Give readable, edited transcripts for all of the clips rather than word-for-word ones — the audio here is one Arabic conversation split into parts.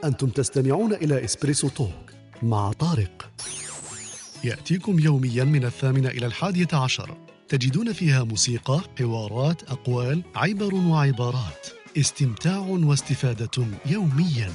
أنتم تستمعون إلى إسبريسو توك مع طارق. يأتيكم يوميا من 8 إلى 11. تجدون فيها موسيقى، حوارات، أقوال، عبر وعبارات. استمتاع واستفادة يوميا.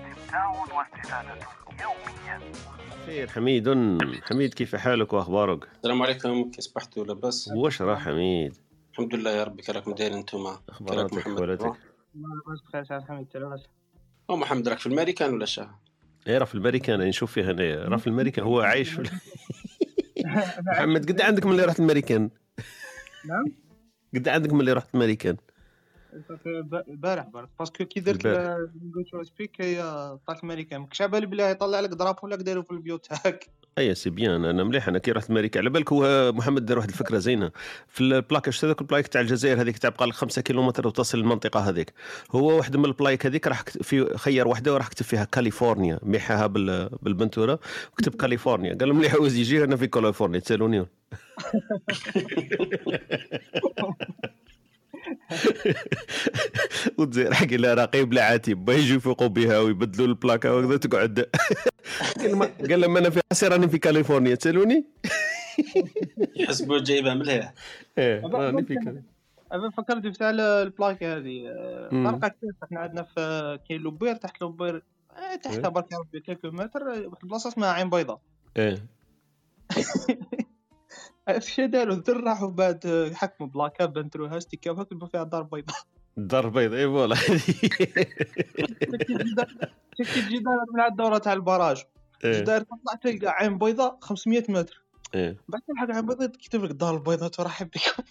خير حميد كيف حالك وأخبارك؟ السلام عليكم، كيف صبحتوا لاباس؟ واش راه حميد؟ الحمد لله يا ربي. كراكم دايرين انتم؟ أخباراتك حوالاتك؟ بس بخير سعد حميد تلوث. محمد راك في الامريكان ولا شاه؟ ايه راه في الامريكان، نشوف فيه هنا راه في الامريكان، هو عايش في محمد قد عندك من اللي رحت الامريكان؟ نعم قد عندك من اللي رحت الامريكان؟ البارح باسكو كي درت جو سبيك هي طلعت الامريكان ماكش على بالي بلي يطلع لك درابو ولا دايرو في البيوت تاعك. اي سي بيان، انا مليح. انا كي رحت امريكا على بالك هو محمد دار واحد الفكره زينه في البلاك. هذاك البلايك تاع الجزائر هذيك تبقى لك 5 كيلومتر وتصل للمنطقه هذيك. هو واحد من البلايك هذيك راح في خير واحده وراح كتب فيها كاليفورنيا، ميحاها بالبنتوره وكتب كاليفورنيا. قال لهم مليح عاوز يجي هنا في كاليفورنيا تسالوني. وتزير حق لها رقيب العاتب بيجي يفوقوا بها ويبدلوا البلاكه وكذا تقعد. قال لهم انا في عصير راني في كاليفورنيا تسالوني. يحسبوا جايبها مليح. ايه راني في كاليفورنيا. انا فكرت في تاع البلاكه هذه فرقه كثير. احنا عندنا في كاين لوبير تحت لوبير تحت برك بكيلو متر واحد البلاصه اسمها عين بيضاء. ايه ايش داروا راحوا بعد حكموا بلاكه بنتروها ستيكاو كتبوا فيها دار بيضاء. دار بيضاء اي فوالا. شفت الجدار من على الدوره تاع البراج الجدار تطلع تلقى عين بيضاء 500 متر. بعد تلحق عين بيضاء تكتب لك دار البيضاء ترحب بكم.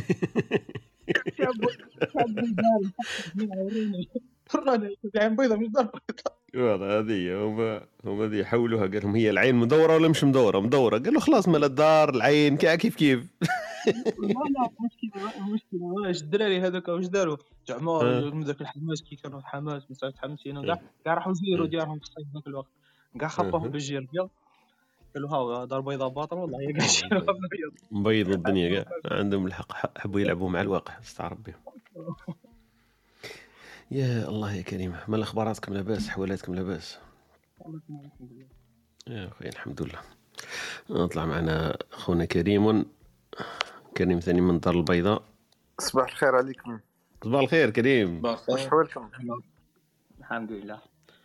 عين بيضاء مش دار بيضاء. والله هذه هم هذه يحولوها. قال لهم هي العين مدوره ولا مش مدوره؟ قال له خلاص مال الدار العين كيف. لا مشكله واش الدراري هذوك واش داروا جمعوا من ذاك الحماس كي كانوا في حماس مساعد حمسين كاع راحوا يزيروا ديارهم في الصيف ذاك الوقت كاع خطفوهم بالجيربيا. قالوا ها دار بيضاء باطل والله هي قاعدين مبيض الدنيا كاع عندهم الحق. حبوا يلعبوا مع الواقع استعرب بهم. يا الله يا كريم، ما الاخباراتكم لاباس؟ حوالاتكم لاباس؟ يا اخي الحمد لله. نطلع معنا اخونا كريم ثاني من دار البيضاء. صباح الخير عليكم. صباح الخير كريم. واش حوالكم؟ الحمد لله.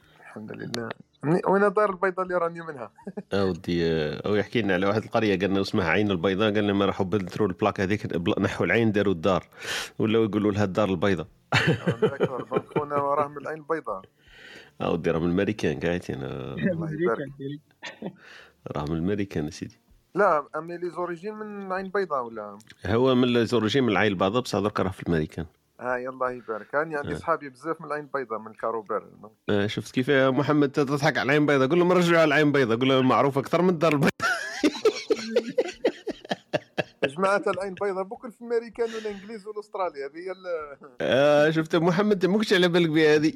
وين دار البيضاء اللي راني منها؟ اودي او يحكي لنا على واحد القريه قالنا اسمها عين البيضاء. قال لما راحوا بدلوا البلاك هذيك نحوا العين داروا الدار ولا يقولوا لها الدار البيضاء. داكور خونا راه من العين البيضاء. اودي راه من الامريكان قاعدين. الله يبارك. راه من الامريكان سيدي. لا امي لي زوريجين من العين البيضاء ولا هو من لي زوريجين من العين البيضاء بصح درك راه في الامريكان. الله يبارك. انا عندي صحابي بزاف من العين البيضاء من الكاروبير. شفت كيف محمد تضحك على العين البيضاء؟ قول لهم رجعوا على العين البيضاء، قول لهم معروف اكثر من الدار البيضاء. جماعه العين البيضاء بكل في الامريكان والانجليز والاستراليا هذه شفت محمد ماكش على بالك بهذه.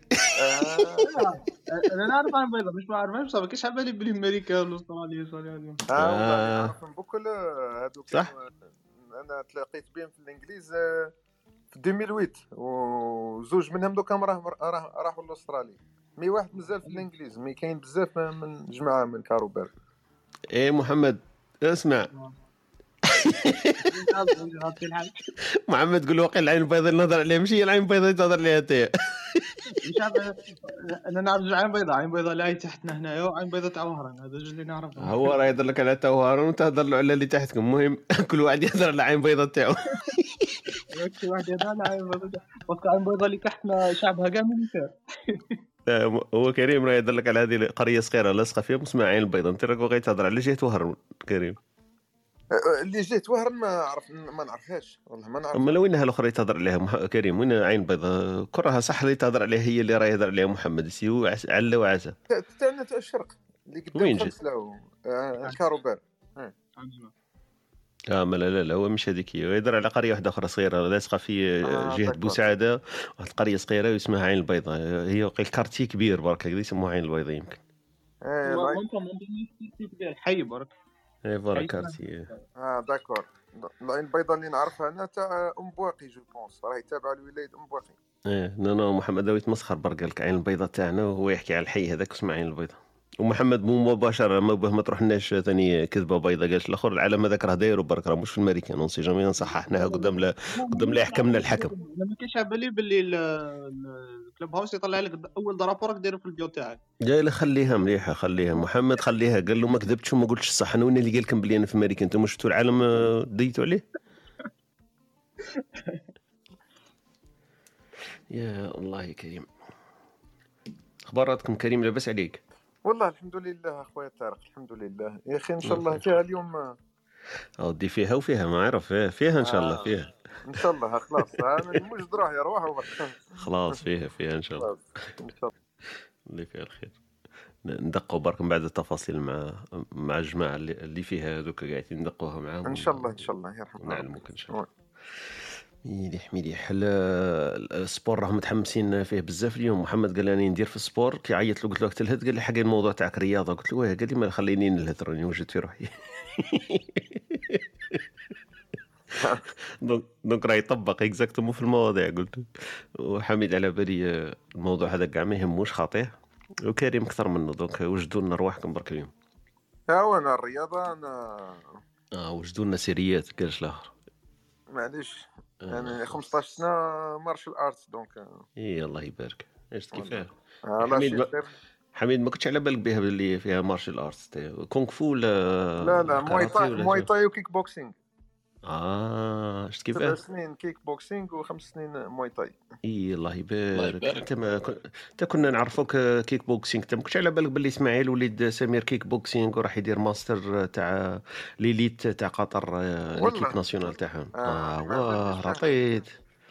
انا نعرف عين بيضاء مش عارف صافي كاش على بالي بلي امريكا والاستراليا صالحين. نعرفهم بكل هذوك. صح. انا تلاقيت بهم في الانجليز في 2008 وزوج منهم دوكا راحوا لاستراليا. مي واحد مازال في الانجليز. مي كاين بزاف من جماعه من كاروبير. ايه محمد اسمع. محمد قول له واقع العين البيضاء اللي نهضر عليها ماشي العين البيضاء اللي تهضر عليها انت. انا نعرف عين بيضاء اللي هي تحتنا هنايا وعين بيضاء تاع وهران. هذا جوج اللي نعرفهم. هو راه يهضر لك على تاع وهران وانت تهضر له على اللي تحتكم. المهم كل واحد يهضر على عين بيضاء تاعو. كل واحد يهضر على عين بيضاء وقت عين بيضاء اللي تحتنا شعبها كاع مليتير. هو كريم راه يهضر لك على هذه قريه صغيره لاصقه فيها اسمها عين البيضاء. انت راك باغي تهضر على جهه وهران كريم. اللي جيت وهران ما نعرفهاش والله ما نعرف. اما لو وينها الاخرى يتهضر عليها كريم؟ وين عين بيضاء كرهها صح اللي تهضر عليها هي اللي راه يهضر عليها محمد سيو عله وعسى تاعنا تاع الشرق اللي قدام خمسلو كاروبير. ما لا هو مش هذيك. يهضر على قريه واحده اخرى صغيره لاصقه في جهه بوسعاده. واحد القريه صغيره اسمها عين البيضاء. هي الكارتي كبير برك هكذا يسموها عين البيضاء يمكن. ممكن حي برك. اي برك كارتي. داكور. العين البيضاء اللي نعرفها انا تاع ام بواقي جو بونس، راهي تابعه لولايه ام بواقي. نو محمد هو يتمسخر برك، قال لك عين البيضاء تاعنا وهو يحكي على الحي هذاك اسمه عين البيضاء. ومحمد مو مباشره ما تروحناش ثاني كذبه بيضاء، قالش الاخر العالم هذاك راه داير برك، راه مش في الامريكان، اون سي جامي نصححناها قدام لا يحكمنا الحكم. انا ما كاينش على بالي باللي الكلوب هاوس يطلع لك اول ضربه راك دايره في البيو تاعك. جاي له خليها مليحه، خليها محمد خليها، قال له ما كذبتش وما قلتش الصح، انا وين اللي قال لكم بلي انا في امريكا، انتم شفتوا العالم ديتوا عليه. يا الله كريم. اخباراتكم كريم؟ لاباس عليك؟ والله الحمد لله اخويا طارق، الحمد لله يا اخي. ان شاء الله فيها اليوم اودي فيها وفيها ما عرف فيها ان شاء الله فيها ان شاء الله. خلاص مش دروح يا روح خلاص فيها ان شاء الله. ان شاء الله اللي فيها الخير. ندقوا برك من بعد التفاصيل مع الجماعه اللي فيها هذوك قاعدين ندقوها معاهم ان شاء الله. ان شاء الله يرحمنا. نعلموك ان شاء الله. مليح. السبور راهم متحمسين فيه بزاف اليوم. محمد قال لي ندير في السبور، كي عيط له قلت له تلهد، قال لي حاجه الموضوع تاعك رياضه، قلت له واه، قال لي ما خليني نلهد راني وجدت في روحي. دونك راه يطبق اكزاكتومون في المواضيع قلت. وحميد على بالي الموضوع هذا كاع ما يهموش خاطيه، وكريم اكثر منه، دونك وجدوا لنا رواحكم برك اليوم. انا الرياضه انا وجدوا لنا سيريات قالش الاخر معليش. يعني 15 سنه مارشال ارتس دونك. الله يبارك. ايش كيفاه حميد ما كنتش على بالك بها اللي فيها مارشال ارتس كونغ فو ولا لا موي تاي وكيك بوكسينغ. ايش كيفاه 7 سنين كيك بوكسينغ و5 سنين موي تاي. الله يبارك. انت كنا نعرفوك كيك بوكسينغ، انت ما كنتش على بالك باللي اسماعيل وليد سمير كيك بوكسينغ وراح يدير ماستر تاع ليليت تاع قطر ليكيب ناسيونال تاعهم. واه رطيت.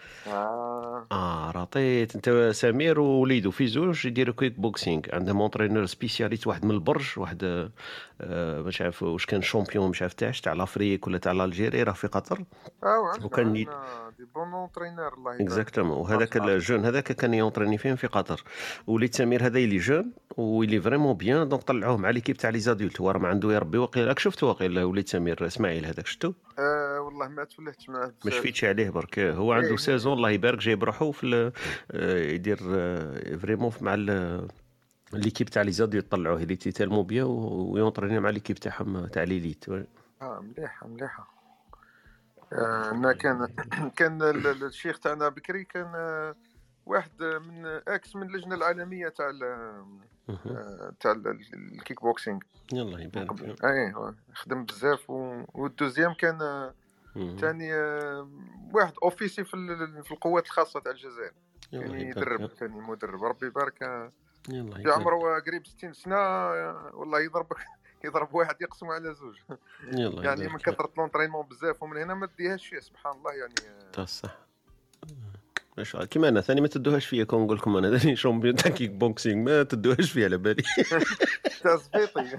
رطيت. انت سمير ووليدو في زوج يديروا كيك بوكسينغ، عندهم اونترينور سبيسياليست، واحد من البرج، واحد مش عارف واش كان شامبيون مش عارف تاع لافريك ولا تاع الجيري، راه في قطر. وكان دي بون اونترينور الله يبارك. اكزاكتومون. وهذاك الجون هذاك كان يونتريني فيهم في قطر. وليد سمير هذا اللي جون واللي فريمون بيان، دونك طلعوه مع ليكيب تاع لي زادولت. هو راه ما عنده يا ربي واقيلا. راك شفتو واقيلا وليد سمير اسماعيل هذاك شفتو؟ والله ما تفلحتش معاه، مش فيتش عليه برك. هو عنده سيزون الله يبارك جايب روحو في يدير فريمون مع ليكيب تاع لي زادولت، طلعوه اللي تيتالمو بيان ويونتريني مع ليكيب تاعهم تاع ليليت. مليحه. انا كان الشيخ تاعنا بكري كان واحد من اكس من اللجنه العالميه تاع الكيك بوكسينغ. يلا يبارك. خدم بزاف. والدوزيام كان ثاني واحد اوفيسي في القوات الخاصه تاع الجزائر، يعني يدرب ثاني مدرب. ربي يبارك. في عمره قريب 60 سنه والله يضرب واحد يقسم على زوج. يعني من كثره لونطرينمون بزاف، ومن هنا ما تديهاش فيه سبحان الله. يعني صح كيما انا ثاني ما تدوهاش فيا، كون نقول لكم انا ثاني شامبيون تاع كيك بوكسينغ ما تدوهاش فيا على بالي. تاع زبيطي.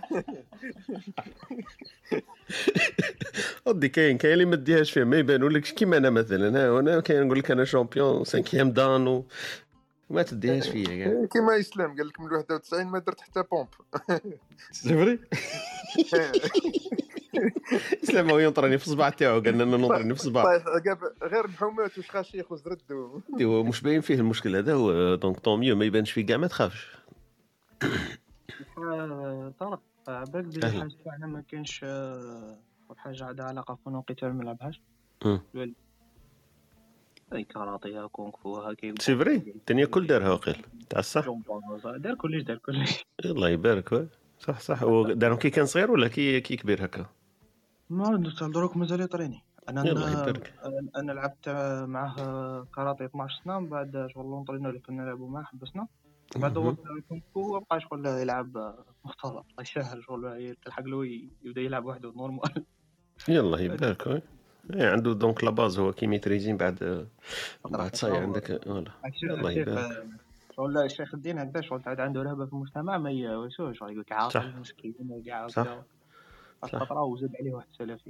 ودي كاين اللي ما تديهاش فيها ما يبانولكش، كيما انا مثلا انا كاين نقول لك انا شامبيون 5 دان وما تديهاش فيا كاع. كيما اسلام قال لك من 91 ما درت حتى بومب. سي اسلام هو ينطرني في الصباع تاعو، قال لنا ننطرني في الصباع غير الحومات وشخاشيخ وزردو. هو مش باين فيه المشكل هذا هو، دونك طوميو ما يبانش فيه كاع، ما تخافش. طارق بالك بلي الحاجه تاعنا ما كاينش حاجه عندها علاقه فنون قتال ما نلعبهاش. اي كاراتيه كونغ فو هكا. سي فري الدنيا كل دارها وقيل تاع الصح. دار كلش. الله يبارك. صح. ودارهم كي كان صغير ولا كي كبير هكا؟ ما دروك مازال يطريني. انا لعبت معاه كاراتيه 12 سنه، من بعد شغل لونطرينور اللي كنا نلعبوا معاه حبسنا، بعد هو كونغ فو بقى شغل يلعب مختلط. الله يسهل شغل تلحق له يبدا يلعب وحده نورمال. يلا يبارك. عنده دونك لا باز هو كي ميتريزين بعد صاي عندك ولا. الله يبارك. شغل الشيخ الدين هكذا شغل تعد عنده رهبه في المجتمع، ما يسوي شغل يقول عاقل المسكين وكاع هكذا. الخطره وزاد عليه واحد سلفي.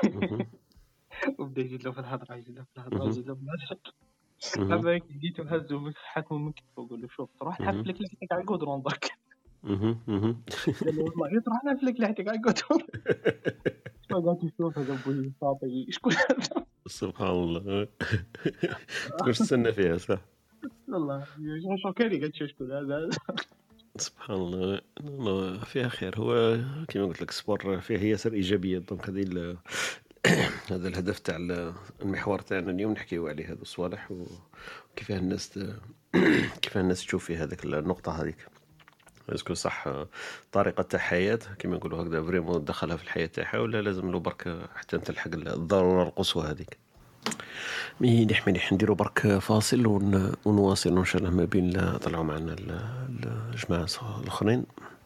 وبدا يزيد له في الهضره ويزيد له في الهضره. هذاك جيت وهزو من حكمه من كتفه وقول له شوف تروح تحفل لك لحيتك على القدرون برك. قال له والله تروح نحفل لك لحيتك على القدرون. قاعد يشوف هذا بوي صافي شكون هذا سبحان الله. تكونش تستنى فيها صح. والله شو كان قاعد تشوف شكون هذا سبحان الله. والله فيها خير. هو كما قلت لك السبور فيه ياسر ايجابيه. دونك هذه هذا الهدف تاع المحور تاعنا اليوم نحكيو عليه هذو الصوالح وكيفاه الناس كيفاه الناس تشوف في هذيك النقطه هذيك. اسكو صح طريقه تاع حياه كما نقولوا هكذا فريمون دخلها في الحياه تاعها ولا لازم له برك حتى تلحق الضروره القصوى هذيك. مليح نديروا برك فاصل ونواصل ان شاء الله ما بين طلعوا معنا الجماعه الاخرين.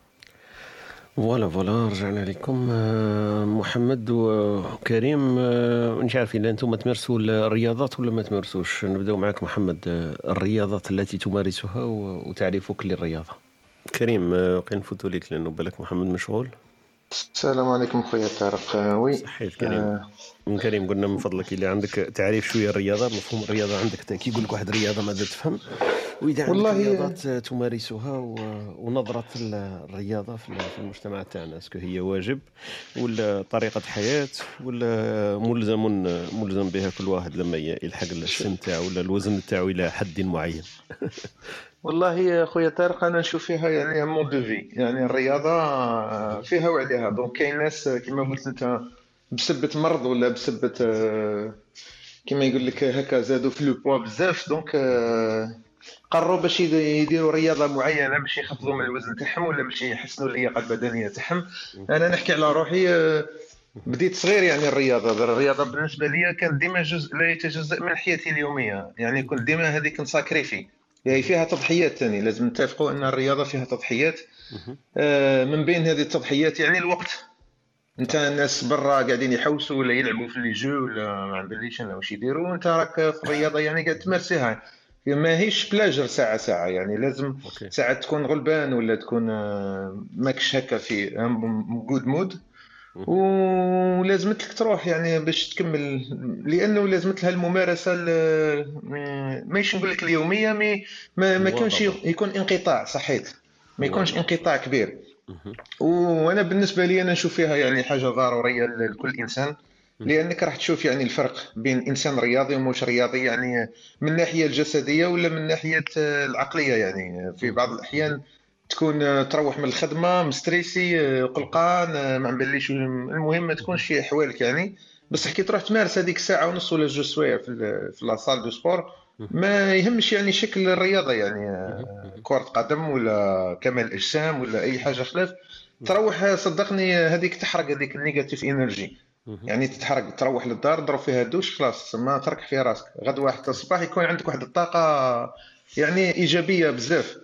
فوالا رجعنا لكم محمد وكريم. مش عارف الا انتم تمارسوا الرياضات ولا ما تمارسوش. نبداو معك محمد. الرياضات التي تمارسها وتعريفك للرياضه. كريم وقين نفوتوا ليك لانه بالك محمد مشغول. السلام عليكم خويا طارق. وي صحيت كريم. من كريم قلنا من فضلك اللي عندك تعريف شويه الرياضه مفهوم الرياضه عندك كي يقول لك واحد رياضه ماذا تفهم واذا عندك رياضات تمارسها ونظره الرياضه في المجتمع تاعنا اسكو هي واجب ولا طريقه حياه ولا ملزم بها كل واحد لما يلحق السن تاعو ولا الوزن تاعو الى حد معين. والله يا خويا طارق انا نشوف فيها يعني مود دو في. يعني الرياضه فيها وعليها. دونك كاين ناس كما قلت انت بسبه مرض ولا بسبه كما يقول لك هكا زادوا في لو بوا بزاف. دونك قرروا باش يديروا رياضه معينه باش يخفضوا من الوزن تاعهم ولا باش يحسنوا اللياقه البدنيه تاعهم. انا نحكي على روحي بديت صغير يعني الرياضه بالنسبه لي كانت ديما جزء لا يتجزأ من حياتي اليوميه. يعني كنت ديما هذيك نساكريفي يعني فيها تضحيات ثاني. لازم نتفقوا ان الرياضه فيها تضحيات. من بين هذه التضحيات يعني الوقت. انت الناس برا قاعدين يحوسوا ولا يلعبوا في لي جو ولا ما عندليش انا واش يديروا وانت راك في الرياضه يعني قاعد تمارسيها. ما هيش بلاجر ساعه يعني لازم ساعه تكون غلبان ولا تكون ماكش هكا في جود مود ولازمت لك تروح يعني باش تكمل. لانه لازمت لها الممارسه ماشي نقول لك اليوميه ما كانش يكون انقطاع صحيت ما يكونش انقطاع كبير. وانا بالنسبه لي انا نشوف فيها يعني حاجه ضروريه لكل انسان. لانك راح تشوف يعني الفرق بين انسان رياضي ومش رياضي يعني من الناحيه الجسديه ولا من ناحيه العقليه. يعني في بعض الاحيان تكون تروح من الخدمه مستريسي قلقان ما نبليش. المهم ما تكونش في احوالك يعني بس كي تروح تمارس هذيك ساعه ونص ولا جوج سوايع في لاصال دو سبور ما يهمش يعني شكل الرياضه يعني كره قدم ولا كمال اجسام ولا اي حاجه خلاف. تروح صدقني هذيك تحرق هذيك النيجاتيف انرجي يعني تتحرق تروح للدار تضرب فيها الدوش خلاص ما تركح فيها راسك. غدوه حتى الصباح يكون عندك واحد الطاقه يعني ايجابيه بزاف.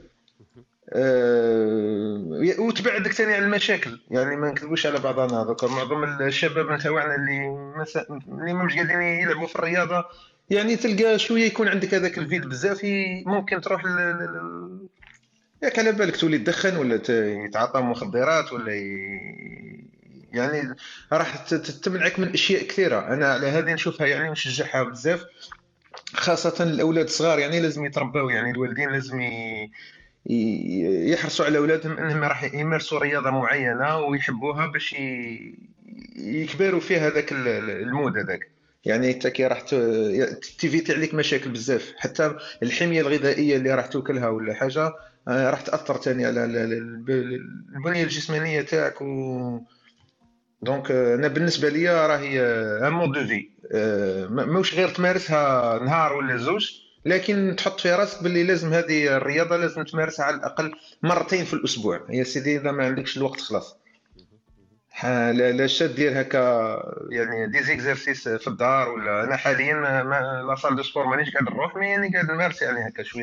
وتبعدك ثاني عن المشاكل. يعني ما نكذبوش على بعضنا هذوك معظم الشباب تاعنا اللي مش قاعدين يلعبوا في الرياضه يعني تلقى شويه يكون عندك هذاك الفيد بزاف ممكن تروح ياك على بالك تولي تدخن ولا يتعاطى مخدرات ولا يعني راح تمنعك من اشياء كثيره. انا على هذه نشوفها يعني ونشجعها بزاف خاصه الاولاد الصغار. يعني لازم يتربوا يعني الوالدين لازم يحرصوا على اولادهم انهم راح يمارسوا رياضه معينه ويحبوها باش يكبروا فيها هذاك المود هذاك. يعني انت كي راح تيفيتي عليك مشاكل بزاف. حتى الحميه الغذائيه اللي راح تاكلها ولا حاجه راح تاثر ثاني على البنيه الجسمانيه تاعك دونك انا بالنسبه لي راهي ان مود دو في. ماهوش غير تمارسها نهار ولا زوج لكن تحط في راسك باللي لازم هذه الرياضه لازم تمارسها على الاقل مرتين في الاسبوع. يا سيدي اذا ما عندكش الوقت خلاص لا شاد دير هكا يعني دي زيكزارسيس في الدار. ولا انا حاليا لا صال دو سبور مانيش قاعد نروح مي يعني قاعد نمارس يعني هكا شويه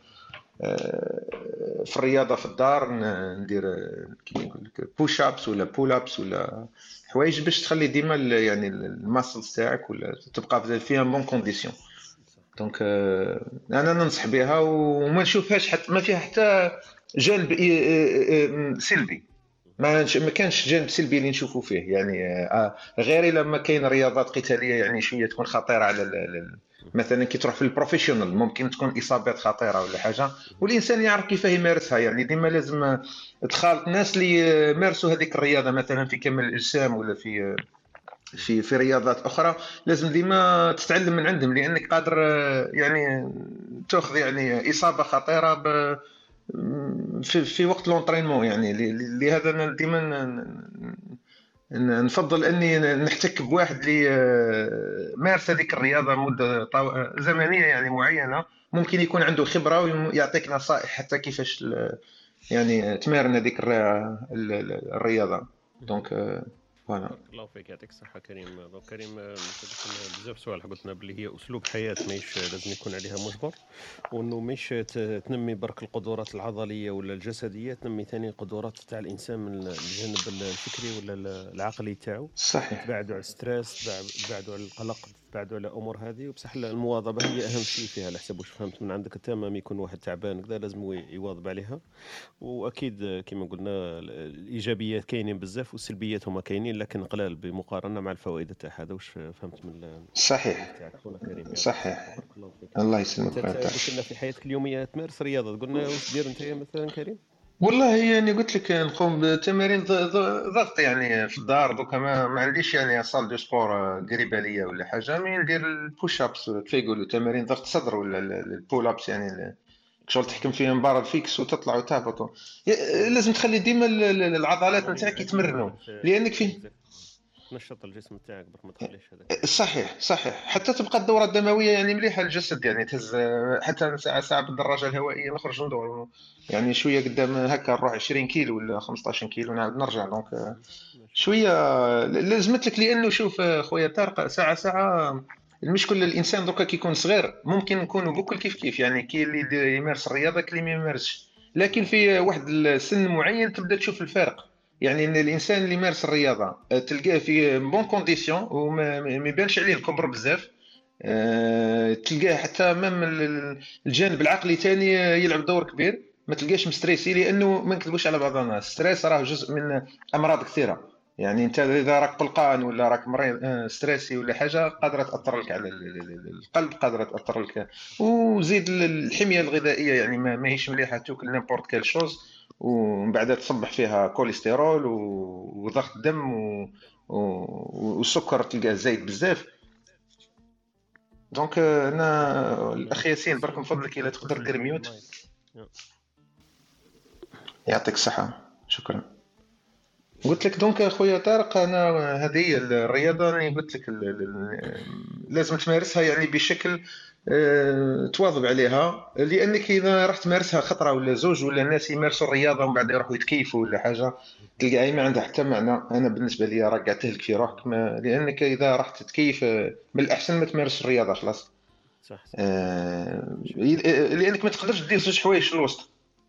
في الرياضه في الدار. ندير كيما نقول لك بوش ابس ولا بول ابس ولا حوايج باش تخلي ديما يعني الماسلز تاعك ولا تبقى فيها بون كونديسيون. دونك انا ننصح بها وما نشوفهاش حتى ما فيها حتى جانب سلبي. ما كانش جانب سلبي اللي نشوفه فيه يعني غير لما كاين رياضات قتاليه يعني شويه تكون خطيره على مثلا كي تروح في البروفيشنال ممكن تكون اصابات خطيره ولا حاجه والانسان يعرف كيف يمارسها. يعني ديما لازم تخالط الناس اللي مارسوا هذيك الرياضه مثلا في كمال الاجسام ولا في في رياضات اخرى لازم ديما تتعلم من عندهم، لانك قادر يعني تاخذ يعني اصابه خطيره في وقت لونطرينمون. يعني لهذا انا ديما نفضل اني نحتك بواحد اللي مارس هذيك الرياضه مده زمنيه يعني معينه، ممكن يكون عنده خبره ويعطيك نصائح حتى كيفاش يعني تمارن هذيك الرياضه. دونك فوالا. بارك الله فيك، يعطيك الصحة كريم. دونك كريم بزاف سؤال قلتنا بلي هي أسلوب حياة ماهيش لازم يكون عليها مجبر، وإنه ماهيش تنمي برك القدرات العضلية ولا الجسدية، تنمي ثاني القدرات تاع الإنسان من الجانب الفكري ولا العقلي تاعو. صحيح تبعدوا على الستريس، تبعدوا على القلق، تبعدوا على الأمور هذه. وبصح المواظبة هي أهم شيء فيها على حسب واش فهمت من عندك. تمام، يكون واحد تعبان كذا لازم يواظب عليها. واكيد كما قلنا الايجابيات كاينين بزاف والسلبيات هما كاينين، لكن قلال بمقارنه مع الفوائد تاع هذا. واش فهمت من صحيح تاعك خونا كريم؟ صحيح. الله فيك. الله يسلمك. قلت لنا في حياتك اليوميه تمارس رياضه، قلنا واش دير انت مثلا كريم؟ والله يعني قلت لك نقوم بتمارين ضغط يعني في الدار. دوكا ما عنديش يعني صال دو سبور قريبه ليا ولا حاجه، مي ندير البوش ابس كيف يقولوا، تمارين ضغط صدر ولا البول ابس، يعني شغل تحكم فيهم بارد فيكس وتطلع وتهبط. لازم تخلي ديما العضلات نتاعك يتمرنوا، لانك فيه تنشط الجسم تاعك برك ما تخليش هذاك. صحيح حتى تبقى الدوره الدمويه يعني مليحه للجسد. يعني تهز حتى ساعه بالدراجه الهوائيه نخرج ندور يعني شويه قدام هكا نروح 20 كيلو ولا 15 كيلو نعاود نرجع. دونك شويه لازمت لك، لانه شوف خويا طارق، ساعه المشكل الانسان دوكا كيكون صغير ممكن نكونوا بكل كيف يعني كي اللي يمارس الرياضه كي اللي ما يمارسش، لكن في واحد السن معين تبدا تشوف الفرق. يعني ان الانسان اللي يمارس الرياضه تلقاه في بون كونديسيون وما يبانش عليه الكبر بزاف، تلقاه حتى مام الجانب العقلي ثاني يلعب دور كبير، ما تلقاش مستريسي، لانه ما نكذبوش على بعضنا الستريس راه جزء من امراض كثيره. يعني انت اذا راك قلقان ولا راك مريض ستريسي ولا حاجه قادره تاثر لك على القلب، قادره تاثر لك. وزيد الحميه الغذائيه يعني ماهيش مليحه، تاكل نيمبورت كيل شوز ومن بعد تصبح فيها كوليسترول وضغط دم والسكر تلقاه زايد بزاف. دونك انا الاخ ياسين برك من فضلك الا تقدر دير ميوت. يعطيك الصحه، شكرا. قلت لك دونك اخويا طارق، انا هذه الرياضه اللي قلت لك لازم تمارسها يعني بشكل تواظب عليها، لانك اذا رحت تمارسها خطره ولا زوج ولا الناس يمارسوا الرياضه ومن بعد يروحوا يتكيفوا ولا حاجه تلقى ما عندها حتى معنى. انا بالنسبه لي راك قاعد تهلك في روحك، لانك اذا رحت تتكيف من الاحسن ما تمارس الرياضه خلاص. صح. لانك ما تقدرش دير زوج حوايج في الوسط،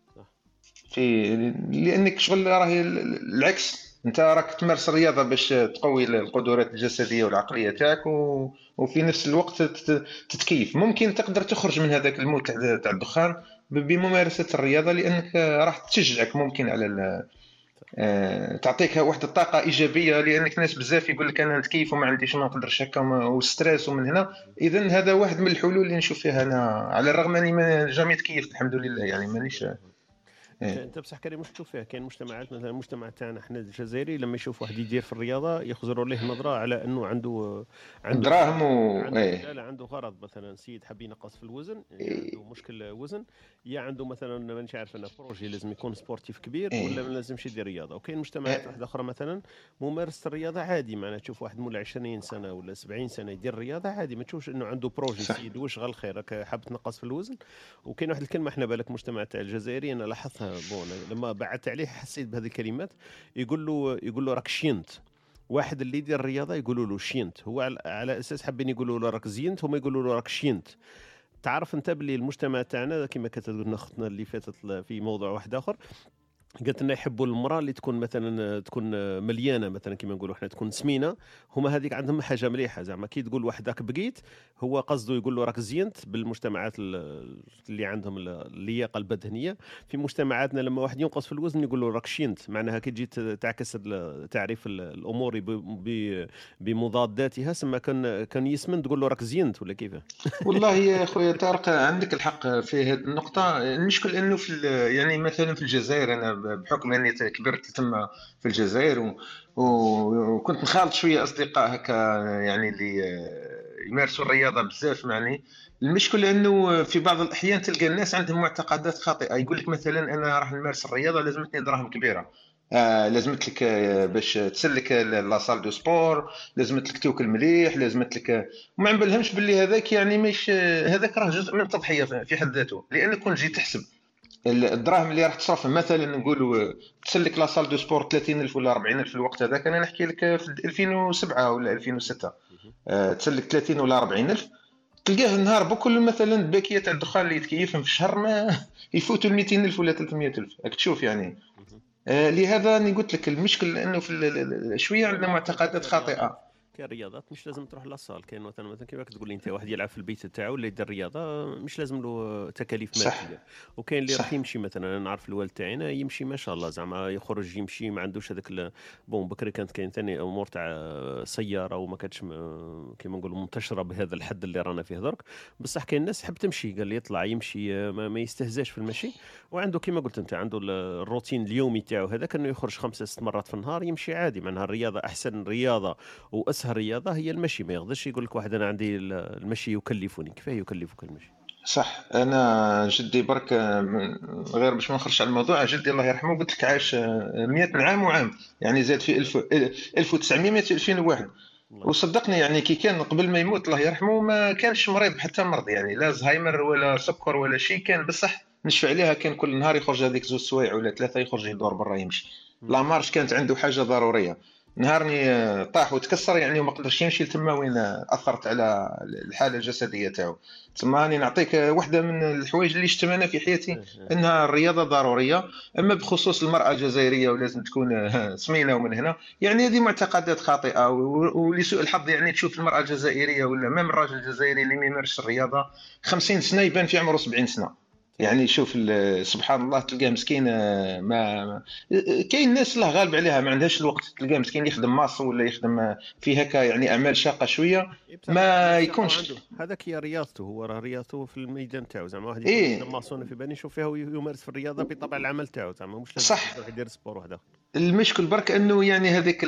لانك شغل راهي العكس، انت راك تمارس الرياضه باش تقوي القدرات الجسديه والعقليه تاعك وفي نفس الوقت تتكيف. ممكن تقدر تخرج من هذاك المود تاع الدخان بممارسه الرياضه، لانك راح تشجعك ممكن على تعطيك واحد الطاقه ايجابيه، لانك ناس بزاف يقول لك انا نتكيف وما عنديش ما نقدرش هكا والستريس ومن هنا. اذا هذا واحد من الحلول اللي نشوف فيها انا، على الرغم اني ما جامي تكيفت الحمد لله، يعني مانيش. انت بصح كريم واش تشوف فيها؟ كاين مجتمعات مثلا المجتمع تاعنا احنا الجزائري لما يشوف واحد يدير في الرياضه يخزروا له نظره على انه عنده دراهم لا عنده غرض. مثلا سيد حاب ينقص في الوزن، عنده مشكل وزن، يا عنده مثلا مانيش عارف انا بروجي لازم يكون سبورتيف كبير ولا ما لازمش يدير رياضه. وكاين مجتمعات واحده اخرى مثلا ممارسه الرياضه عادي، معناها تشوف واحد مول 20 سنه ولا 70 سنه يدير الرياضه عادي، ما تشوفش انه عنده بروجي سيد واش غير الخير راك حاب تنقص في الوزن. وكاين واحد الكلمه احنا بالك مجتمع تاع الجزائري انا لاحظتها لما بعدت عليه حسيت بهذه الكلمات، يقول له راك شينت. واحد اللي يدير الرياضه يقولوا له شينت، هو على اساس حابين يقولوا له راك زينت، هما يقولوا له راك شينت. تعرف انت باللي المجتمع تاعنا كما كتقول اختنا اللي فاتت في موضوع واحد اخر، قالت لنا يحبوا المراه اللي تكون مثلا تكون مليانه، مثلا كما نقولوا احنا تكون سمينه. هما هذيك عندهم حاجه مليحه، زعما كي تقول واحد راك بقيت هو قصده يقول له راك زينت. بالمجتمعات اللي عندهم اللياقه البدنيه، في مجتمعاتنا لما واحد ينقص في الوزن يقول له راك شينت، معناها كي تجي تعكس تعريف الامور بمضاداتها، سما كان يسمن تقول له راك زينت ولا كيف؟ والله يا خويا طارق عندك الحق في هذه النقطه. المشكل انه في يعني مثلا في الجزائر انا بحكم اني كبرت تما في الجزائر وكنت نخالط شويه اصدقاء هكا يعني اللي يمارسوا الرياضه بزاف. يعني المشكله انه في بعض الاحيان تلقى الناس عندهم معتقدات خاطئه. يقول لك مثلا انا راح نمارس الرياضه لازمتني دراهم كبيره، لازمت لك باش تسلك لاصال دو سبور، لازمت لك تاكل مليح، لازمت لك. وما نبلهمش باللي هذاك يعني مش هذاك راه جزء من التضحيه في حد ذاته. لان كون جيت تحسب الدراهم اللي راح تصرفها، مثلا نقولوا تسلك لاصال دو سبور 30,000 ولا 40,000 في الوقت هذاك، انا نحكي لك في 2007 ولا 2006 تسلك 30 ولا 40,000 تلقاه النهار بكل مثلا باكيه تاع الدخان اللي يتكيفهم في الشهر ما يفوتوا 200,000 ولا 300,000. راك تشوف يعني. لهذا أنا قلت لك المشكل انه في شويه عندنا معتقدات خاطئه. كرياضات مش لازم تروح لاصال. كاين مثلا كيما تقول لي انت، واحد يلعب في البيت تاعو ولا يدير رياضه مش لازم له تكاليف ماديه. وكاين اللي راح يمشي، مثلا انا نعرف الوالد تاعنا يمشي ما شاء الله، زعما يخرج يمشي، ما عندوش هذاك بون. بكري كانت كاين ثاني امور تاع سياره وما كانتش كيما نقولوا منتشره بهذا الحد اللي رانا فيه درك. بصح كاين الناس تحب تمشي، قال لي يطلع يمشي ما يستهزاش في المشي. وعنده كيما قلت انت عنده الروتين اليومي تاعو هذاك، انه يخرج 5-6 مرات في النهار يمشي عادي. معناها الرياضه احسن رياضه واسهل رياضه هي المشي. ما يقدرش يقول لك واحد انا عندي المشي يكلفني. كيفاه يكلفك المشي؟ صح. انا جدي برك غير باش ما نخرجش على الموضوع، جدي الله يرحمه قلت لك عاش 100 عام وعام، يعني زاد في 1900 2001. وصدقني يعني كي كان قبل ما يموت الله يرحمه ما كانش مريض حتى مرض، يعني لا زهايمر ولا سكر ولا شيء. كان بصح نشفى عليها، كان كل نهار يخرج هذيك 2 سوايع ولا 3 يخرج يدور برا يمشي. لا مارش كانت عنده حاجه ضروريه. نهارني طاح وتكسر يعني وما قدرش يمشي لتما، وين اثرت على الحاله الجسديه تاعو. تما راني نعطيك واحده من الحوايج اللي شتمنا في حياتي، انها الرياضه ضروريه. اما بخصوص المراه الجزائريه ولازم تكون سمينه ومن هنا، يعني هذه معتقدات خاطئه. ولسوء الحظ يعني تشوف المراه الجزائريه ولا ما الراجل الجزائري اللي ما يمارس الرياضه 50 سنه يبان في عمره 70 سنه. يعني شوف سبحان الله، تلقاه مسكين ما كاين ناس الله غالب عليها ما عندهاش الوقت. تلقاه مسكين يخدم ماصو ولا يخدم في هكا يعني اعمال شاقه شويه، ما يكونش هذاك هي رياضته. هو راه رياضته في الميدان تاعو. زعما واحد يخدم ماصون في بالي نشوف فيه ويمارس في الرياضه بطبع العمل تاعو. زعما مش لازم يروح يدير سبور وحده. المشكل برك انه يعني هذيك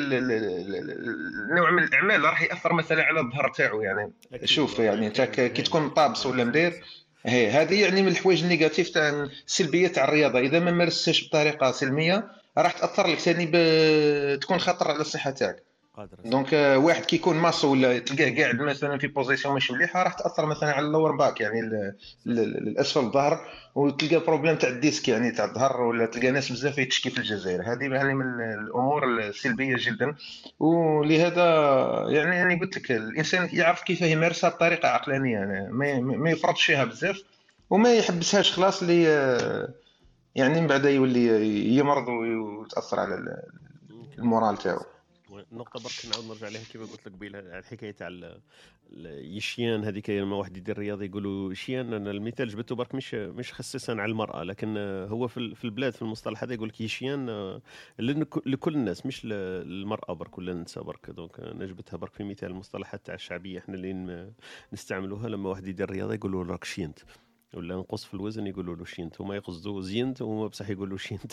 النوع من الاعمال راح ياثر مثلا على الظهر تاعو. يعني شوف يعني انت كي تكون طابس ولا مدير، هذه يعني من الحوايج النيجاتيف تاع السلبيه تاع الرياضه. اذا ما مارستهاش بطريقه سلميه راح تاثر لك ثاني تكون خطر على الصحه تاعك. دونك واحد كي يكون ماسو ولا تلقاه قاعد مثلا في بوزيسيون ماشي مليحه راح تاثر مثلا على اللور باك، يعني الاسفل الظهر، وتلقى بروبليم تاع الديسك يعني تاع الظهر. ولا تلقى ناس بزاف يتشكي في الجزائر. هذه يعني من الامور السلبيه جدا. ولهذا يعني قلت لك الانسان يعرف كيف يمارسها بطريقه عقلانيه، يعني ما يفرطش فيها بزاف وما يحبسهاش خلاص اللي يعني من بعد يولي يمرض ويتاثر على المورال تاعو. نقطة برك نعاود نرجع لها كيما قلت لك قبيله، الحكاية تاع الشيان هذيك. لما واحد يدير رياضة يقولوا شيان. أنا المثال جبته برك مش خصيصا على المرأة، لكن هو في البلاد في المصطلح هذا يقول لك يشيان لكل الناس، مش للمرأة برك ولا النساء برك. دونك أنا جبتها برك في مثال المصطلحات تاع الشعبية احنا اللي نستعملوها. لما واحد يدير رياضة يقولوا راك شينت، ولا نقص في الوزن يقولوا له شينت. هما يقصدوا زينت وما بصح يقولوا شينت.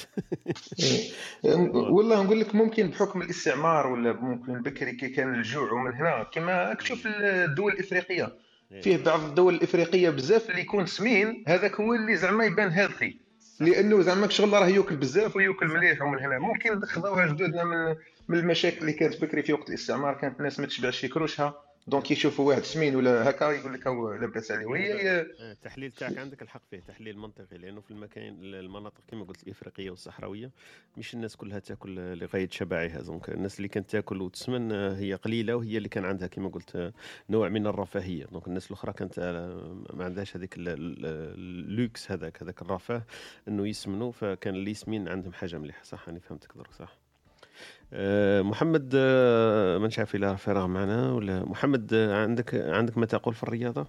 والله نقول لك ممكن بحكم الاستعمار ولا ممكن بكري كي كان الجوع ومن هنا. كما تشوف الدول الافريقيه، فيه بعض الدول الافريقيه بزاف اللي يكون سمين هذاك هو اللي زعما يبان هيلثي، لانه زعما شغل راه ياكل بزاف وياكل مليح. ومن هنا ممكن خذوها جدودنا من المشاكل اللي كانت بكري في وقت الاستعمار. كانت الناس ما تشبعش يكروشها، دونك يشوفوا واحد سمين ولا هكا يقول لك هو لاباس عليه. وهي التحليل تاعك عندك الحق فيه، تحليل منطقي. لانه في المناطق كما قلت الافريقيه والصحراويه مش الناس كلها تاكل لغايه شبعها. دونك الناس اللي كانت تاكل وتسمن هي قليله، وهي اللي كان عندها كما قلت نوع من الرفاهيه. دونك الناس الاخرى كانت ما عندهاش هذيك اللوكس، هذاك الرفاه انه يسمنوا. فكان اللي يسمين عندهم حاجه مليحه. صح انا فهمتك درك صح. محمد ما نعرف إلا فراغ معنا ولا محمد. عندك ما تقول في الرياضة؟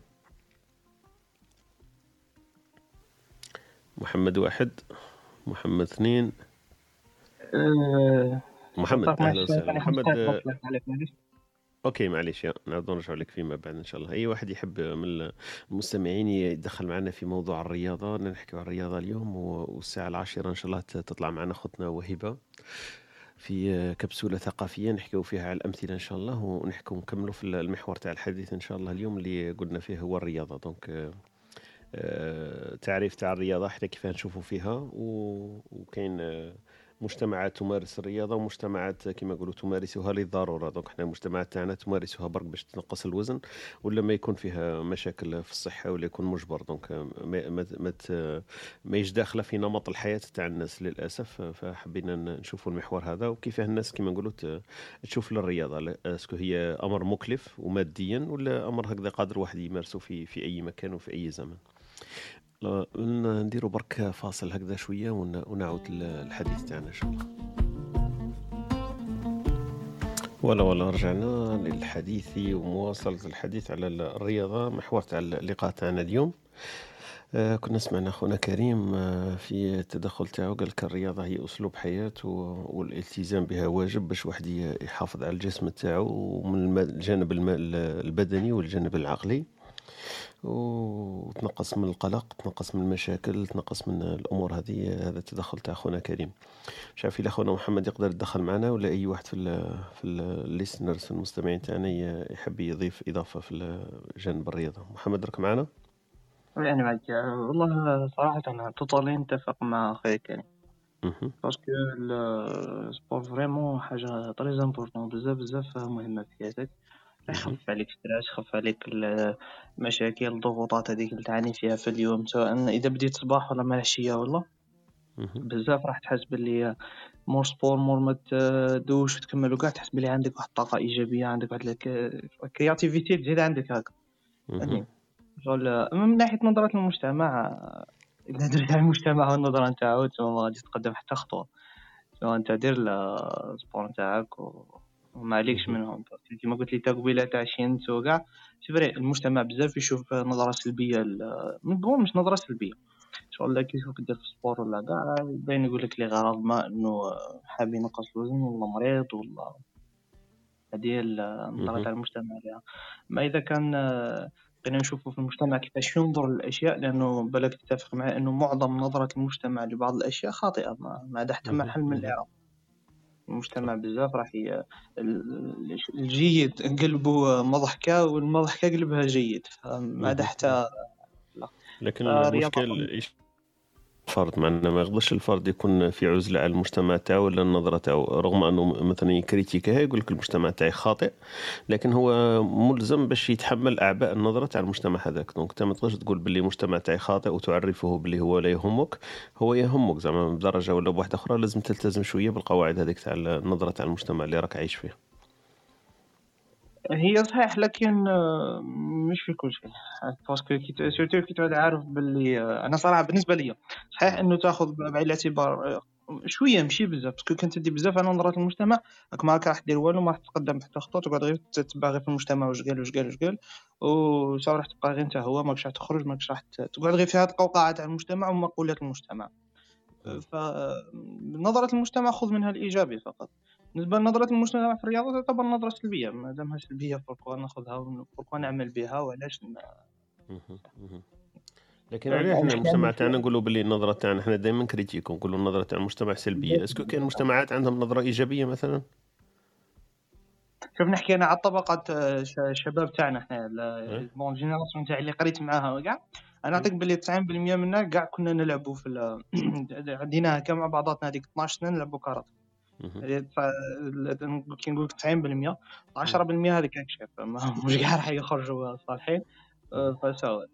محمد 1، محمد 2. محمد أهلا وسهلا. محمد اوكي معليش نعاودو نرجعوا لك فيما بعد ان شاء الله. اي واحد يحب من المستمعين يدخل معنا في موضوع الرياضه، نحكي عن الرياضه اليوم، والساعه 10 ان شاء الله تطلع معنا اختنا وهبه في كبسوله ثقافيه نحكيو فيها على الامثله ان شاء الله، ونحكوا نكملوا في المحور تاع الحديث ان شاء الله اليوم اللي قلنا فيه هو الرياضه. دونك تعريف تاع الرياضه حتى كيف نشوفوا فيها، وكاين مجتمعات تمارس الرياضه ومجتمعات كما يقولوا تمارسها للضروره. دونك حنا المجتمعات تاعنا تمارسها برك باش تنقص الوزن، ولا ما يكون فيها مشاكل في الصحه ولا يكون مجبر. دونك ما يجي داخله في نمط الحياه تاع الناس للاسف. فحبينا نشوفوا المحور هذا وكيفاه الناس كما نقولوا تشوف للرياضه، اسكو هي امر مكلف وماديا ولا امر هكذا قادر واحد يمارسه في اي مكان وفي اي زمن. نديروا برك فاصل هكذا شويه ونعود الحديث تاعنا ان شاء الله. ولا رجعنا للحديث ومواصله الحديث على الرياضه، محور تاع اللقاء تاعنا اليوم. كنا سمعنا اخونا كريم في التدخل تاعو، قال لك الرياضه هي اسلوب حياه والالتزام بها واجب باش واحد يحافظ على الجسم تاعو، ومن الجانب البدني والجانب العقلي، وتنقص من القلق، تنقص من المشاكل، تنقص من الامور هذه. هذا التدخل تاع اخونا كريم. مش عارف الا اخونا محمد يقدر يتدخل معنا ولا اي واحد في الليسنرز المستمعين تاعنا يحب يضيف اضافه في جانب الرياضه. محمد راك معنا؟ يعني معك والله صراحة أنا توتالي نتفق مع أخي كريم، باسكو السبور فريمون حاجة طريز امبورطون، بزاف مهمة في حياتك. يخفف عليك ستريس، يخفف عليك المشاكل الضغوطات هذيك اللي تعاني فيها في اليوم، سواء إذا بديت صباح ولا مع العشية ولا بزاف راح تحس باللي مور سبور مور ما تدوش وتكمل وكاع تحس باللي عندك واحد الطاقة إيجابية، عندك واحد الكرياتيفيتي تزيد عندك هكا. يعني شغل من ناحية نظرة المجتمع، إذا درت على المجتمع والنظرة نتاعو ما غادي تقدم حتى خطوة، سواء انت دير السبور نتاعك وما عليكش منهم. كيما قلت لي تا قبيله تاع شينت وكاع سي فري المجتمع بزاف يشوف نظره سلبيه مش نظره سلبيه، شغل كي يشوف دير في السبور ولا كاع باين يقول لك لي غرض ما انه حاب ينقص الوزن ولا مريض ولا هذه النظره تاع المجتمع لها. ما اذا كان بقينا نشوفوا في المجتمع كيفاش ينظر للاشياء، لانه بالك تتفق معي انه معظم نظره المجتمع لبعض الاشياء خاطئه، ما عندها حتى محل من الاعراب. المجتمع بزاف راح الجيد قلبه مضحكة والمضحكة قلبها جيد، ما عندها حتى لا. لكن المشكل ايش فرد معنا ما يقدرش الفرد يكون في عزلة على المجتمع تاعو ولا النظرة تاعو، رغم انه مثلا يكريتيكها يقول لك المجتمع تاعي خاطئ، لكن هو ملزم باش يتحمل اعباء النظرة تاع المجتمع هذاك. دونك انت ما تقدرش تقول باللي المجتمع تاعي خاطئ وتعرفه باللي هو لا يهمك، هو يهمك زعما بدرجة ولا بواحدة اخرى. لازم تلتزم شوية بالقواعد هذيك تاع النظرة تاع المجتمع اللي راك عايش فيه. هي صحيح لكن مش في كل شيء، باسكو كي تعود عارف باللي انا صراحه بالنسبه لي صحيح انه تاخذ بعين الاعتبار شويه ماشي بزاف، باسكو كنت تدي بزاف على نظره المجتمع راك ما راح دير والو، ما راح تقدم حتى خطوه، تقعد غير تتبع غير في المجتمع واش قال وصافي راح تبقى غير انت هو، ماكش راح تخرج، ماكش راح تقعد غير في هذه القوقعه تاع المجتمع ومقولات المجتمع. فنظره المجتمع خذ منها الايجابي فقط. بالنسبه لنظره المجتمع في الرياضه تعتبر نظره سلبيه، ما دامها سلبيه فوركوا ناخذها وفوركوا نعمل بها وعلاش لكن علاش حنا المجتمع تاعنا نقولوا باللي النظره تاعنا حنا دائما كريتيكو نقولوا النظره تاع المجتمع سلبيه. اسكو كاين مجتمعات عندهم نظره ايجابيه مثلا؟ شوف نحكي انا على الطبقات الشباب تاعنا احنا البون جينيراسيون تاع اللي قريت معاها وكاع، انا نعطيك باللي 90% منا كاع كنا نلعبوا في عندنا هكا مع بعضاتنا هذيك 12 سنه نلعبوا كارات. كي نقول 90% 10% هذيك كشف مش كاع راح يخرجوا صالحين فسوا.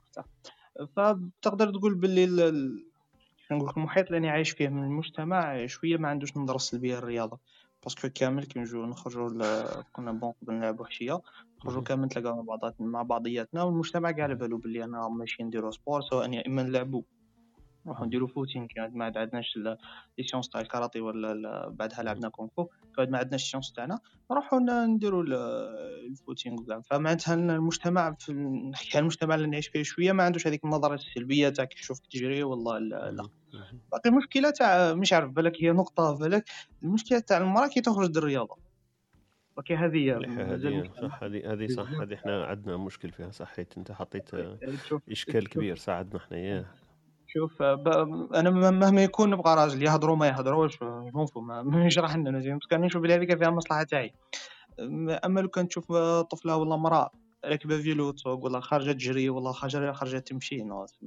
فتقدر تقول باللي نقول المحيط اللي عايش فيه من المجتمع شويه ما عندوش نظره سلبيه للرياضه، باسكو كامل كي نجوا نخرجوا كنا بون قبل نلعبوا حشيه نخرجوا كامل تلاقاو مع بعضياتنا، والمجتمع قال على بالو باللي انا ماشي نديروا سبور، سواء يا اما نلعبوا نروحوا نديروا فوتين كي ما عندناش لي سيونس تاع الكاراتي ولا بعدها لعبنا كونغ فو ما عندناش السيونس تاعنا نروحوا نديروا الفوتين وكاع. فمعناتها المجتمع نحكي على المجتمع اللي نعيش فيه شويه ما عندوش هذيك النظره السلبيه تاع كي تشوف تجري والله لا. باقي المشكله تاع مش عارف بالك هي نقطه بالك المشكله تاع المراه كي تخرج للرياضه اوكي هذه مليحة مازال هذه المجتمع صح، هذه صح، بزاف. هذه احنا عندنا مشكل فيها، صحيت انت حطيت تشوف اشكال تشوف كبير ساعدنا احنا اياه. شوف انا مهما يكون نبغى راجل يهضروا ما يهضروش مفهوم ما يشرح لنا زين بس كان نشوف بلي هذيك فيها مصلحه تاعي. اما لو كان تشوف طفله ولا امراه راكبه فيلو تسوق ولا خارجه تجري ولا خارجه تمشي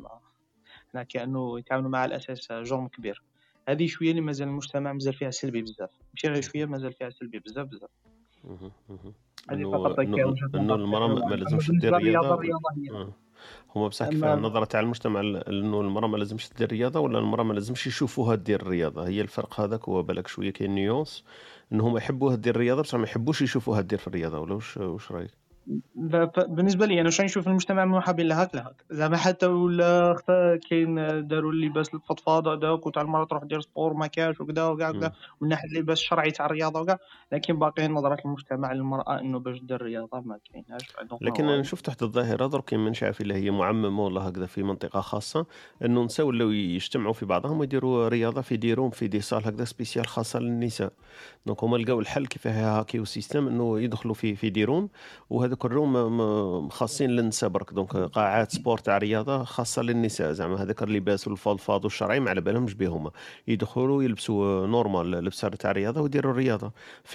هنا كانه يتعاملوا مع الاساس جرم كبير. هذه شويه اللي مازال المجتمع مازال فيها سلبي بزاف ماشي غير شويه مازال فيها سلبي بزاف بزاف. مهم. مهم. هذه انه فقط انه وجهه انه نظر المرأة تاعي. ما اما لازمش تدير بالنسبه للرياضه رياضة. الرياضه هي هما بصح كيف اما النظرة تاع المجتمع انه المرأة ما لازمش تدير رياضة، ولا المرأة ما لازمش يشوفوها تدير الرياضة؟ هي الفرق هذاك هو بالك شوية كاين نيونس، انهم يحبوها تدير الرياضة بصح ما يحبوش يشوفوها تدير في الرياضة، ولا وش رايك؟ بالنسبه لي انا شنو نشوف المجتمع محابين لهاك لهاك زعما حتى ولا كاين داروا اللباس الفضفاضه داك وتاع المراه تروح دير سبور ما كاش وكذا وكاع مم. من ناحيه اللباس الشرعي تاع الرياضه وكاع. لكن باقي نظره المجتمع للمراه انه باش دير الرياضه ما كايناش دونك لكن انا شفت واحد الظاهره درك مانيش عارف الا هي معممه ولا هكذا في منطقه خاصه، انه النساء ولاو يجتمعوا في بعضهم ويديروا رياضه في ديروم في دي صال هكذا سبيسيال خاصه للنساء. دونك هما لقاو الحل كيفاه هاكيو سيستم انه يدخلوا في ديروم، وهذوك الروم خاصين للنساء برك. دونك قاعات سبور تاع رياضه خاصه للنساء، زعما هذاك اللباس والفضفاض والشرعي ما على بالهمش بهما، يدخلوا يلبسوا نورمال لبس تاع رياضه ويديروا الرياضه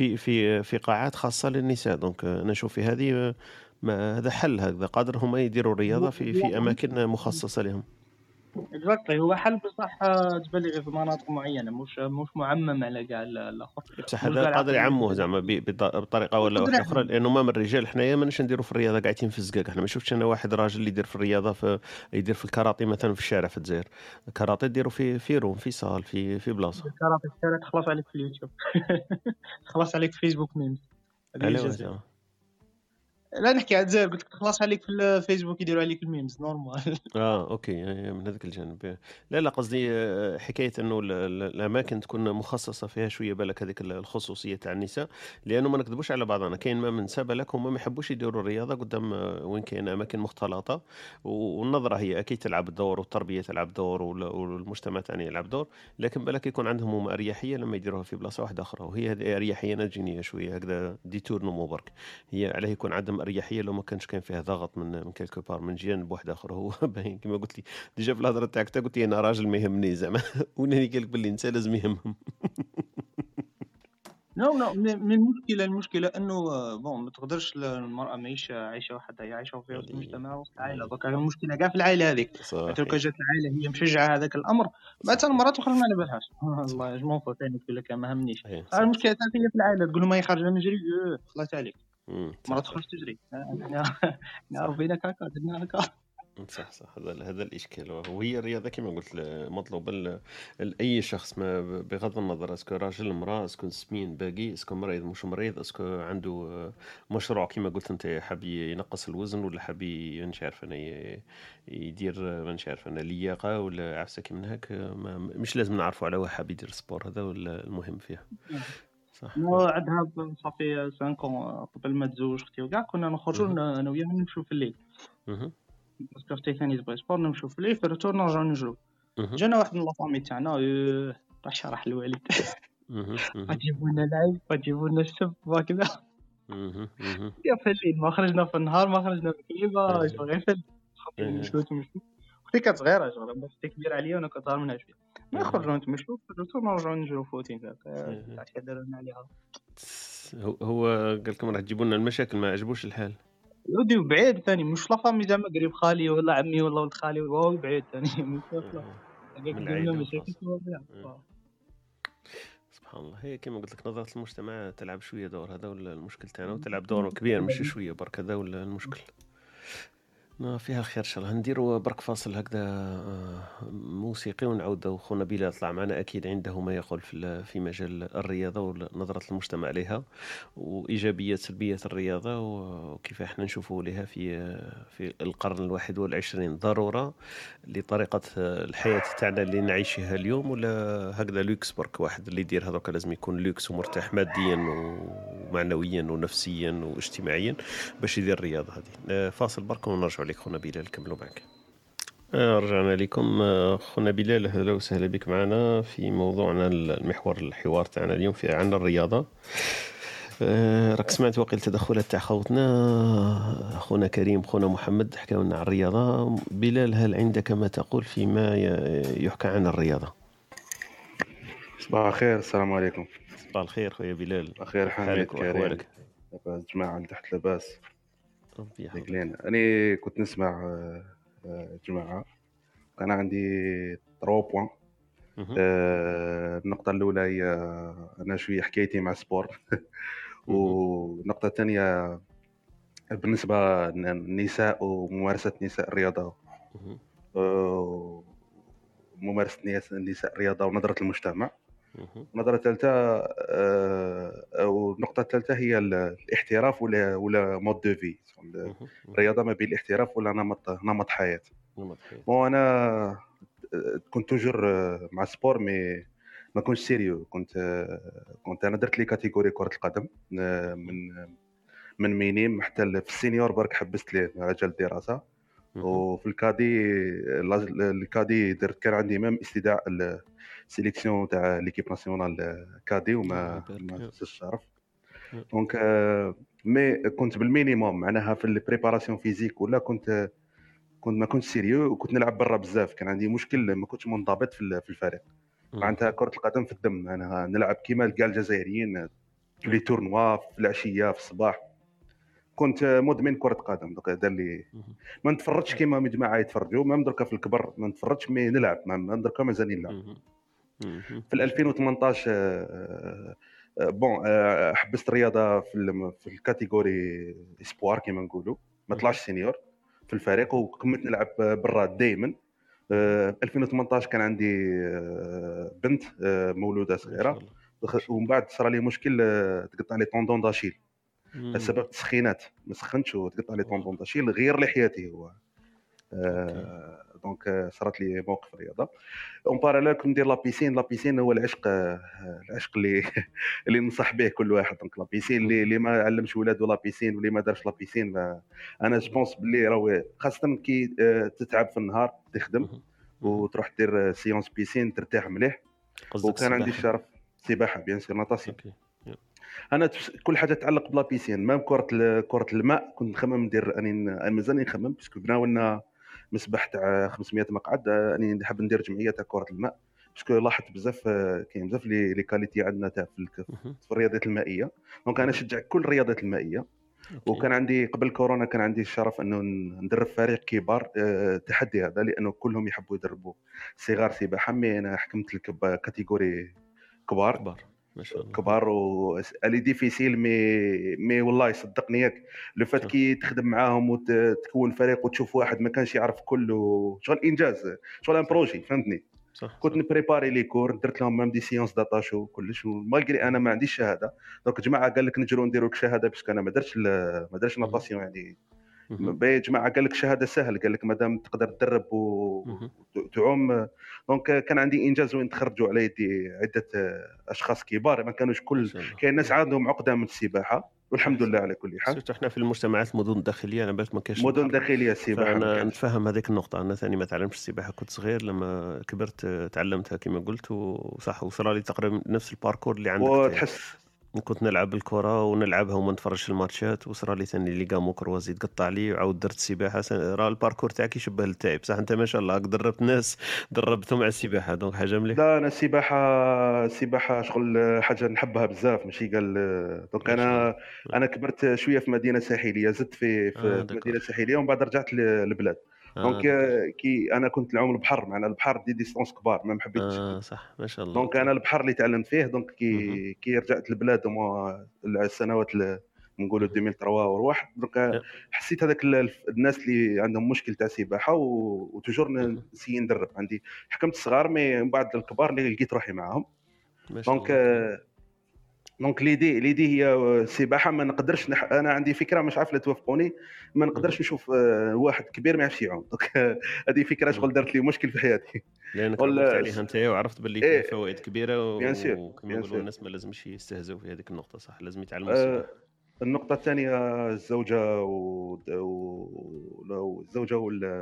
في قاعات خاصه للنساء. دونك انا نشوف في هذه ما هذا حل، هذا قادر هم يديروا الرياضة في أماكن مخصصة لهم. اكزاكتلي هو حل بصح تبان لي غير في مناطق معينه مش معمم على كاع الاخر. بصح هذا قادر يعموه زعما بطريقة ولا واحدة أخرى، لأنه ما من الرجال حنايا ماناش نديروا في الرياضة قاعدين في الزقاق. احنا ما شفتش أنا واحد راجل اللي يدير في الرياضة يدير في الكاراتي مثلا في الشارع في الجزائر. الكاراتي يديروا في روم في صال في بلاصة. الكاراتي في الشارع تخلص عليك في اليوتيوب تخلص عليك في فيسبوك ميمز. على لا نحكي على الجزائر قلت لك تخلص عليك في الفيسبوك يديروا عليك الميمز نورمال. اوكي من هذاك الجانب. لا قصدي حكايه انه الاماكن تكون مخصصه فيها شويه بالك هذيك الخصوصيه تاع النساء، لانه ما نكذبوش على بعضنا كاين ما من نساء بالك هما ما يحبوش يديروا الرياضه قدام وين كاين اماكن مختلطه، والنظره هي اكيد تلعب الدور والتربيه تلعب دور والمجتمع تاعنا يلعب دور، لكن بالك يكون عندهم هما اريحيه لما يديروها في بلاصه واحده اخرى، وهي هذه اريحيه نجينيه شويه هكذا ديتور نمو برك. هي عليه يكون عندهم اريحيه لو ما كانش كان فيها ضغط من كيلكو بار من جانب واحد اخر. هو باين كما قلت لي ديجا في الهضره تاعك تا قلت لي انا راجل ما يهمني زعما وناني قال لك باللي النساء لازم يهمهم. نو من المشكله انه بون ما تقدرش المراه ماهيش عايشه وحدها، هي عايشه في وسط المجتمع وسط العائله. دوك المشكله كاع في العائله هذيك. حتى لو كان جات العائله هي مشجعه هذاك الامر بعد المراه تخرج ما على بالهاش والله جمون فو ثاني تقول لك ما همنيش. المشكله تاعك هي في العائله تقول لهم هي خارجه نجري خلاص عليك مرة تخرج تجري. احنا ربيناك هكا درنا هكا. صح هذا الاشكال. وهي الرياضه كما قلت مطلوبه لاي شخص، ما بغض النظر اسكو راجل امراه اسكو سمين باقي اسكو مريض مش مريض اسكو عنده مشروع كما قلت انت حاب ينقص الوزن ولا حاب مش عارف انا يدير مش عارف انا لياقه ولا عفسه كي من هاك، مش لازم نعرفوا على واحد حاب يدير سبور، هذا ولا المهم فيها. صح. عندها صافي 5 قبل ما تزوج اختي وكاع كنا نخرجوا انا وياها نمشيو في الليل. باسكو اختي ثاني تبغي سبور نمشيو في الليل في الروتور نرجعوا نجرو. جانا واحد من لافامي تاعنا راح شرح الوالد غتجيبوا لنا العيب غتجيبوا لنا السب وهكذا. يا في الليل ما خرجنا في النهار ما خرجنا في الليل غير في نمشيو اختي كانت صغيره جوره بس كبيره عليا وانا كنت صغير منها شويه. ما نخرجوا نتمشوا في الروتور نرجعوا نجرو فوتين هكا عاد دارنا عليها. هو قال لكم راح تجيبوا لنا المشاكل ما عجبوش الحال. ودي بعيد ثاني مش لافامي زعما قريب خالي ولا عمي ولا ولد خالي وهو بعيد ثاني مش من العائله. سبحان الله. هي كما قلت لك نظره المجتمع تلعب شويه دور، هذا ولا المشكل تاعنا وتلعب دور كبير مش شويه برك، هذا ولا المشكل. فيها الخير ان شاء الله. نديروا برك فاصل هكذا موسيقي ونعود خونا بلال يطلع معنا اكيد عنده ما يقول في مجال الرياضه ونظره المجتمع عليها وايجابيات سلبيات الرياضه وكيف احنا نشوفوا لها في القرن ال21 ضروره لطريقه الحياه تاعنا اللي نعيشها اليوم، ولا هكذا لوكس برك واحد اللي يدير هذاك لازم يكون لوكس ومرتاح ماديا ومعنويا ونفسيا واجتماعيا باش يدير الرياضه هذه. فاصل برك ونرجع لك خونا بلال نكملوا معك. رجعنا لكم خونا بلال، اهلا وسهلا بك معنا في موضوعنا المحور الحوار تاعنا اليوم عن الرياضه. راك سمعت واقيلا التدخلات تاع خوتنا خونا كريم خونا محمد حكاو لنا عن الرياضه. بلال، هل عندك ما تقول فيما يحكى عن الرياضه؟ صباح الخير، السلام عليكم. صباح الخير خويا بلال، بخير حميد حالك كريم. واحوالك؟ لاباس جماعة اللي تحت لاباس ربي يحفظك. رجلين. أنا كنت نسمع جماعة، كان عندي 3 بوان. مهم. النقطة الأولى هي أنا شوية حكايتي مع السبور والنقطة الثانية بالنسبة للنساء وممارسة نساء الرياضة، مهم. ممارسة النساء الرياضة ونظرة المجتمع. مهم. النظرة الثالثة أو النقطة الثالثة هي الاحتراف ولا مود دو في، مهم. الرياضة ما بين الاحتراف ولا نمط حياة. نمط حياة. وأنا كنت توجور مع السبور مي ما كنتش سيريو. كنت أنا درت لي كاتيجوري كرة القدم من مينيم حتى في السينيور، برك حبست ليه على جال الدراسة. مهم. وفي الكادي درت، كان عندي ميم استدعاء السيليكسيون تاع ليكيب ناسيونال كادي وما نفس الشرف. دونك مي كنت بالمينيموم معناها في البريباراسيون فيزيك، ولا كنت ما كنتش سيريو، وكنت نلعب برا بزاف. كان عندي مشكل، ما كنتش منضبط في الفريق. معناتها كرة القدم في الدم، انا نلعب كيما كاع الجزائريين في لي تورنوا في العشيه في الصباح. كنت مدمن كرة قدم. دوك هذا اللي ما نتفرجش كيما الجماعه يتفرجوا، ما دركا في الكبر ما نتفرجش، مي نلعب ما دركا مازال نلعب. مهم. في 2018 بون حبست الرياضه في الكاتيجوري اسبوار كيما نقولوا، ما طلعش سينيور في الفريق، وكملت نلعب برا دائما. 2018 كان عندي بنت مولوده ما شاء صغيره، الله. ومن بعد صار لي مشكل، تقطع لي طوندون داشيل مم. السبب التسخينات، ما سخنتش وتقطع لي طوندون داشيل، غير لحياتي هو. دونك صارت لي موقف الرياضه. اون باراليل كنت ندير لابيسين هو العشق اللي ننصح به كل واحد. دونك لابيسين اللي ما علمش ولادو لابيسين واللي ما دارش لابيسين، انا جوبونس باللي راهو خاصه كي تتعب في النهار تخدم وتروح دير سيونس بيسين ترتاح مليح. وكان عندي الشرف سباحه بيان سور ناتاسيون. انا كل حاجه تتعلق بلابيسين، مام كره الماء كنت نخمم ندير، انا مازال نخمم باسكو بناولنا مسبح تاع 500 مقعد، اني نحب ندير جمعيه تاع كره الماء، باسكو لاحظت بزاف كاين بزاف لي كاليتي عندنا تاع في الرياضات المائيه. دونك انا نشجع كل الرياضات المائيه. وكان عندي قبل كورونا كان عندي الشرف انه ندرب فريق كبار تحدي هذا، لانه كلهم يحبوا يدربوا صغار سباحه، مي انا حكمت كاتيجوري كبار ما شاء الله. كبار والي ديفيسيل مي والله صدقني ياك لو فات كي تخدم معاهم وتكون فريق وتشوف واحد ما كانش يعرف كله شغل انجاز، شغل ان بروجي، فهمتني. كنت نبريباري لي كور، درت لهم مام دي سيونس داتاشو كلش، مالغري انا ما عنديش شهاده. دونك جماعه قال لك نجرو نديروا لك شهاده، باسكو انا ما درتش ناتاسيون يعني. باهي جماعه قال لك شهاده سهل، قال لك مادام تقدر تدرب وتعوم. دونك كان عندي انجاز وين تخرجوا على يدي عده اشخاص كبار، ما كانوش كل كاين ناس عندهم عقده من السباحه، والحمد لله على كل حال. احنا في المجتمعات المدن الداخليه، انا بالك ما كاينش مدن داخليه السباحه، انا نتفهم هذيك النقطه. انا ثاني ما تعلمتش السباحه، كنت صغير، لما كبرت تعلمتها كما قلت، وصح وصار لي تقريبا نفس الباركور اللي عندك. وتحس كنت نلعب الكره ونلعبها وما نتفرجش الماتشات، وصرا لي ثاني لي غامو كروازي تقطع لي، وعاود درت السباحه. راه الباركور تاعك يشبه للتاعي، بصح انت ما شاء الله دربت ناس دربتهم على السباحه، دونك حاجه مليحه. لا انا السباحه شغل حاجه نحبها بزاف، ماشي قال. دونك انا كبرت شويه في مدينه ساحليه، زدت في مدينه ساحليه ومن بعد رجعت للبلاد. دونك كي انا كنت نعوم البحر، معنا البحر دي ديستونس كبار ما حبيتش. صح ما شاء الله. دونك انا البحر اللي تعلمت فيه. دونك كي رجعت للبلاد السنوات نقولوا 2003 وروح، دونك حسيت هذاك الناس اللي عندهم مشكل تاع سباحه وتجور نسي ندرب. عندي حكمت الصغار، مي من بعد الكبار اللي لقيت روحي معاهم. دونك ليدي هي السباحه. ما نقدرش انا عندي فكره، مش عارف لا توافقوني، ما نقدرش نشوف واحد كبير ما يعرفش يعوم. دونك هذه فكره شغل دارت لي مشكل في حياتي، لانك عرفت عليها انت وعرفت باللي فيها فوائد كبيره، وكما يقولوا الناس ما لازمش يستهزئوا في هذيك النقطه. صح، لازم يتعلموا السباحه. النقطه الثانيه الزوجه والزوجه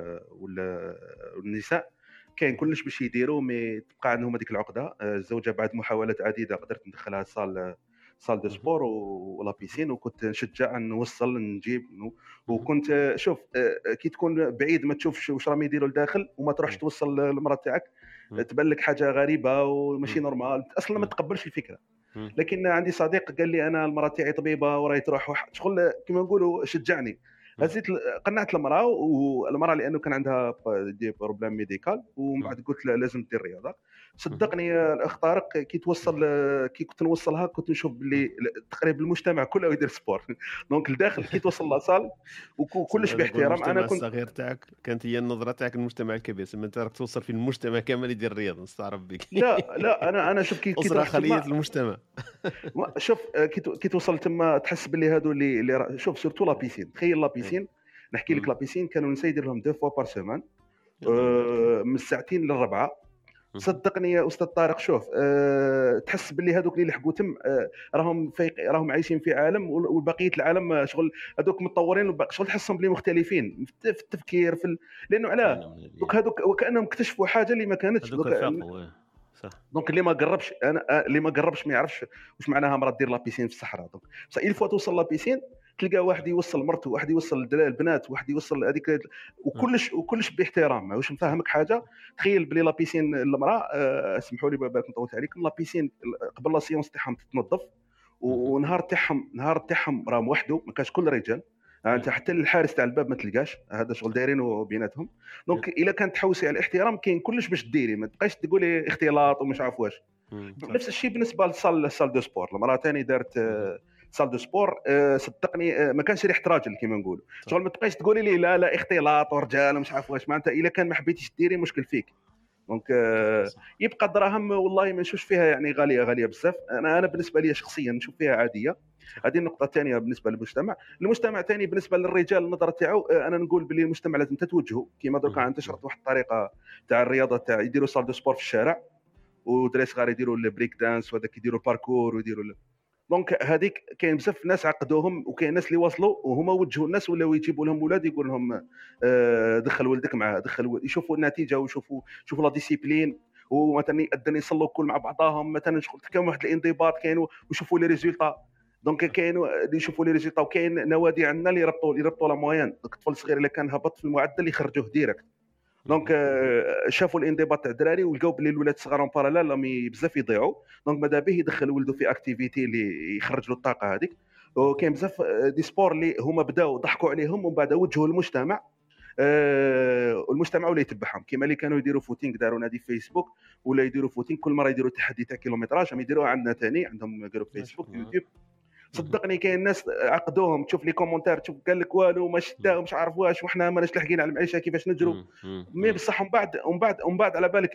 والنساء كاين كلش باش يديروا، مي تبقى عندهم هذيك العقده. الزوجه بعد محاولات عديده قدرت ندخلها سال دو سبور ولا بيسين، وكنت نشجع نوصل نجيب وكنت شوف كي تكون بعيد ما تشوفش واش راهم يديروا لداخل وما تروحش توصل للمراه تاعك، تبان لك حاجه غريبه وماشي نورمال، اصلا ما تقبلش الفكره. لكن عندي صديق قال لي انا المراه تاعي طبيبه وراهي تروح شغل كما نقولوا شجعني، هزيت قنعت المراه، والمراه لانه كان عندها دي بروبليم ميديكال، ومن بعد قلت لها لازم دير رياضه. صدقني الاخ طارق كي كي كنت نوصلها كنت نشوف باللي تقريبا المجتمع كله يدير سبور. دونك الداخل كي توصل لاصال وكلش باحترام. انا كنت الصغير تاعك كانت هي النظره تاعك المجتمع الكبير، سما انت راك توصل في المجتمع كامل يدير الرياضه، نستعرف بك. لا انا شوف كي اسره خليه المجتمع. شوف كي توصل تما تحس باللي هادو اللي شوف سورتو لا بيسين. تخيل لا بيسين، نحكي لك لا بيسين كانوا النساء يدير لهم 2 فوا بار سيمان من الساعتين للربعه. صدقني يا استاذ طارق، شوف تحس باللي هذوك اللي لحقوا تم راهم راهم عايشين في عالم، والبقيه العالم شغل هذوك متطورين، شغل تحسهم بلي مختلفين في التفكير لانه علاه هذوك وكانهم اكتشفوا حاجه اللي ما كانتش. صح. دونك اللي ما قربش اللي ما قربش ما يعرفش واش معناها مرة دير لابيسين في الصحراء. دونك بصح الفوا توصل لابيسين تلقى واحد يوصل مرته، واحد يوصل البنات، واحد يوصل هذيك، وكلش باحترام. واش نفهمك حاجه؟ تخيل بلي لابيسين المراه اسمحوا لي بالك نطولت عليكم، لابيسين قبل لا سيونس تاعهم تتنظف، ونهار تاعهم راهم وحده، ما كاش كل رجال، انت حتى الحارس تاع الباب ما تلقاش، هذا شغل دايرينه بيناتهم. دونك الا كانت تحوسي على الاحترام كاين كلش باش ديري، ما تبقاش تقولي اختلاط ومش عارف واش. نفس الشيء بالنسبه للسال دو سبور. المراه ثاني دارت سال دو سبور، صدقني ما كانش ريحه راجل كيما نقولوا، شغل ما تبقاش تقولي لي لا اختلاط ورجال ومش عارف واش، معناتها الا كان ما حبيتيش ديري مشكل فيك. دونك يبقى الدراهم والله ما نشوفش فيها يعني غاليه بزاف. انا بالنسبه لي شخصيا نشوف فيها عاديه. هذه النقطه الثانيه بالنسبه للمجتمع ثاني. بالنسبه للرجال النظره تاعو، انا نقول باللي المجتمع لازم تتوجهوا كيما دركا انتشرت واحد الطريقه تاع الرياضه تاع يديروا سال دو سبور في الشارع، ودراري صغار يديروا البريك دانس وهذاك يديروا الباركور ويديروا دونك هذيك كاين بزاف ناس عقدوهم، وكاين ناس اللي وصلوا وهما وجهوا الناس ولاو يجيبوا لهم ولاد يقول لهم دخل ولدك معاه، يشوفوا النتيجه ويشوفوا لا ديسيبلين، ومثلا يأذن يصلوا كل مع بعضهم مثلا، شغل كان واحد الانضباط كاين، ويشوفوا لي ريزولطا. دونك كاينوا اللي يشوفوا لي ريزولطا، وكاين نوادي عندنا اللي يربطوا لا موين. دونك الطفل الصغير اللي كان هبط في المعدل يخرجوه ديريكت. دونك شافوا الانضباط تاع الدراري ولقاو بلي الولاد الصغار اون باراليل راهم بزاف يضيعوا. دونك ماذا به يدخل ولده في اكتيفيتي اللي يخرج له الطاقه هذيك. وكاين بزاف دي سبور اللي هما بداو ضحكوا عليهم ومن بعد وجهوا المجتمع، والمجتمع ولا يتبعهم. كيما اللي كانوا يديروا فوتينغ داروا نادي فيسبوك، ولا يديروا فوتينغ كل مره يديروا تحدي تاع كيلومتراج، هم يديروها عندنا ثاني، عندهم جروب فيسبوك يوتيوب. صدقني كاين ناس عقدوهم، تشوف لي كومونتير تشوف قال لك والو ما شدا ومش عارف واش، وحنا ماناش لاحقين على المعيشه كيفاش نجروا. مي بصح ومن بعد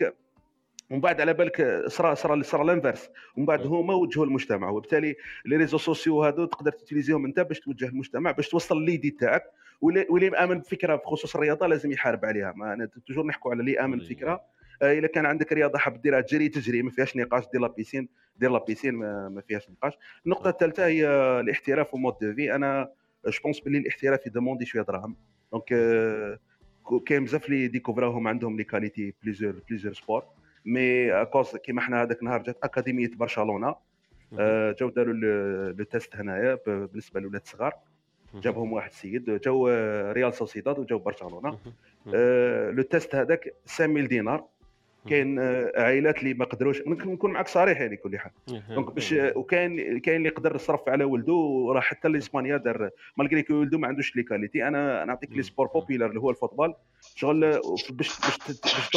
على بالك صرا الانفيرس، ومن بعد هما وجهوا المجتمع. وبالتالي لي ريزو سوسيو هادو تقدر تيليزيهم انت باش توجه المجتمع، باش توصل ليدي تاعك. واللي مآمن بفكره بخصوص الرياضه لازم يحارب عليها. ما انا توجور نحكوا على اللي امن بفكره. الا كان عندك رياضه حاب ديرها تجري ما فيهاش نقاش، دير لا بيسين ما فيهاش نقاش. النقطه الثالثه هي الاحتراف ومود دو في. انا جو بونس بلي الاحتراف يدوموندي شويه دراهم. دونك كاين بزاف اللي ديكوفراهم عندهم لي كاليتي بليزيور سبور، مي اكوز كيما حنا هذاك النهار جات اكاديميه برشلونه، جاو داروا لو تيست هنايا بالنسبه للولاد الصغار، جابهم واحد السيد، جاو ريال سوسيداد وجاو برشلونه. لو تيست هذاك 5000 دينار. كاين عائلات اللي ما قدروش، نكون معك صريح يعني كل حال. دونك باش وكاين اللي يقدر يصرف على ولده، وراه حتى لاسبانيا دار مالغري كو ولده ما عندوش لي كاليتي. انا نعطيك لي سبور بوبيلار اللي هو الفوتبال، شغل باش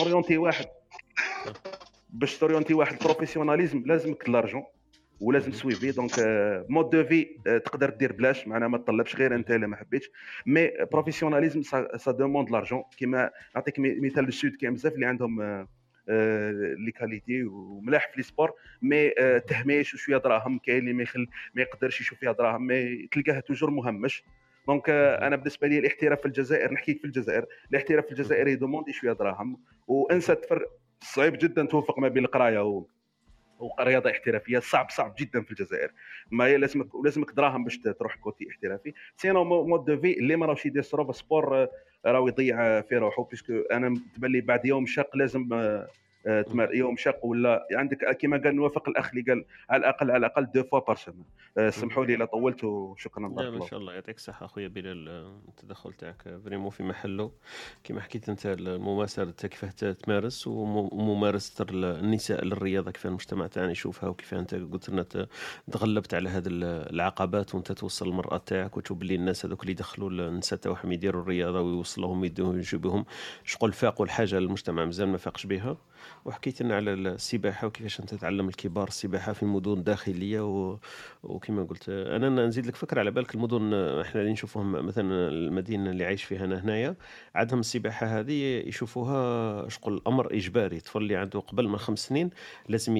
توريونتي واحد البروفيسيوناليزم لازمك لارجون ولازم سويفي. دونك مود دو في تقدر دير بلاش، معناها ما تطلبش غير انت الا ما حبيتش، مي بروفيسيوناليزم سا دوموند لارجون. كيما نعطيك مثال السود، كاين بزاف اللي عندهم لي كاليتي وملاح في لي سبور، مي تهميش وشويه دراهم. كاين اللي ما يقدرش يشوف فيها دراهم، مي تلقاه توجور مهمش. دونك انا بالنسبه لي الاحتراف في الجزائر، نحكيك في الجزائر، الاحتراف في الجزائر يدوموندي شويه دراهم، وانسى تفرق. صعيب جدا توفق ما بين القرايه ورياضه احترافيه، صعب جدا في الجزائر. ما هي لازمك دراهم باش تروح كوتي احترافي. سينو مود دو في اللي ما راهوش يدير سبور راهو يضيع في روحه، باسكو انا تبان لي بعد يوم شاق لازم يوم شق، ولا عندك كما قال نوافق الاخ اللي قال على الاقل 2 فوا بار سيمين. سمحوا لي الا طولت، وشكرا. لا بارك ما الله. شاء الله، يعطيك الصحة أخويا بلال. التدخل تاعك فريمون في محله. كما حكيت أنت الممارسة كيفاه تمارس، وممارسة النساء للرياضة كيف المجتمع تاعنا يشوفها، وكيف أنت قلت لنا تغلبت على هذه العقبات، وأنت توصل المرأة تاعك وتشوف بلي الناس هذوك اللي دخلوا النساء تاعهم يديروا الرياضة ويوصلوهم يجيبوهم شغل فاقوا الحاجة المجتمع مازال ما فاقش بها. وحكيت لنا على السباحة وكيفاش أنت تعلم الكبار السباحة في مدن داخلية وكما قلت أنا نزيد لك فكرة على بالك. المدن احنا اللي نشوفوهم مثلا المدينة اللي عايش فيها أنا هنايا عندهم السباحة هذه يشوفوها شغل الأمر إجباري. الطفل اللي عنده قبل من 5 سنين لازم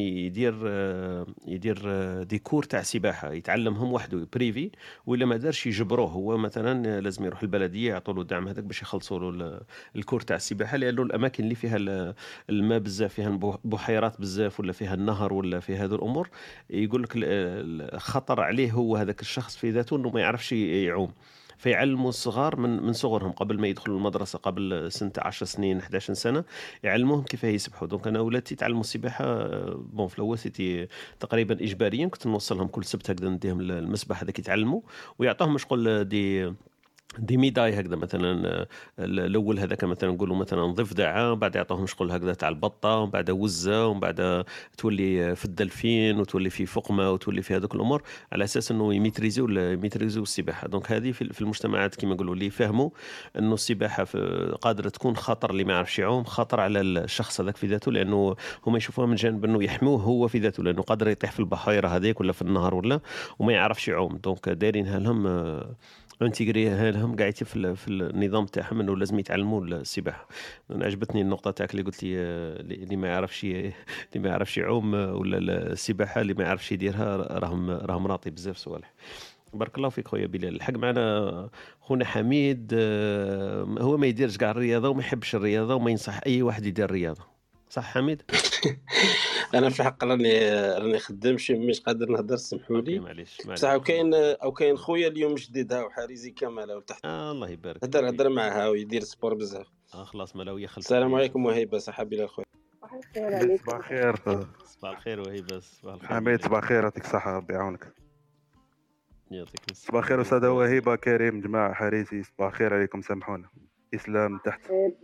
يدير ديكور تاع سباحة يتعلمهم وحده بريفي، وإلا ما دارش يجبروه. هو مثلا لازم يروح البلدية يعطوا له الدعم هذاك باش يخلصوا له الكور تاع السباحة، لأنه الأماكن اللي فيها الماء بزاف، فيها بحيرات بزاف ولا فيها النهر ولا في هذه الأمور، يقول لك خطر عليه هو هذاك الشخص في ذاته انه ما يعرفش يعوم. فيعلموا الصغار من صغرهم قبل ما يدخلوا المدرسه، قبل سنه 10 سنين 11 سنه يعلموهم كيف يسبحوا. دونك انا ولادي تعلموا السباحه بون في الاول سيتي تقريبا اجباريا، كنت نوصلهم كل سبت هكذا نديهم المسبح هذاك يتعلموا، ويعطوهم شغل دي ميداي هكذا. مثلا الاول هذاك مثلا نقولوا مثلا ضفدعه، بعد يعطوهم شغل هكذا تاع البطه، ومن بعد وزه، ومن بعد تولي في الدلفين، وتولي في فقمه، وتولي في هذوك الامور، على اساس انه يميتريزيو السباحه. دونك هذه في المجتمعات كما نقولوا اللي فهموا انه السباحه قادره تكون خطر اللي ما يعرفش يعوم، خطر على الشخص هذاك في ذاته، لانه هما يشوفوها من جانب انه يحموه هو في ذاته، لانه قادر يطيح في البحيره هذيك ولا في النهر وما يعرفش يعوم. دونك دايرينها لهم انتجريها لهم قاعدين في النظام تاعهم انه لازم يتعلموا السباحه. انا عجبتني النقطه تاعك اللي قلت لي اللي ما يعرفش يعوم ولا السباحه اللي ما يعرفش يديرها راهم راطي بزاف صوالح. بارك الله فيك خويا بلال. الحق معنا خونا حميد، هو ما يديرش كاع الرياضه وما يحبش الرياضه وما ينصح اي واحد يدير الرياضه، صح حميد؟ انا في الحق راني خدام مش قادر نهضر، سمحوا لي. معليش بصح كاين خويا اليوم جديد ها وحارزي كمال او تحت. الله يبارك. هضر معها ويدير سبور بزاف. خلاص ملاويه خلف. السلام عليكم وهيبه صحابي الاخويا. صباح الخير. صباح الخير وهيبه. صباح الخير حميد. صباح الخير، يعطيك الصحه ربي يعاونك. يعطيك الصحه. صباح الخير استاذه وهيبه، كريم، جماعه حارسي، صباح الخير عليكم. سامحونا. اسلام تحت.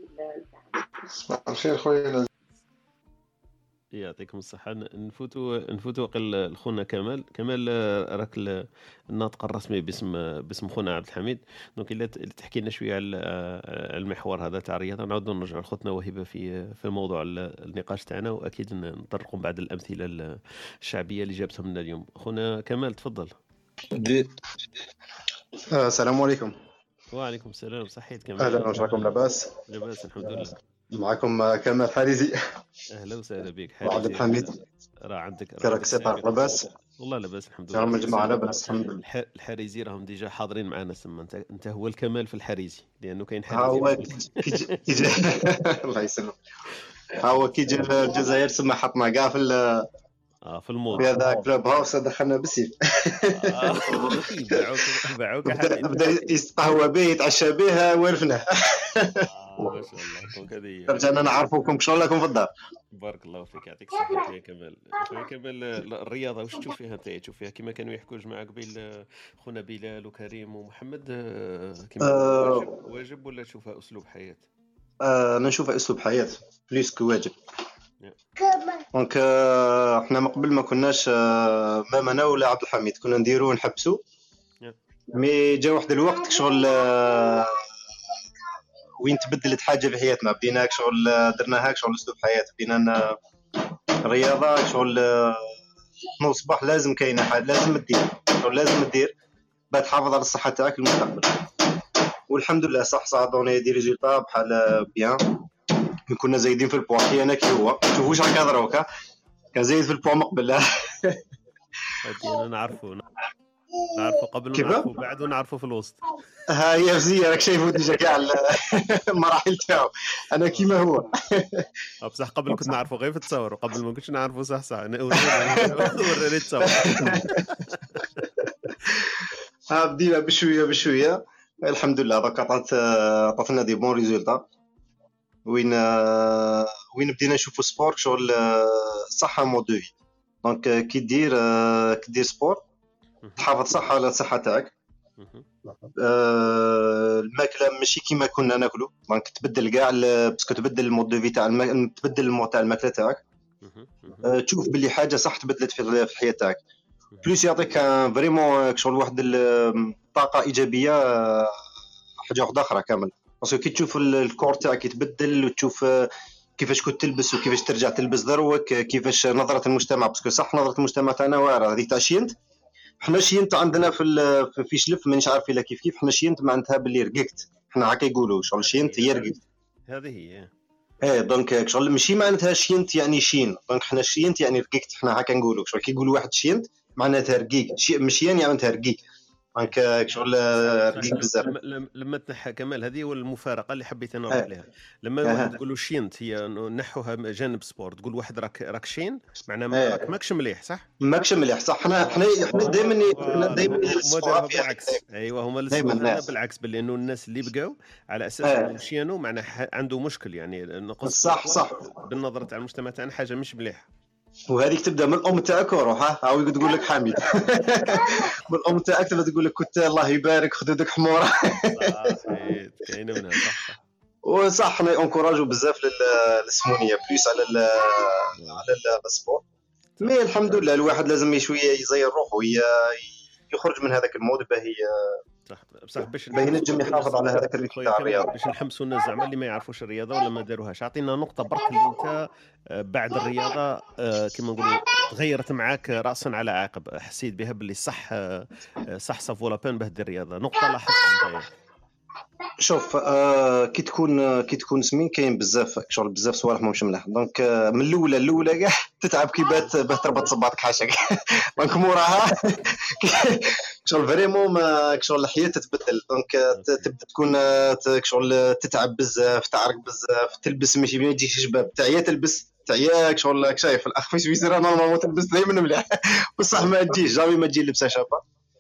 صباح الخير خويا. يعطيكم الصحة. نفوتوا قل خونا كمال راك الناطق الرسمي باسم خونا عبد الحميد. دونك الا تحكي لنا شويه على المحور هذا تاع الرياضه، نعاودوا نرجعوا لخوتنا وهبه في موضوع النقاش تاعنا، واكيد نطرقوا بعض الامثله الشعبيه اللي جابتهم لنا اليوم. خونا كمال تفضل. السلام عليكم. وعليكم السلام. صحيت كمال؟ اهلا، واش راكم؟ لاباس الحمد لله. معكم كمال حارزي. اهلا وسهلا بك عبد الحميد. راه عندك كراك سيبار. لاباس؟ والله لاباس الحمد لله. راهم الجماعه لاباس الحمد لله. الحارزي راهم ديجا حاضرين معنا سما. انت هو الكمال في الحارزي، لانه كاين ها هو كيجي الله يسلمك. ها هو كيجي الجزائر سما حطنا كاع في الموضوع في هذا كلوب هاوس دخلنا بالسيف. باعوك بدا يستقهوى به يتعشى به والفناه. ما شاء الله. دونك هذه رجعنا نعرفوكم شغل لكم في الدار. بارك الله فيك، يعطيك الصحه يا كمال. كمال الرياضه واش تشوف فيها انت؟ تشوف فيها كما كانوا يحكوا الجماعه قبيل خونا بلال وكريم ومحمد، كما واجب ولا تشوفها اسلوب حياه؟ انا نشوفها اسلوب حياه بليس كواجب. دونك احنا من قبل ما كناش ما انا ولا عبد الحميد كنا نديرو ونحبسو، مي جا واحد الوقت شغل وين تبدلت حاجه في حياتنا، بدينا شغل درناها شغل اسلوب حياه، بدينا الرياضه شغل نصبح لازم كاينه حاجه لازم تدير باش تحافظ على الصحه تاعك المستقبل. والحمد لله صح دوني دي ريزولطا بحال بيان. كنا زايدين في البوا كي انا كي هو، شوفوش هكا دروكا كان زايد في البوا مقبل. انا نعرفو قبل ونعرفو بعد ونعرفو في الوسط. ها هي فزيه راك شايفو ديجا كاع المراحل تاعو. انا كيما هو بصح قبل كنت نعرفو غير في التصور، وقبل ما كنتش نعرفو صح انا وراني التصور. ها بدينا بشويه الحمد لله. دونك عطاتنا دي بون ريزولطا وين وين بدينا نشوفوا سبور شغل صحه مود دو في. دونك كي دير سبور تحافظ صح على الصحه تاعك. الماكله ماشي كيما كنا ناكلو، دونك تبدل كاع باسكو تبدل المود دو في تاع تبدل المود تاع الماكله تاعك. تشوف باللي حاجه صح تبدلت في الحياه تاعك، بلوس يعطيك فريمون شغل واحد الطاقه ايجابيه، حاجه واحده اخرى كامل. باسكو كي تشوف الكور تاعك يتبدل وتشوف كيفاش كنت تلبس وكيفاش ترجع تلبس دروك، كيفاش نظره المجتمع، باسكو صح نظره المجتمع تاعنا واعره هذيك تاع شينت. حنا شينت عندنا في شلف مانيش عارف الا كيف حنا شينت معناتها باللي رققت، حنا هكا يقولوا شغل شينت هي رققت، هذه هي دونك شغل ماشي معناتها شينت يعني شين، دونك حنا شينت يعني رققت، حنا هكا نقولوا شغل كي يقولوا واحد شينت معناتها رقيق، مشيان يعني معناتها رقيق، دونك شغل رقيق بزاف. لما تنحى كمال هذه هو المفارقه اللي حبيت انا نروح لها. لما واحد تقول له شينت هي نحوها جانب سبور، تقول واحد راك شين معناه راك ماكش مليح، صح؟ ماكش مليح صح. حنا دائما بالعكس. ايوه هما اللي بالعكس، باللي انه الناس اللي بقاو على اساس انه مشيانو معناه عنده مشكل، يعني نقص صح بالنظره تاع المجتمع تاعنا حاجه مش مليحه. وهذيك تبدا من الام تاعك وروح هاو تقول لك حميد من الام تاعك تبدا تقول لك كنت الله يبارك خدودك حموره. كاينه منها صح. وصح حنا انكوراجو بزاف للسمونيه بليس على السبور. مي الحمد لله الواحد لازم شويه يزير روحه يخرج من هذاك المود باهي بصح باش ينجم يحافظ على هذاك الريتم تاع الرياضه، باش نحمسوا الناس زعما اللي ما يعرفوش الرياضه ولا ما داروهاش. اعطينا نقطه برك اللي انت بعد الرياضه كما نقولوا تغيرت معاك راسا على عقب، حسيت بها باللي صح سافولا بان بهذه الرياضه، نقطه لاحظتها انت. شوف كي تكون سمين كاين بزاف شغل بزاف صوالح مش مليح، دونك من الاولى كاع تتعب كي باه تربط صباطك حاشاك دونك موراها شغل فريمون ما شغل الحياه تتبدل، دونك تبدا تكون شغل تتعب بزاف، تعرق بزاف، تلبس ماشي ما تجيش شباب، تعيا تلبس تعيا شغل شايف الاخ في سويسرا نورمالمون تلبس دائما مليح بصح ما تجيش جامي ما تجي لبسه شابه.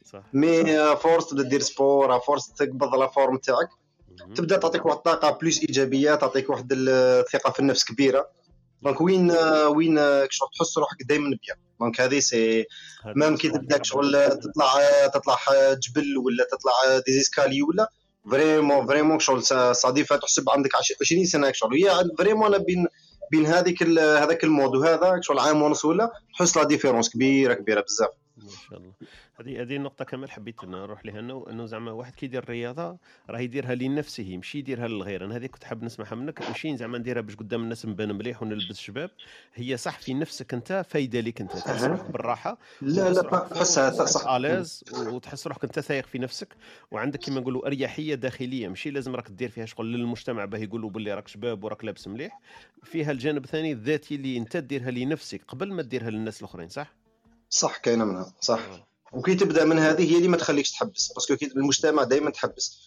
مي فورس تبدا دير سبور، فورس تقبض لا فورم تاعك، تبدا تعطيك واحد الطاقه بلوس ايجابيه، تعطيك واحد الثقه في النفس كبيره، دونك وين شغل تحس روحك دائما بيان. دونك هذه سي ميم كي تبدا شغل تطلع جبل ولا تطلع ديزيسكالي ولا فريمون شغل صادفه تحسب عندك 20 سنه شغل هي فريمون انا بين هذاك المود وهذا شغل عام ونص ولا تحس لا ديفيرونس كبيره بزاف. ما شاء الله. هذه النقطة كمان حبيت نروح لها، انه زعما واحد كيدير الرياضة راه يديرها لنفسه ماشي يديرها للغير. انا هذه كنت حاب نسمعها منك، ماشي زعما نديرها باش قدام الناس نبان مليح ونلبس شباب، هي صح في نفسك انت فايدة لك انت، تحس روحك بالراحة، لا تحسها صح اليز وتحس روحك انت ثايق في نفسك وعندك كما نقولوا اريحية داخلية، ماشي لازم راك دير فيها شغل للمجتمع باه يقولوا باللي راك شباب وراك لابس مليح، فيها الجانب الثاني الذاتي اللي انت ديرها لنفسك قبل ما ديرها للناس الاخرين. صح كاينه منها صح. وكي تبدا من هذه هي اللي ما تخليكش تحبس، باسكو المجتمع دائما تحبس،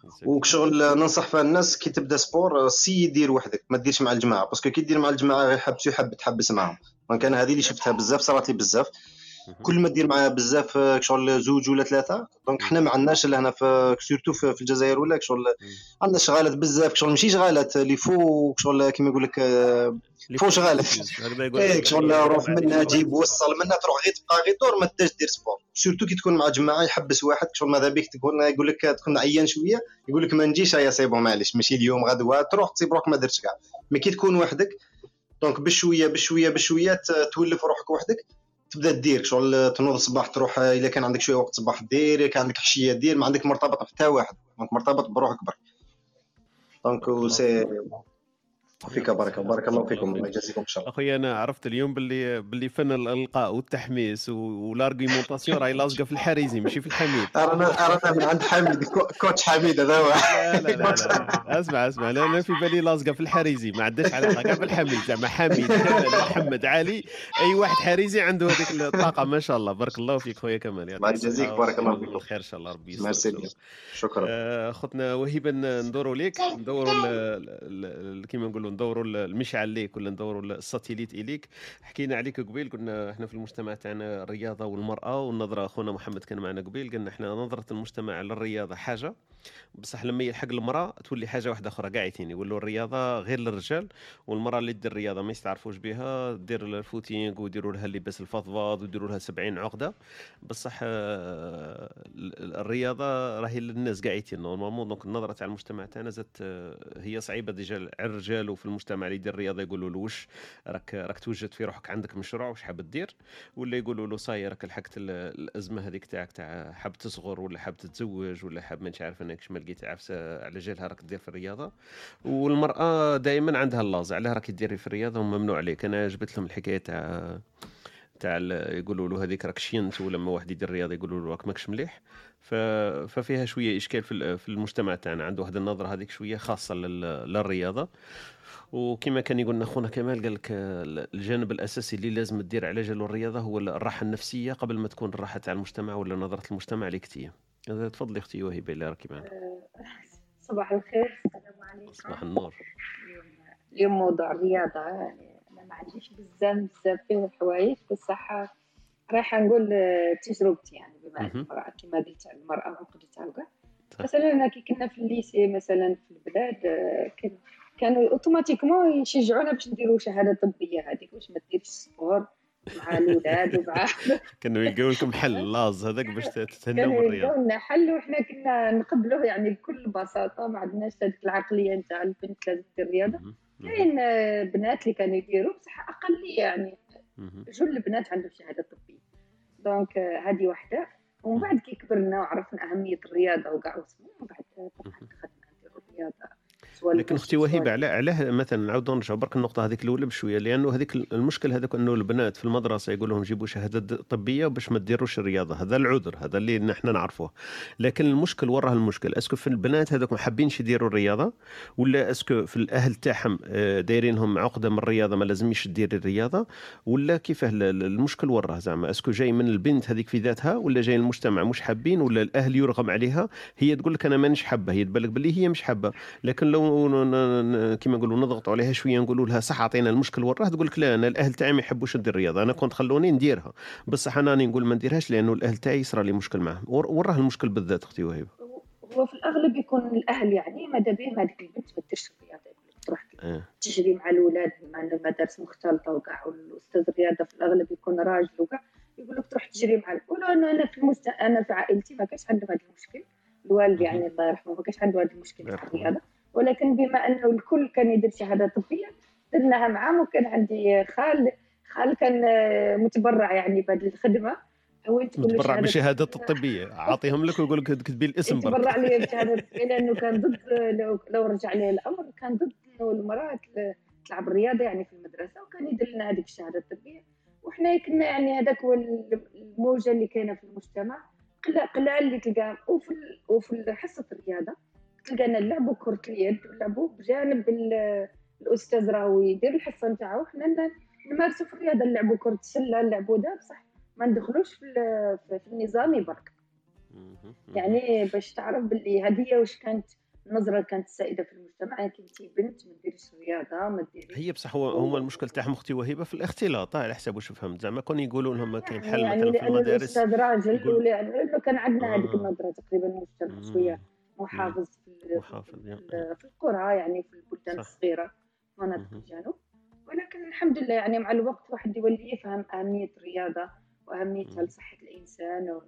وشغل ننصح فيها الناس كي تبدا سبور سي دير وحدك ما ديرش مع الجماعه، باسكو كي دير مع الجماعه غير يحب تحبس معهم. دونك انا هذه اللي شفتها بزاف، صارت لي بزاف، كل ما دير معاه بزاف شغل زوج ولا ثلاثه، دونك حنا ما عندناش الا هنا في سورتو في الجزائر ولا شغل عندنا شغالات بزاف، شغل ماشي شغالات اللي فوق شغل كيما يقول لك فوق شغالات شغل روح منها جيب وصل منها تروح غير تبقى غير دور ما تدير سبور، سورتو كي تكون مع جماعه يحبس واحد شغل ماذا بك تكون يقول لك تكون عيان شويه يقول لك ما نجيش يا سيبو معليش ماشي اليوم غدوه تروح تصيب روحك ما درتش كاع. مي كي تكون وحدك دونك بشويه تولف روحك وحدك، تبدا دير شغل تنوض الصباح تروح الا كان عندك شويه وقت صباح دير، الا كان عندك عشيه دير، ما عندك مرتبط حتى واحد، دونك مرتبط بروحك برك. دونك سي فيك بارك الله فيكم، الله يجازيكم ان شاء الله. اخويا انا عرفت اليوم باللي فن الالقاء والتحميس والارغيومونطاسيون راهي لاصقه في الحريزي ماشي في الحميد. انا من عند حميد كوتش حميد هذا هو. لا اسمع لا في بالي لاصقه في الحريزي، ما عندهاش علاقه كاع بالحميد، زعما حميد محمد علي اي واحد حريزي عنده هذيك الطاقه ما شاء الله. بارك الله فيك خويا كمال، الله يجازيك بارك الله فيك بالخير ان شاء الله ربي يسلمك. ميرسي شكرا. خوتنا وهبه ندوروا ليك كيما نقولوا نقولوا ندوروا المشعل ليك ولا ندوروا الساتيليت اليك. حكينا عليك قبيل، قلنا احنا في المجتمع تاعنا الرياضه والمراه والنظره. اخونا محمد كان معنا قبيل، قلنا احنا نظره المجتمع للرياضه حاجه، بصح لما يلحق المراه تولي حاجه واحده اخرى كاع ثاني. يقولوا الرياضه غير للرجال، والمراه اللي دير الرياضه ما يستعرفوش بها، دير الفوتينغ وديروا لها اللباس الفضفاض وديروا لها 70 عقده. بصح الرياضه راهي للناس قاعدين نورمالمون. دونك النظره تاع المجتمع تاعنا زادت هي صعيبه ديجا على الرجال. وفي المجتمع اللي يدير الرياضه يقولوا له واش راك توجد في روحك، عندك مشروع واش حاب دير، ولا يقولوا له صاير راك لحقت الازمه هذيك تاعك تاع حاب تصغر ولا حاب تتزوج ولا حاب ما عارف انك ما لقيت عفسه على جالها راك دير في الرياضه. والمراه دائما عندها اللاز علاه راك ديري في الرياضه وممنوع عليك. انا جبت لهم الحكايه تاع يقولوا له هذيك راك شينت، ولما واحد يدير الرياضه يقولوا له راك ماكش مليح. ففيها شويه اشكال في المجتمع تاعنا، عنده واحد النظره هذيك شويه خاصه للرياضه. وكما كان يقولنا اخونا كمال، قال لك الجانب الاساسي اللي لازم تدير على جال الرياضه هو الراحه النفسيه قبل ما تكون الراحه تاع المجتمع ولا نظره المجتمع ليك هي. هذا تفضلي اختي وهبه اللي راكي معنا. صباح الخير، السلام عليكم. صباح النور. اليوم موضوع الرياضة يعني أنا ما عنديش بزاف فيه الحوايج، بصح رايحة نقول تجربتي يعني بما أن المرأة كما قلت المرأة عقدتها وكاع. مثلا أنا كي كنا في الليسي مثلا في البلاد كانوا اوتوماتيكمون يشجعونا باش نديروا شهادة طبية هذيك، واش ما ديرش سبور مع الأولاد ومع كانوا يلقاو لكم حل لاز هذاك باش تتهنوا كانوا بالرياضة. يلقاو لنا حل وحنا كنا نقبلوه يعني بكل بساطة. ما عندناش هذيك العقلية نتاع البنت لازم دير رياضة. كاين بنات اللي كانوا يديروا بصح أقلية يعني جل البنات عندهم شهادة طبية. دونك هذه واحدة. ومن بعد كي كبرنا وعرفنا أهمية الرياضة وكاع وصلنا من بعد طبعا خدنا نديروا الرياضة. لكن اختي وهبه علاه مثلا نعاودوا نرجعوا برك النقطه هذيك الاولى بشويه، لانه هذيك المشكل هذاك انه البنات في المدرسه يقول لهم جيبوا شهاده طبيه باش ما ديروش الرياضه. هذا العذر، هذا اللي نحن نعرفوه. لكن المشكل وراه المشكل اسكو في البنات هذوك ما حابينش يديروا الرياضه، ولا اسكو في الاهل تاعهم دايرينهم عقده من الرياضه ما لازميش دير الرياضه، ولا كيفاه المشكل وراه زعما اسكو جاي من البنت هذيك في ذاتها، ولا جاي المجتمع مش حابين، ولا الاهل يرغم عليها هي تقول لك انا مانيش حابه، هي تبان لك باللي هي مش حابه. لكن لو كما نقولوا نضغطوا عليها شويه نقولوا لها صح عطينا المشكل وراه، تقول لك لا انا الاهل تاعي ما يحبوش ندير الرياضه، انا كنت خلوني نديرها بصح انا نقول ما نديرهاش لانه الاهل تاعي صرا لي مشكل معهم. وراه المشكل بالذات اختي وهبه. هو في الاغلب يكون الاهل يعني ماذا بهم هذيك البنت ما ديرش الرياضه، تروح تجري مع الاولاد مع المدارس مختلطه وكاع، والاستاذ الرياضه في الاغلب يكون راجل وكاع يقول لك تروح تجري مع ولا انا في عائلتي ما كانش عندهم هذا المشكل. الوالد يعني الله يرحمه ما كانش عنده هذا المشكل في الرياضه، ولكن بما انه الكل كان يدير شهاده طبيه درناها معاه. وكان عندي خال كان متبرع يعني بهذه الخدمه. هو متبرع بشهاده الطبيه عاطيهم لك ويقول لك كتبي الاسم برك. تبرع لي بشهاده الطبيه لانه كان ضد لو رجع ليه الامر كان ضد انه المراه تلعب الرياضه يعني في المدرسه، وكان يدير لنا هذيك الشهاده الطبيه. وحنا كنا يعني هذاك هو الموجه اللي كاينه في المجتمع قلال اللي تلقى. وفي حصه الرياضه تلقانا نلعبوا كرة اليد ونلعبوا بجانب الأستاذ راهو يدير الحصة نتاعو، حنا نمارسوا في الرياضة، نلعبوا كرة السلة نلعبوا دا، بصح ما ندخلوش في النظامي برك. يعني باش تعرف باللي هذه واش كانت النظرة كانت السائدة في المجتمع. كنتي بنت ما ديريش الرياضة ما ديريش. هي بصح هما المشكل تاعهم اختي وهبه في الاختلاط على حسب واش فهمت زعما كون يقولوا لهم كاين حل يعني مثلا في المدارس الأستاذ راجل ولا كان عندنا هذيك النظرة تقريبا المجتمع شوية محافظ في القرى يعني في البلدان الصغيرة مناطق الجنوب. ولكن الحمد لله يعني مع الوقت واحد يولي يفهم أهمية الرياضة وأهميتها لصحة الإنسان.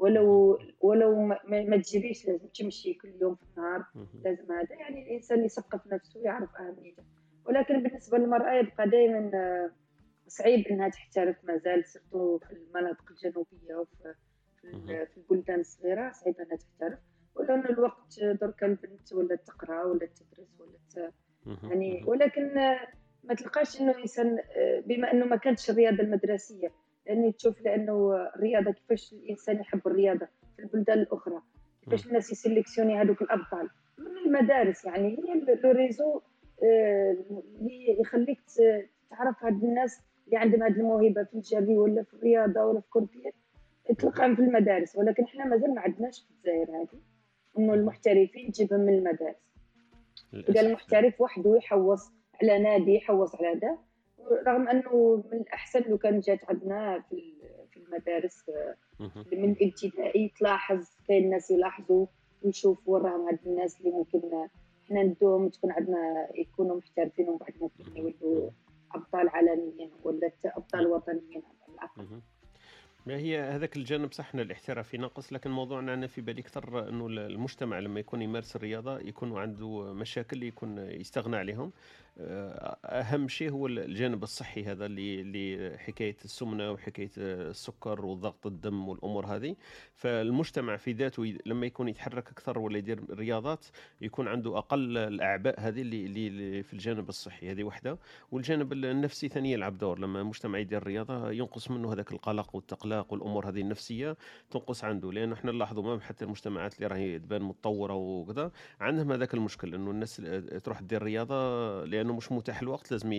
ولو ما تجريش لازم تمشي كل يوم في النهار، لازم هذا يعني الإنسان يثقف نفسه ويعرف أهميته. ولكن بالنسبة للمرأة يبقى دائما صعيب أنها تحترف مازال، سيرتو في المناطق الجنوبية وفي البلدان الصغيرة صعيب أنها تحترف. ولأن الوقت درك البنت ولا تقرأ ولا تدرس ولا يعني. ولكن ما تلقاش إنه إنسان بما إنه ما كانتش الرياضة المدرسية، لأنه تشوف لأنه الرياضة كيفاش الإنسان يحب الرياضة في البلدان الأخرى، كيفاش الناس يسلكسيوني هذوك الأبطال من المدارس. يعني هي الريزو اللي يخليك تعرف هاد الناس اللي عندهم هذه الموهبة في الجري ولا في الرياضة ولا في كرة اليد تلقاهم في المدارس. ولكن إحنا مازال ما عندناش في الجزائر هذه إنه المحترفين تجيبهم من المدارس. تلقى المحترف وحده يحوص على نادي يحوص على هذا، رغم انه من الاحسن لو كان جات عندنا في المدارس من الابتدائي تلاحظ، كاين الناس يلاحظوا ويشوفوا راهم هاد الناس اللي ممكن حنا ندوهم تكون عندنا يكونوا محترفين ومن بعد ممكن يولوا ابطال عالميين ولا ابطال وطنيين على الاقل. ما هي هذاك الجانب صح ان الاحترافي ناقص، لكن موضوعنا انا في بالي اكثر انه المجتمع لما يكون يمارس الرياضه يكون عنده مشاكل يكون يستغنى عليهم. اهم شيء هو الجانب الصحي هذا اللي حكايه السمنه وحكايه السكر وضغط الدم والامور هذه. فالمجتمع في ذاته لما يكون يتحرك اكثر ولا يدير رياضات يكون عنده اقل الاعباء هذه اللي في الجانب الصحي، هذه وحده. والجانب النفسي ثاني يلعب دور، لما المجتمع يدير رياضه ينقص منه هذاك القلق والتقلاق والامور هذه النفسيه تنقص عنده. لانه احنا نلاحظوا ما حتى المجتمعات اللي راهي تبان متطوره وكذا عندهم هذاك المشكل، انه الناس تروح تدير رياضه لانه مش متاح الوقت، لازم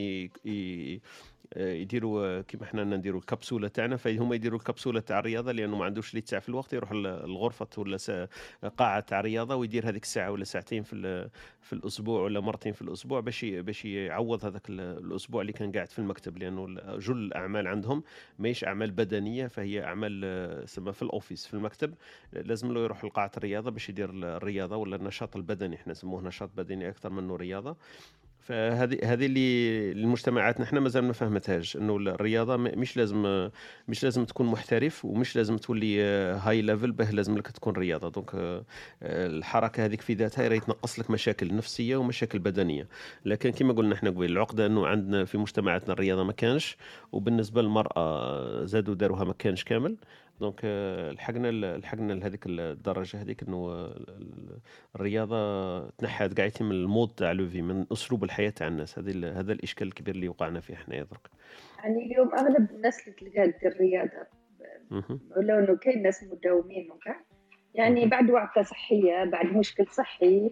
يديروا كيما حنا نديروا الكبسوله تاعنا، فهم يديروا الكبسوله تاع الرياضه لانه ما عندوش اللي تاع في الوقت، يروح الغرفه ولا قاعه تاع الرياضه ويدير هذيك الساعه ولا ساعتين في الاسبوع ولا مرتين في الاسبوع باش يعوض هذاك الاسبوع اللي كان قاعد في المكتب. لانه جل الاعمال عندهم ماهيش اعمال بدنيه، فهي اعمال سما في الاوفيس في المكتب، لازم له يروح لقاعه الرياضه باش يدير الرياضه ولا النشاط البدني، احنا نسموه نشاط بدني اكثر منه رياضه. فهذه اللي المجتمعات نحن مازال ما فهمتهاش، انه الرياضه مش لازم تكون محترف ومش لازم تولي هاي ليفل به لازم لك تكون رياضه. دونك الحركه هذيك في ذاتها راهي تنقص لك مشاكل نفسيه ومشاكل بدنيه. لكن كما قلنا احنا قبل العقده انه عندنا في مجتمعاتنا الرياضه ما كانش، وبالنسبه للمراه زادوا داروها ما كانش كامل. دونك لحقنا لهذيك الدرجه هذيك انه الرياضه تنحات قاعدتي من المود تاع لوفي، من اسلوب الحياه تاع الناس. هذا الاشكال الكبير اللي وقعنا فيه احنا درك. يعني اليوم اغلب الناس اللي تلقاها دير الرياضه ولو انه كاين ناس مداومين وكاع، يعني بعد وعكه صحيه بعد مشكل صحي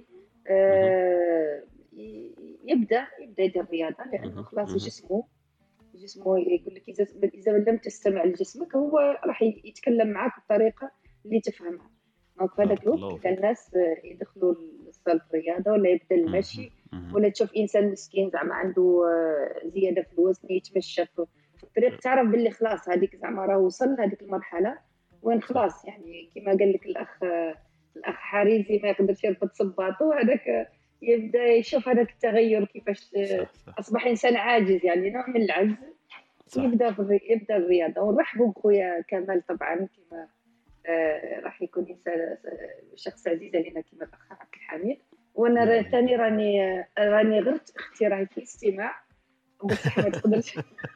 يبدا يدير الرياضه، لانه خلاص جسمه يقول لك اذا لم تستمع لجسمك هو راح يتكلم معك بطريقه اللي تفهمها. دونك في هذاك الوقت كان الناس يدخلوا لصاله الرياضه ولا يبدا المشي، ولا تشوف انسان مسكين زعما عنده زياده في الوزن يتمشى في الطريق، تعرف باللي خلاص هذيك زعما راه وصل لهذيك المرحله وين خلاص. يعني كما قال لك الاخ حريزي ما يقدرش يربط صباطه، هذاك يبدا يشوف هذاك التغير كيفاش اصبح انسان عاجز، يعني نوع من العجز. يبدا الرياضه. ونرحبوا بخويا كمال طبعا كما راح يكون انسان شخص عزيز علينا كما الاخ عبد الحميد. وانا ثاني راني غرت اختي راهي في الاستماع بصح ما تقدرش.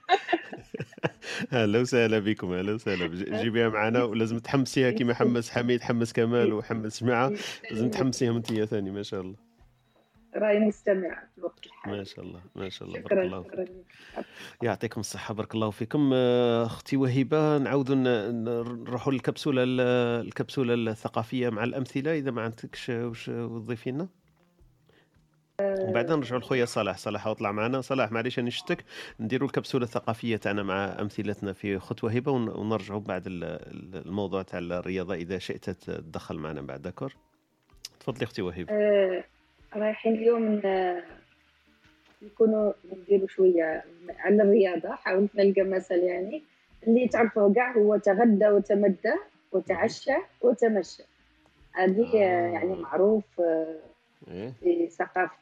اهلا وسهلا بكم، اهلا وسهلا. جيبيها معنا ولازم تحمسيها كما حمس حميد حمس كمال وحمس جماعه، لازم تحمسيهم انت ثاني. ما شاء الله راهي مستمعه في الوقت الحالي. ما شاء الله ما شاء الله. بارك الله فيك. يعطيكم الصحه. بارك الله فيكم. اختي وهبه نعاودوا نروحوا الكبسوله الثقافيه مع الامثله اذا ما عندكش واش تضيفي لنا، وبعدين نرجعوا لخويا صلاح اطلع معنا. صلاح معليش انا نشتك، نديروا الكبسوله الثقافيه تاعنا مع امثلتنا في خطوه هبه ونرجعوا بعد الموضوع تاع الرياضه اذا شئت تدخل معنا بعد. داكور تفضلي اختي وهبه. رايحين اليوم نكونوا نديروا شويه على الرياضه. حاولت نلقى مثل يعني اللي تعرفه كاع هو تغدى وتمدى وتعشى وتمشى. هذه يعني معروف في ثقافه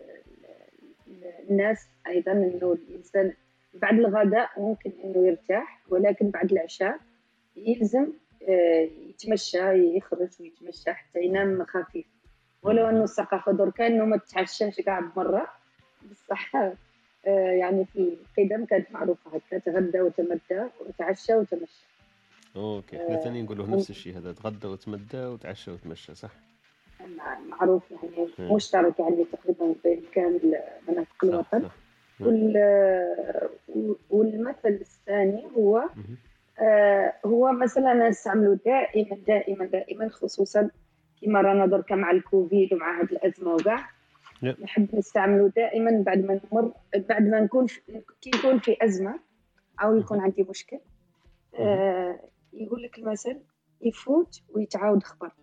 الناس ايضا، انه الانسان بعد الغداء ممكن انه يرتاح، ولكن بعد العشاء يلزم يتمشى، يخرج ويتمشى حتى ينام خفيف. ولو انه الثقافه دركا انه ما تتعشاش كاع بمره، بصح يعني في القدم كانت معروفه هكا تغدى وتمدى وتعشى وتمشى. اوكي احنا ثاني نقولوا نفس الشيء هذا، تغدى وتمدى وتعشى وتمشى صح. معروف يعني مشترك يعني تقريبا بين كامل مناطق الوطن. والمثل الثاني هو مثلا نستعمله دائما خصوصا كما رانا دركا مع الكوفيد ومع هذه الازمه وكاع. نحب نستعمله دائما بعد ما نكون في ازمه او يكون عندي مشكل. يقول لك المثل يفوت ويتعاود خبر.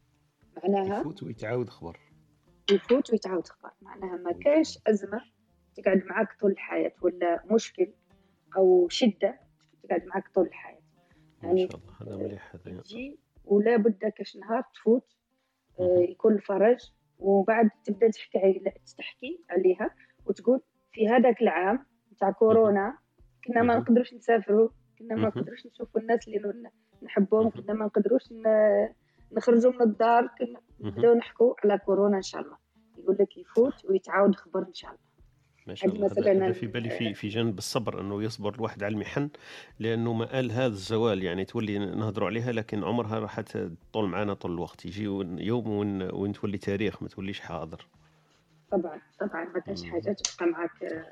معناها يفوت ويتعاود خبر. معناها ما كانش ازمه تقعد معك طول الحياة، ولا مشكل أو شدة تقعد معك طول الحياة. ما يعني شاء الله هذا مليح هذا. تجي ولا بدك كاش نهار تفوت يكون الفرج، وبعد تبدأ تحكي عليها وتقول في هذاك العام تاع كورونا كنا ما نقدروش نسافروا، كنا ما نقدروش نشوفوا الناس اللي نحبهم، كنا ما نقدروش نخرجوا من الدار، كنا نبداو نحكوا على كورونا ان شاء الله. يقول لك يفوت ويتعاود خبر ان شاء الله. ما شاء الله هذا في بالي في جانب الصبر، انه يصبر الواحد على المحن، لانه مآل هذا الزوال يعني تولي نهضروا عليها لكن عمرها راح تطول معنا طول الوقت، يجي يوم وين تولي تاريخ ما توليش حاضر. طبعا ما كانش حاجه تبقى معك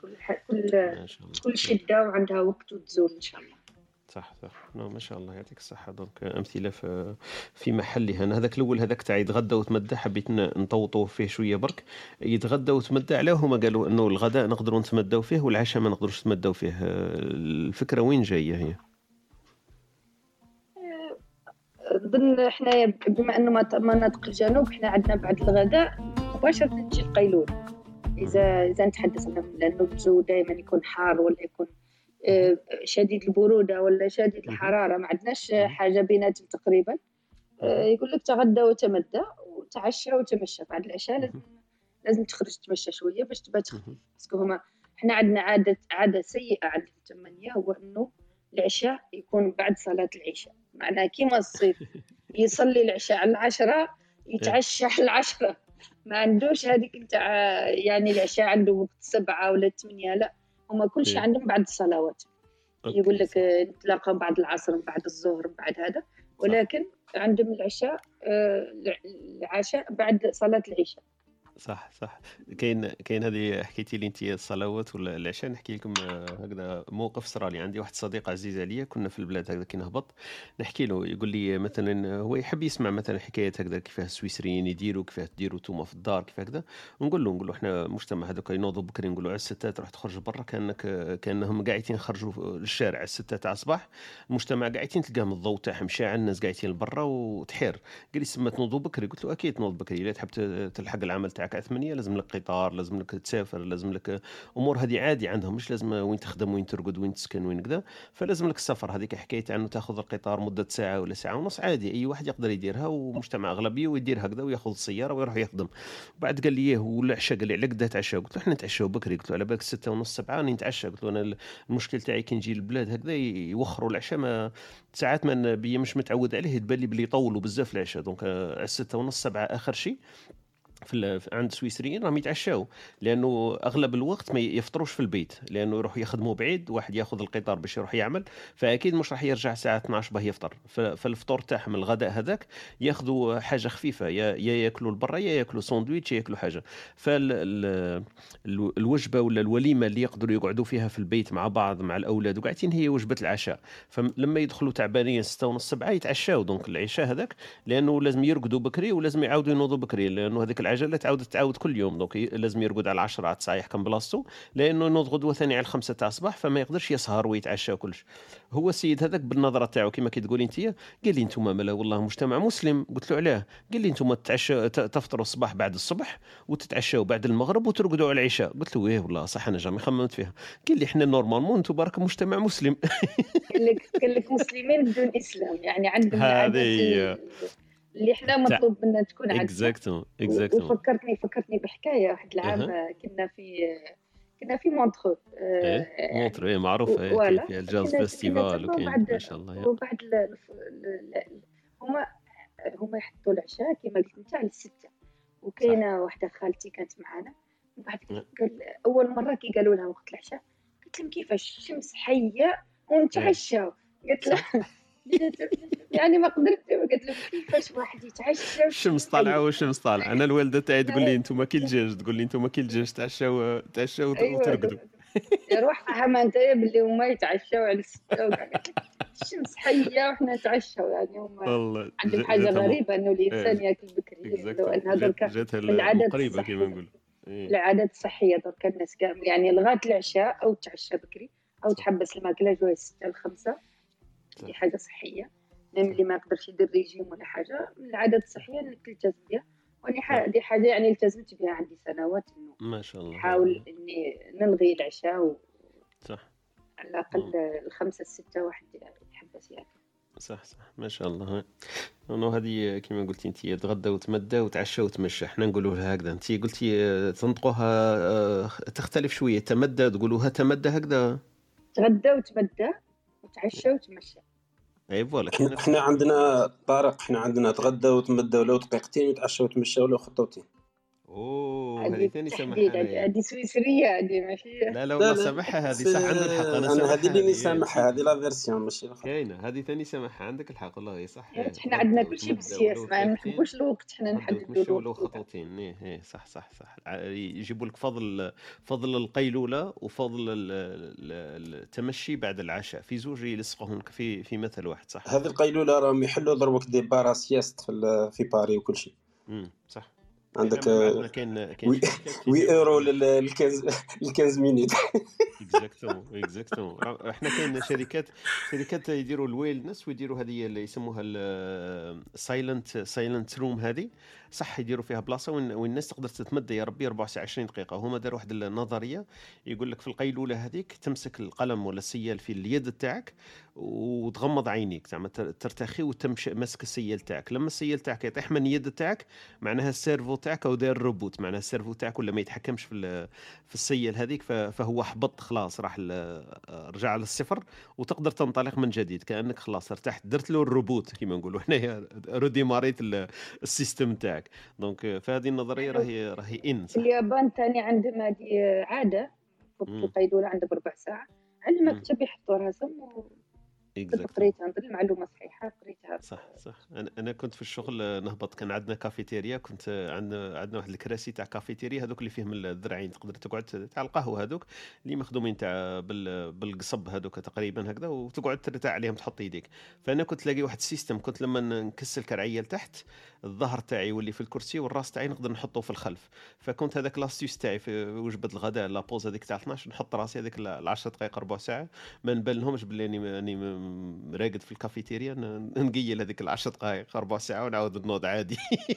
كل شده وعندها وقت وتزول ان شاء الله. صح ما شاء الله يعطيك الصحة. دونك أمثلة في محلها. أنا هذاك الأول هذاك تاع يتغدى وتمدى حبيت نطوطوا فيه شوية برك. يتغدى وتمدى عليه هما قالوا إنه الغداء نقدروا نتمداو فيه والعشاء ما نقدروش نتمداو فيه. الفكرة وين جاية هي؟ ظن احنا بما انه مناطق الجنوب احنا عندنا بعد الغداء مباشرة تجي القيلولة. إذا نتحدث عنهم، لأنه الجو دائما يكون حار ولا يكون شديد البرودة ولا شديد الحرارة، ما عندناش حاجة بيناتهم تقريبا. يقول لك تغدى وتمدى وتعشى وتمشى. بعد العشاء لازم تخرج تمشى شوية باش تبقى تخفيف. بس احنا عندنا عادة سيئة عند الثمانية، هو إنه العشاء يكون بعد صلاة العشاء. معناه كيما الصيف يصلي العشاء على 10 يتعشى على 10. ما عندوش هذيك انت يعني العشاء عنده وقت 7 ولا 8، لا هما كل شيء عندهم بعد الصلوات. يقول لك نتلاقى بعد العصر بعد الظهر بعد هذا، ولكن عندهم العشاء بعد صلاة العشاء. صح كاين هذه حكيتي لي انت الصلوات ولا العشاء. نحكي لكم هكذا موقف صرا لي. عندي واحد صديق عزيز عليا، كنا في البلاد هكذا كي نهبط نحكي له، يقول لي مثلا هو يحب يسمع مثلا حكايات هكذا كيفاه السويسريين يديروا، كيفاه تديروا نتوما في الدار كيف هكذا. ونقول له احنا مجتمع هذوك ينوضوا بكري، نقول له على 6 تروح تخرج برا كانهم قاعدين يخرجوا للشارع على 6 تاع الصباح. المجتمع قاعدين تلقاهم الضوء تاعهم شاعل، الناس قاعدين لبرا وتحير. قال لي سما تنوضوا بكري. قلت له اكيد تنوض بكري، الا تحب تلحق العمل تاعك على 8 لازم لك قطار، لازم لك تسافر، لازم لك امور هذه عادي عندهم، مش لازم وين تخدم وين ترقد وين تسكن وين كذا. فلازم لك السفر. هذيك حكايه انه تاخذ القطار مده ساعه ولا ساعه ونص عادي، اي واحد يقدر يديرها، ومجتمع اغلبيه ويدير هكذا وياخذ السياره ويروح يخدم. بعد قال لي والعشاء، قال لي على قد تعشى؟ قلت له احنا نتعشاو بكري. قلت له على بالك 6 ونص 7 راني نتعشى. قلت له انا المشكل تاعي كي نجي للبلاد هكذا يوخروا العشاء، ما ساعات ما بيا مش متعود عليه، تبان لي بلي يطولوا بزاف العشاء. دونك 6 ونص 7 اخر شيء. عند السويسريين راهم يتعشاو، لانه اغلب الوقت ما يفطروش في البيت، لانه يروحوا يخدموا بعيد، واحد ياخذ القطار باش يروح يعمل، فاكيد مش راح يرجع الساعه 12 باه يفطر. فالفطور تاعهم الغداء هذاك ياخذوا حاجه خفيفه، يا ياكلوا لبرا يا ياكلوا ساندويتش ياكلوا حاجه. فالوجبه ولا الوليمه اللي يقدروا يقعدوا فيها في البيت مع بعض مع الاولاد وقاعدين هي وجبه العشاء. فلما يدخلوا تعبانين 6 ونص 7 يتعشاو. دونك العشاء هذاك لانه لازم يرقدوا بكري ولازم يعاودوا ينوضوا بكري، لانه هذيك العجله تعاود كل يوم. دونك لازم يرقد على 10 ساعه يحكم بلاصتو، لانه ينوض غدوه ثانيه على 5 تاع الصباح، فما يقدرش يسهر ويتعشى وكلش. هو السيد هذاك بالنظره تاعو كما كتقولي انت، قال لي انتم مالا والله مجتمع مسلم. قلت له علاه؟ قال لي انتم تفطروا الصباح بعد الصبح وتتعشوا بعد المغرب وترقدوا على العشاء. قلت له ايه والله صح، انا جامي خممت فيها. قال لي احنا نورمالمون انتم برك مجتمع مسلم. قال لك مسلمين بدون اسلام، يعني عندهم العادات اللي احنا مطلوب منا تكون عندنا. اكزاكتوم. وفكرتني بحكايه. واحد العام كنا في مونترو. مونترو معروف فيها الجاز فيستيفال وكاين ما شاء الله. وبعد هما يحطوا العشاء كما قلت انت على 6. وكاينه واحده خالتي كانت معنا، وبعد قال اول مره كي قالوا لها وقت العشاء قلت لهم كيفاش الشمس حيه ونتعشاو؟ قلت لها يعني ما قدرت. قلت له كيفاش واحد يتعشى الشمس طالعه والشمس طالعه؟ انا الوالده تاعي تقول لي انتم كي الدجاج، تقول لي انتم كي الدجاج تعشاو وترقدوا. روح ما انت باللي هما يتعشاو على 6 الشمس حيه وحنا نتعشاو. يعني هما عندهم حاجه غريبه انه الانسان ياكل بكري، وان هذوك العادات قريبه كما نقول. العادات الصحيه درك الناس يعني لغايه العشاء او تعشى بكري او تحبس الماكله جويه 6 ل 5. دي حاجه صحيه. اللي ما يقدرش يدير ريجيم ولا حاجه من العادات الصحيه انك تلتزم بها. دي حاجة يعني التزمت بها عندي سنوات، إنه ما شاء الله نحاول إني نلغي العشاء صح على الأقل 5-6 واحد يتحبس يعني. صح ما شاء الله. انه هذه كما قلتي انت تغدى وتمدى وتعشى وتمشى، احنا نقولوها هكذا. انت قلتي تنطقوها تختلف شويه، تمدى تقولوها تمدى هكذا، تغدى وتمدى وتعشى وتمشى. اي فوالا. احنا عندنا طارق، احنا عندنا تغدى وتمدى ولو دقيقتين، وتعشى وتمشى ولو خطوتين. هذه ثاني سامحها، هذه سويسريه هذه ماشي. لا والله سامحها هذه صح، عنده الحق. انا هذه اللي سامحها، هذه لا فيرسيون ماشي كاينه، هذه ثاني سامحها، عندك الحق والله صح. احنا عندنا كل شيء بالسياس، ما نحبوش الوقت، حنا نحددوا له ولو خطوتين. ايه صح يجيبوا لك فضل القيلوله وفضل التمشي بعد العشاء، في زوج يلصقهم لك في مثل واحد. صح، هذه القيلوله راهم يحلوا ضربك دي بارا سياست في باري وكل شيء. صح. عندك كاين 8 يورو لل 15 مينيت. اكزاكتومون. احنا كاين شركات يديروا الويلنس ويديروا هذه اللي يسموها السايلنت روم. هذه صح يديروا فيها بلاصه وين الناس تقدر تتمدى يا ربي 24 دقيقه. هما داروا واحد النظريه يقول لك في القيلوله هذيك تمسك القلم ولا السيال في اليد تاعك وتغمض عينيك، زعما ترتخي وتمشي ماسك السيال تاعك. لما السيال تاعك يطيح من اليد تاعك معناها السيرفو تاعك او داير الروبوت، معناها السيرفو تاعك ولا ما يتحكمش في السيال هذيك، فهو حبط خلاص، راح رجع للصفر وتقدر تنطلق من جديد، كانك خلاص ارتحت، درت له الروبوت كما نقولوا حنايا، روديماريت السيستم تاعك. دونك فهذه النظريه راهي في اليابان ثاني عندهم هذه عاده في القيلوله عندك 4 ساعه على المكتب يحطوا راسهم قريتها، نظن المعلومه صحيحه قريتها. صح. انا كنت في الشغل نهبط، كان عندنا كافيتيريا، كنت عندنا واحد الكراسي تاع كافيتيريا هذوك اللي فيهم الذراعين، تقدر تقعد تاع القهوه هذوك اللي مخدومين تاع بالقصب هذوك تقريبا هكذا، وتقعد ترتاح عليهم تحط يديك. فانا كنت لاقي واحد السيستم، كنت لما نكسل الكرعيه لتحت الظهر تاعي يولي في الكرسي والراس تاعي نقدر نحطه في الخلف. فكنت هذاك لاستيوس تاعي في وجبه الغداء لابوز هذيك تاع 12 نحط راسي هذيك 10 دقائق 4 ساعه، ما نبان لهمش باللي اني راقد في الكافيتيريا، نقيل هذيك 10 دقائق 4 ساعه ونعاود نوض عادي.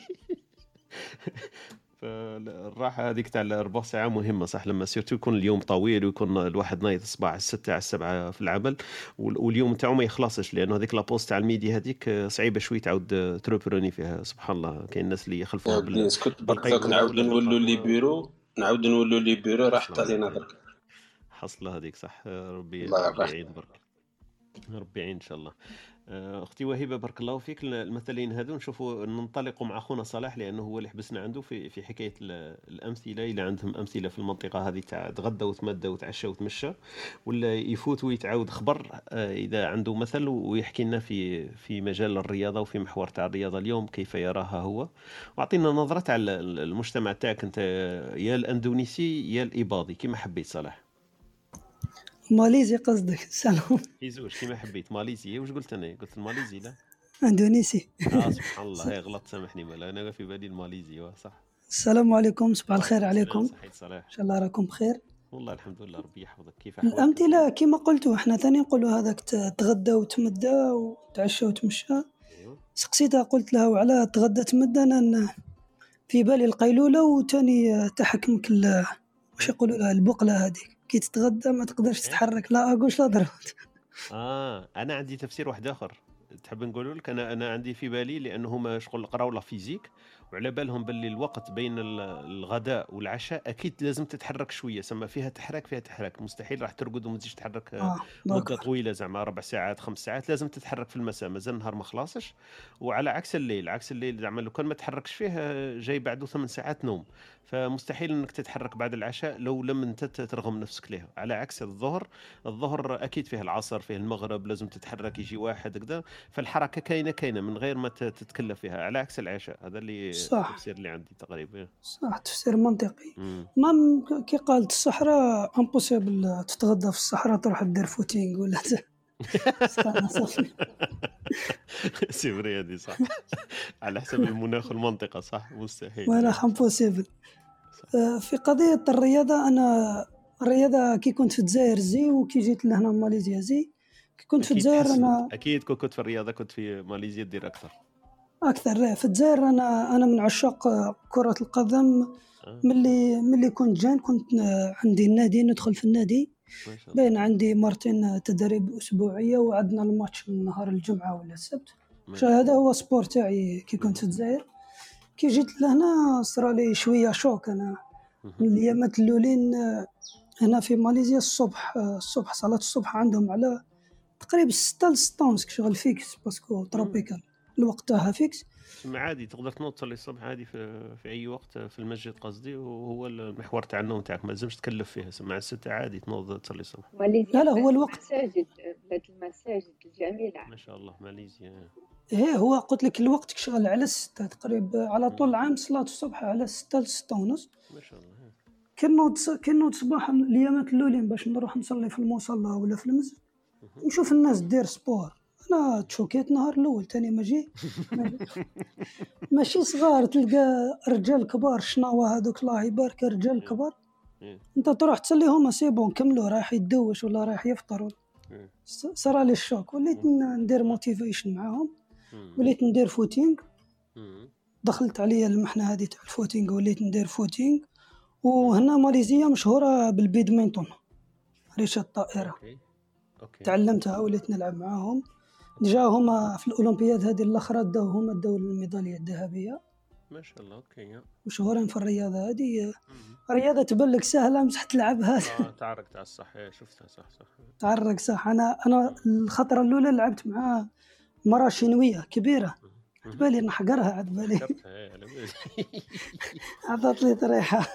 فالراحه هذيك تاع 4 ساعه مهمه صح، لما سيرتو يكون اليوم طويل ويكون الواحد نايض صباح 6 على 7 في العمل واليوم تاعو ما يخلصش، لانه هذيك لابوست تاع الميدي هذيك صعيبه شوي تعاود تروبروني فيها. سبحان الله كاين الناس اللي يخلفوها بالقيد. نعاود نولوا لي بيرو راحت علينا برك حصله هذيك صح. ربي يعين برك، ربي يعين ان شاء الله. اختي وهبه بارك الله فيك. المثلين هذو نشوفوا ننطلقوا مع اخونا صلاح، لانه هو اللي حبسنا عنده في حكايه الامثله، اللي عندهم امثله في المنطقه هذه تاع تغدى وتمدى وتعشى وتمشى، ولا يفوت ويتعاود خبر اذا عنده مثل ويحكي لنا في مجال الرياضه وفي محور تاع الرياضه اليوم كيف يراها هو، واعطينا نظره تاع المجتمع تاعك انت، يا الاندونيسي يا الاباضي كما حبيت. صلاح ماليزي قصدك؟ سلام يزوج كما حبيت. ماليزي واش قلت انا؟ قلت الماليزي لا اندونيسي. سبحان الله هي غلط سامحني، ما انا في بالي الماليزي صح. السلام عليكم، صباح الخير عليكم، صحيت صلاح ان شاء الله راكم بخير. والله الحمد لله ربي يحفظك. كيف احوالك؟ الامثله كما قلتوا احنا ثاني نقولوا هذاك تغدى وتمدى وتعشى وتمشى. سقسيتها قلت لها وعلى تغدى تمدى، انا في بالي القيلوله وثاني تحكمك واش يقولوا لها البقله هذيك كي تتغدى ما تقدرش تتحرك لا اقوش لا ضربت. انا عندي تفسير واحد اخر تحب نقول لك. انا عندي في بالي لانه هما شغل قراو لا فيزيك وعلى بالهم باللي الوقت بين الغداء والعشاء اكيد لازم تتحرك شويه، سما فيها تحرك مستحيل راح ترقد وما تجيش تتحرك مده طويله زعما 4 ساعات 5 ساعات، لازم تتحرك في المساء مازال النهار ما خلاصش. وعلى عكس الليل زعما لو كان ما تحركش فيه جاي بعده 8 ساعات نوم، فمستحيل انك تتحرك بعد العشاء لو لم انت ترغم نفسك لها. على عكس الظهر اكيد فيه العصر فيه المغرب لازم تتحرك يجي واحد كذا، فالحركه كاينه من غير ما تتكلف فيها، على عكس العشاء. هذا اللي التفسير اللي عندي تقريبا صح، تفسير منطقي. ما كي قالت الصحراء امبوسيبل تتغدى في الصحراء تروح تدير فوتينغ ولا سي فري هذه صح. على حسب المناخ المنطقه صح مستحيل ولا امبوسيبل. في قضيه الرياضه، انا الرياضه كي كنت في الجزائر زي وكي جيت لهنا ماليزيا زي. كي كنت في الجزائر انا اكيد كنت في الرياضه كنت في ماليزيا دير اكثر. اكثر في الجزائر. انا من عشاق كرة القدم. ملي كنت جان كنت عندي النادي، ندخل في النادي بين عندي مرتين تدريب اسبوعيه، وعندنا الماتش من نهار الجمعه ولا السبت. هذا هو سبور تاعي كي كنت في الجزائر. كي جيت لهنا صرا لي شويه شوك. انا الايامات الاولين هنا في ماليزيا الصبح صلاه الصبح عندهم على تقريبا 6 ل 6 شغل فيكس، باسكو تروبيكال الوقت تاعها فيكس. عادي تقدر تنوض تصلي الصبح عادي في اي وقت في المسجد قصدي، وهو المحور تاع النوم تاعك ما لازمش تكلف فيها. مع 6 عادي تنوض تصلي الصبح. لا هو الوقت المساجد، بلاد المساجد الجميلة ما شاء الله ماليزيا. هو قلت لك الوقت شغل على 6 تقريبا على طول العام. صلاة الصبح على 6 ل 6 ونص ما شاء الله. كنوض صباح الايامات الاولين باش نروح نصلي في المصلى ولا في المسجد، نشوف الناس دير سبور. انا تشوكيت نهار الاول تاني ماشي صغار، تلقى رجال كبار شناوه هذوك الله يبارك رجال كبار، انت تروح تصليهم سيبون كملوا رايح يدوش ولا رايح يفطر. صار لي الشوك، وليت ندير موتيفيشن معاهم، وليت ندير فوتينغ. دخلت عليا المحنه هذه تاع الفوتينغ، وليت ندير فوتينغ. وهنا ماليزيا مشهوره بالبيدمنتون، ريشه الطائره. تعلمتها وليت نلعب معاهم. ديجا هما في الاولمبياد هذه الاخرى داو الميداليه الذهبيه. ما شاء الله. اوكي مشهورين في الرياضه هذه. رياضه تبان لك سهله مش تلعبها. تعرق تاع الصح. شفتها صح تعرق صح. انا الخطره الاولى لعبت مع مرة شينويه كبيره، عتبالي نحقرها، عتبالي عطات لي طريحه.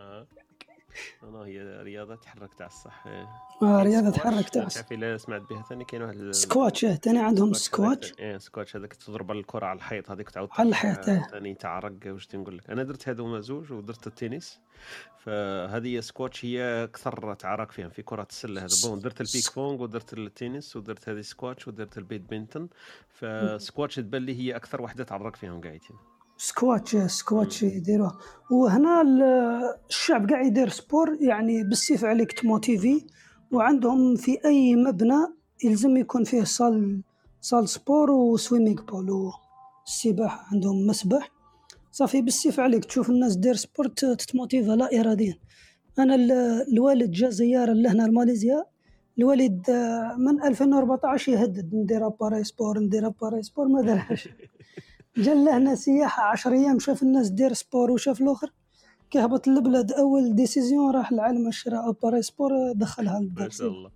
هي رياضه تحرك تاع الصح. رياضه تحرك تاع الصح. تعرفي لا سمعت بها ثاني كاين واحد سكواتش ثاني عندهم سكواتش. سكواتش هذاك تضرب الكره على الحيط، هذيك تعاود على الحيط ثاني تعرق. واش نقول لك، انا درت هذوما زوج ودرت التنس. فهذه سكواتش هي اكثر تعرق فيها في كره السله. هذا درت البيك بونغ ودرت التنس ودرت هذه سكواتش ودرت البيدمنتون. فسكواتش تبان لي هي اكثر وحده تعرق فيهم قاعدين. سكواتش يديروه. وهنا الشعب قاعد يدير سبور، يعني بالسيف عليك تموتيفي. وعندهم في اي مبنى يلزم يكون فيه صال سبور وسويمينغ بول والسباحه، عندهم مسبح. صافي بالسيف عليك تشوف الناس دير سبور تتموتيفا لا اراديا. انا الوالد جا زياره لهنا لماليزيا. الوالد من 2014 يهدد ندير اباري سبور ما دارهاش. جا لهنا سياحه 10 ايام، شاف الناس دير سبور وشاف الاخر كهبط البلاد. اول ديسيزيون راح لعالم شراء اباري سبور دخلها للدار. ما شاء الله.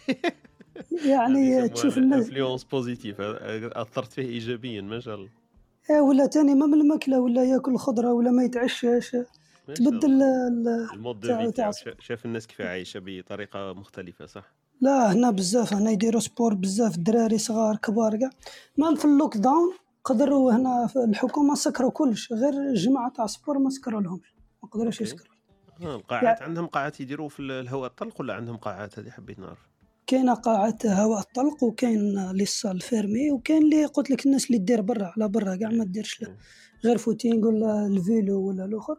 يعني تشوف الناس انفلونس بوزيتيف اثرت فيه ايجابيا ما شاء الله. ولا تاني ما من الماكله ولا ياكل خضره ولا ما يتعشاش، تبدل المود دو في. شاف الناس كيف عايشه بطريقه مختلفه صح. لا هنا بزاف، هنا يديروا سبور بزاف، دراري صغار كبار كاع. ما في اللوك داون قدروا هنا في الحكومه سكروا كلش، غير جماعه تاع سبور ما سكروا لهمش، ما قدروش يسكروا. القاعات يعني عندهم قاعات يديروا في الهواء الطلق ولا عندهم قاعات؟ هذه حبيت نعرف. كاينه قاعات هواء الطلق، وكاين لي صال فيرمي، وكاين اللي قلت لك الناس اللي دير برا على برا كاع ما ديرش غير فوتينغ ولا الفيلو ولا الاخر.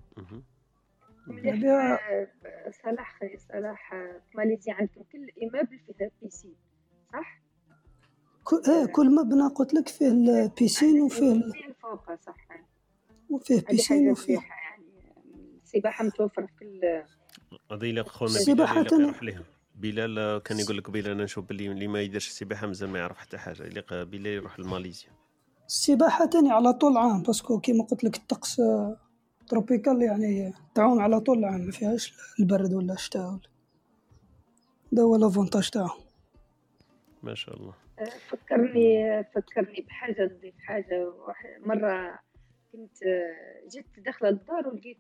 صلاح في ماليزيا عندكم كل إيمابل فيه بيسين صح؟ كل مبنى قلت لك فيه البيسين وفيه فوق صح، وفيه بيسين وفيه يعني السباحة متوفرة في كل. هذه اللي خونا السباحة يروح لها. بلال كان يقول لك بلال انا نشوف اللي ما يديرش السباحة مازال ما يعرف حتى حاجة. اللي بلال يروح لماليزيا. السباحة تاني على طول عام، باسكو كيما قلت لك الطقس تروبيكال، يعني تعوم على طول العام، ما فيهاش البرد ولا الشتاء. ده هو لافونتاج تاعهم. ما شاء الله. فكرني بحاجة، نضيف حاجة. مرة كنت جيت داخلة الدار ولقيت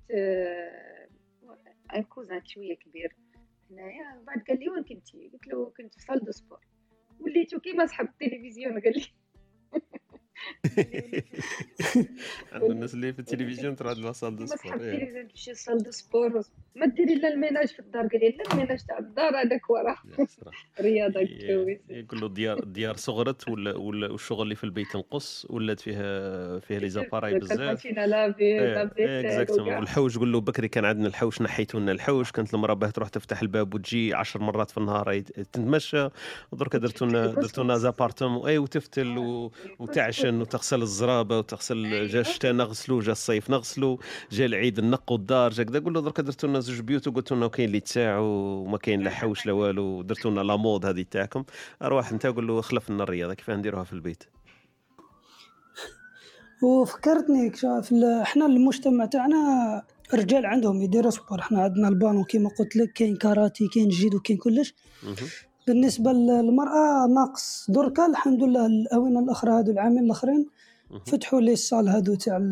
كوزان شوية كبير هنايا. بعد قال لي وين كنتي؟ قلت له كنت في صالة سبور. وليتو كيما صحاب التلفزيون. قال لي عند الناس اللي في التلفزيون ترى صالة سبور. التلفزيون تمشي صالة سبور ما دير ديري لا الميناج في الدار، قال لي لا الميناج تاع الدار هذاك وراه رياضه كتويس. يقول له الديار صغرت ولا والشغل اللي في البيت نقص، ولات فيها لي زاباراي بزاف. كالماكينه لافي اكزاكتومون. والحوش قول له بكري كان عندنا الحوش، نحيتوا لنا الحوش، كانت المراه باه تروح تفتح الباب وتجي 10 مرات في النهار تتمشى، ودرك درتوا لنا زابارتمون وتفتل وتعشن وتغسل الزرابه وتغسل. جا الشتاء نغسلوا، جا الصيف نغسلوا، جا العيد نقوا الدار، جا كذا. قول له درك درتوا لنا زوج بيوت وقلتوا لنا كاين اللي تساع وما كاين لا حوش لا والو، درتوا لنا لا مود هذه تاعكم. اروح انت قول له خلف لنا الرياضه كيف نديروها في البيت. وفكرتني احنا المجتمع تاعنا رجال عندهم يديروا سبور، احنا عندنا البانو كيما قلت لك، كاين كاراتي، كاين جيدو، كاين كلش. بالنسبه للمراه ناقص دركا الحمد لله. الاونه الاخرى هذو العامين الاخرين فتحوا لي الصال هذو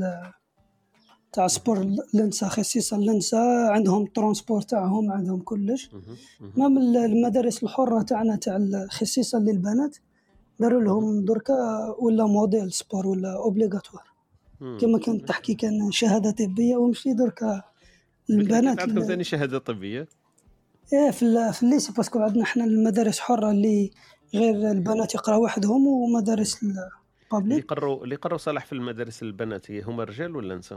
تاع سبور لنسا، خصيصا لنسا، عندهم ترونسبور تاعهم، عندهم كلش. ما من المدارس الحره تاعنا تاع خصيصا للبنات داروا لهم دركا ولا موديل سبور ولا اوبليغاتوار، كما كانت تحكي كان شهاده طبيه ومشي دركا البنات. عندكم ثاني شهاده طبيه؟ في الليسي، باسكو عندنا احنا المدارس حره اللي غير البنات يقراو وحدهم، ومدارس البابليك اللي قروا صالح في المدارس البنات هما رجال ولا نساء؟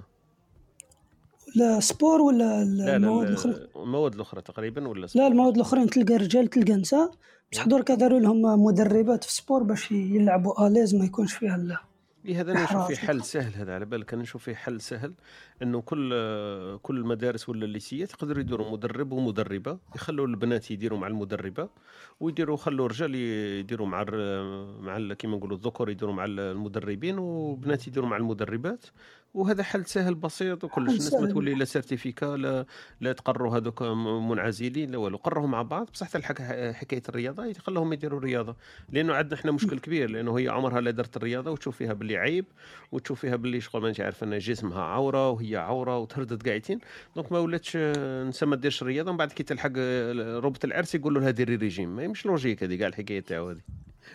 لا سبور ولا المواد الاخرى؟ المواد الاخرى تقريبا ولا لا المواد الاخرين تلقى رجال تلقى نساء، بصح دركا داروا لهم مدربات في سبور باش يلعبوا اليز ما يكونش فيها لا. هذا انا نشوف فيه حل سهل، هذا على بالك انا نشوف فيه حل سهل، انه كل المدارس ولا الليسيات يقدروا يديروا مدرب ومدربه، يخلوا البنات يديروا مع المدربه، خلوا الرجال يديروا مع كيما نقولوا الذكور يديروا مع المدربين، وبنات يديروا مع المدربات. وهذا حل سهل بسيط، وكلش الناس ما تولي لا سيرتيفيكا لا تقروا هذوك منعزلين لا والو، قرهم مع بعض. بصح حكايه الرياضه يخلوهم يديروا الرياضه، لانه عندنا احنا مشكل كبير، لانه هي عمرها لا درت الرياضه وتشوف فيها باللي عيب، وتشوف فيها باللي شغل ما عارف ان جسمها عوره وهي عوره وتهردت قاعدين. دونك ما ولاتش نسمى ديرش الرياضه، ومن بعد كي تلحق ربط العرس يقولوا لها ديري ريجيم. ما مش لوجيك هذه كاع الحكايه تاعو هذه.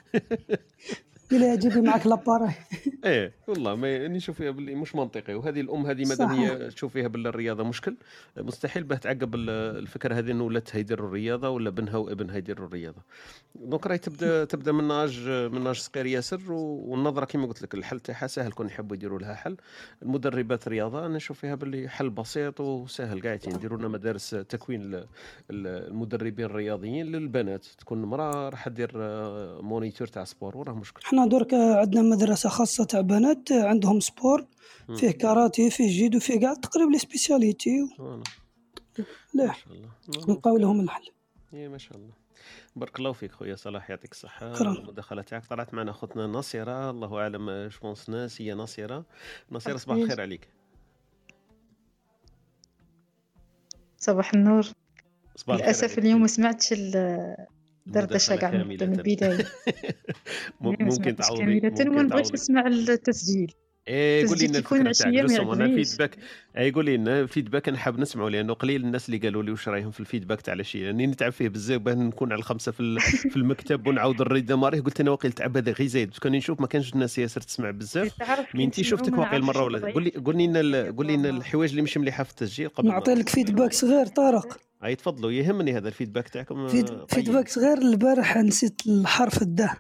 إلا جيبي معك لاباراي. والله ما نشوف فيها باللي مش منطقي. وهذه الام هذه مادام هي تشوف فيها باللي الرياضه مشكل، مستحيل باه تعقب الفكره هذه انه ولادها يديروا الرياضه ولا بنها وابنها يديروا الرياضه. دونك راهي تبدا من ناج صغير ياسر. والنظره كما قلت لك الحل تاعها سهل، كون يحبوا يديروا لها حل. المدربات رياضه انا نشوف فيها باللي حل بسيط وسهل، قاعدين يديروا لنا مدارس تكوين المدربين الرياضيين للبنات، تكون مراه راح دير مونيتور تاع سبور وراه مشكل. احنا درك عندنا مدرسه خاصه تاع بنات عندهم سبور، فيه كاراتي، فيه جيدو، فيه كاع تقريبا لي سبيسياليتي. لا ما شاء الله نلقاو لهم الحل. ما شاء الله. بارك الله فيك خويا صلاح، يعطيك الصحه. شكرا. المداخله تاعك طلعت معنا اختنا ناصره، الله اعلم شمونس ناس هي ناصره. صباح الخير عليك. صباح النور. للاسف اليوم ما سمعتش دردشه كاع من البدايه. ممكن تعوضي. ما نبغيش نسمع التسجيل. قولي لنا الفكره تاعك. انا الفيدباك قولي لنا الفيدباك، انا حاب نسمعوا، لانه قليل الناس اللي قالوا لي واش رايهم في الفيدباك تاع الشيء، لاني نتعب فيه بزاف باه نكون على الخمسه في المكتب ونعاود الريد ماري. قلت انا واقيل تعب هذا غير زايد، كان نشوف ما كانش الناس ياسر تسمع بزاف. مين انت شفتك واقيل مره ولا قولي لنا الحوايج اللي مش مليحه في التسجيل قبل نعطي لك فيدباك صغير طارق. تفضلوا، يهمني هذا الفيدباك تاعكم. فيدباك صغير. البارح نسيت الحرف الداء.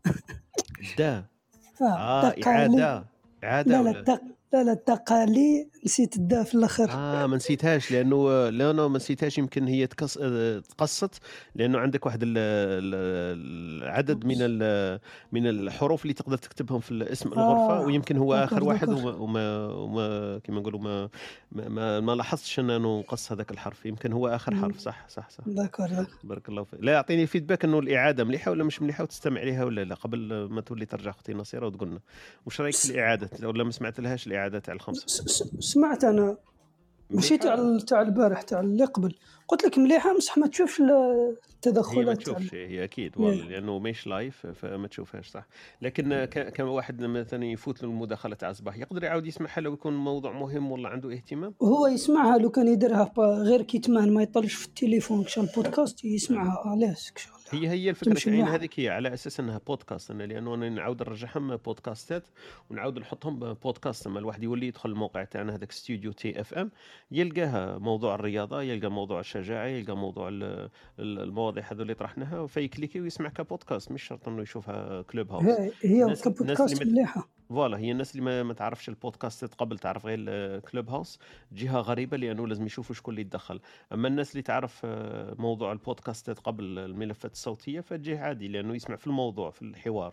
إعادة لا التقالي نسيت الداء في الاخر. ما نسيتهاش، لانه ما نسيتهاش، يمكن هي تقصت، لانه عندك واحد العدد من الحروف اللي تقدر تكتبهم في الاسم الغرفه، ويمكن هو اخر واحد، وما كما نقولوا ما لاحظتش انه نقص هذاك الحرف، يمكن هو اخر حرف. صح داكور. بارك الله فيك. لا اعطيني فيدباك انه الاعاده مليحه ولا مش مليحه، وتستمع عليها ولا لا، قبل ما تولي ترجع اختي نصيره وتقول لنا واش رايك في الاعاده، ولا ما سمعت لهاش الاعاده تاع الخمسه. سمعت انا، مشيت تاع البارح تاع اللي قبل، قلت لك مليحه، بصح ما تشوفش التدخلات. هي ما تشوفش، هي اكيد والله، لانه ماهيش لايف فما تشوفهاش. صح، لكن كما واحد مثلا يفوت له المداخله تاع الصباح يقدر يعاود يسمعها لو يكون الموضوع مهم والله عنده اهتمام. هو يسمعها لو كان يديرها غير كيتمان، ما يطلش في التليفون كشان بودكاست، يسمعها عليه ان شاء الله. هي الفكره تاعنا هذيك، هي على اساس انها بودكاست، لانه انا نعاود نرجعهم بودكاستات ونعاود نحطهم بودكاست. اما الواحد يولي يدخل الموقع تاعنا هذاك ستوديو تي اف ام، يلقاها موضوع الرياضه، يلقى موضوع الشجاعه، يلقى موضوع المواضيع هذو اللي طرحناها، فيكليكي ويسمع كبودكاست، مش شرط انه يشوفها كلوب هاوس. هي كبودكاست مليحه. فوالا، هي الناس اللي ما تعرفش البودكاست قبل، تعرف غير كلوب هاوس، جهه غريبه لانه لازم يشوفوا شكون اللي يتدخل. اما الناس اللي تعرف موضوع البودكاستات قبل الملفات الصوتيه فجيه عادي، لانه يسمع في الموضوع في الحوار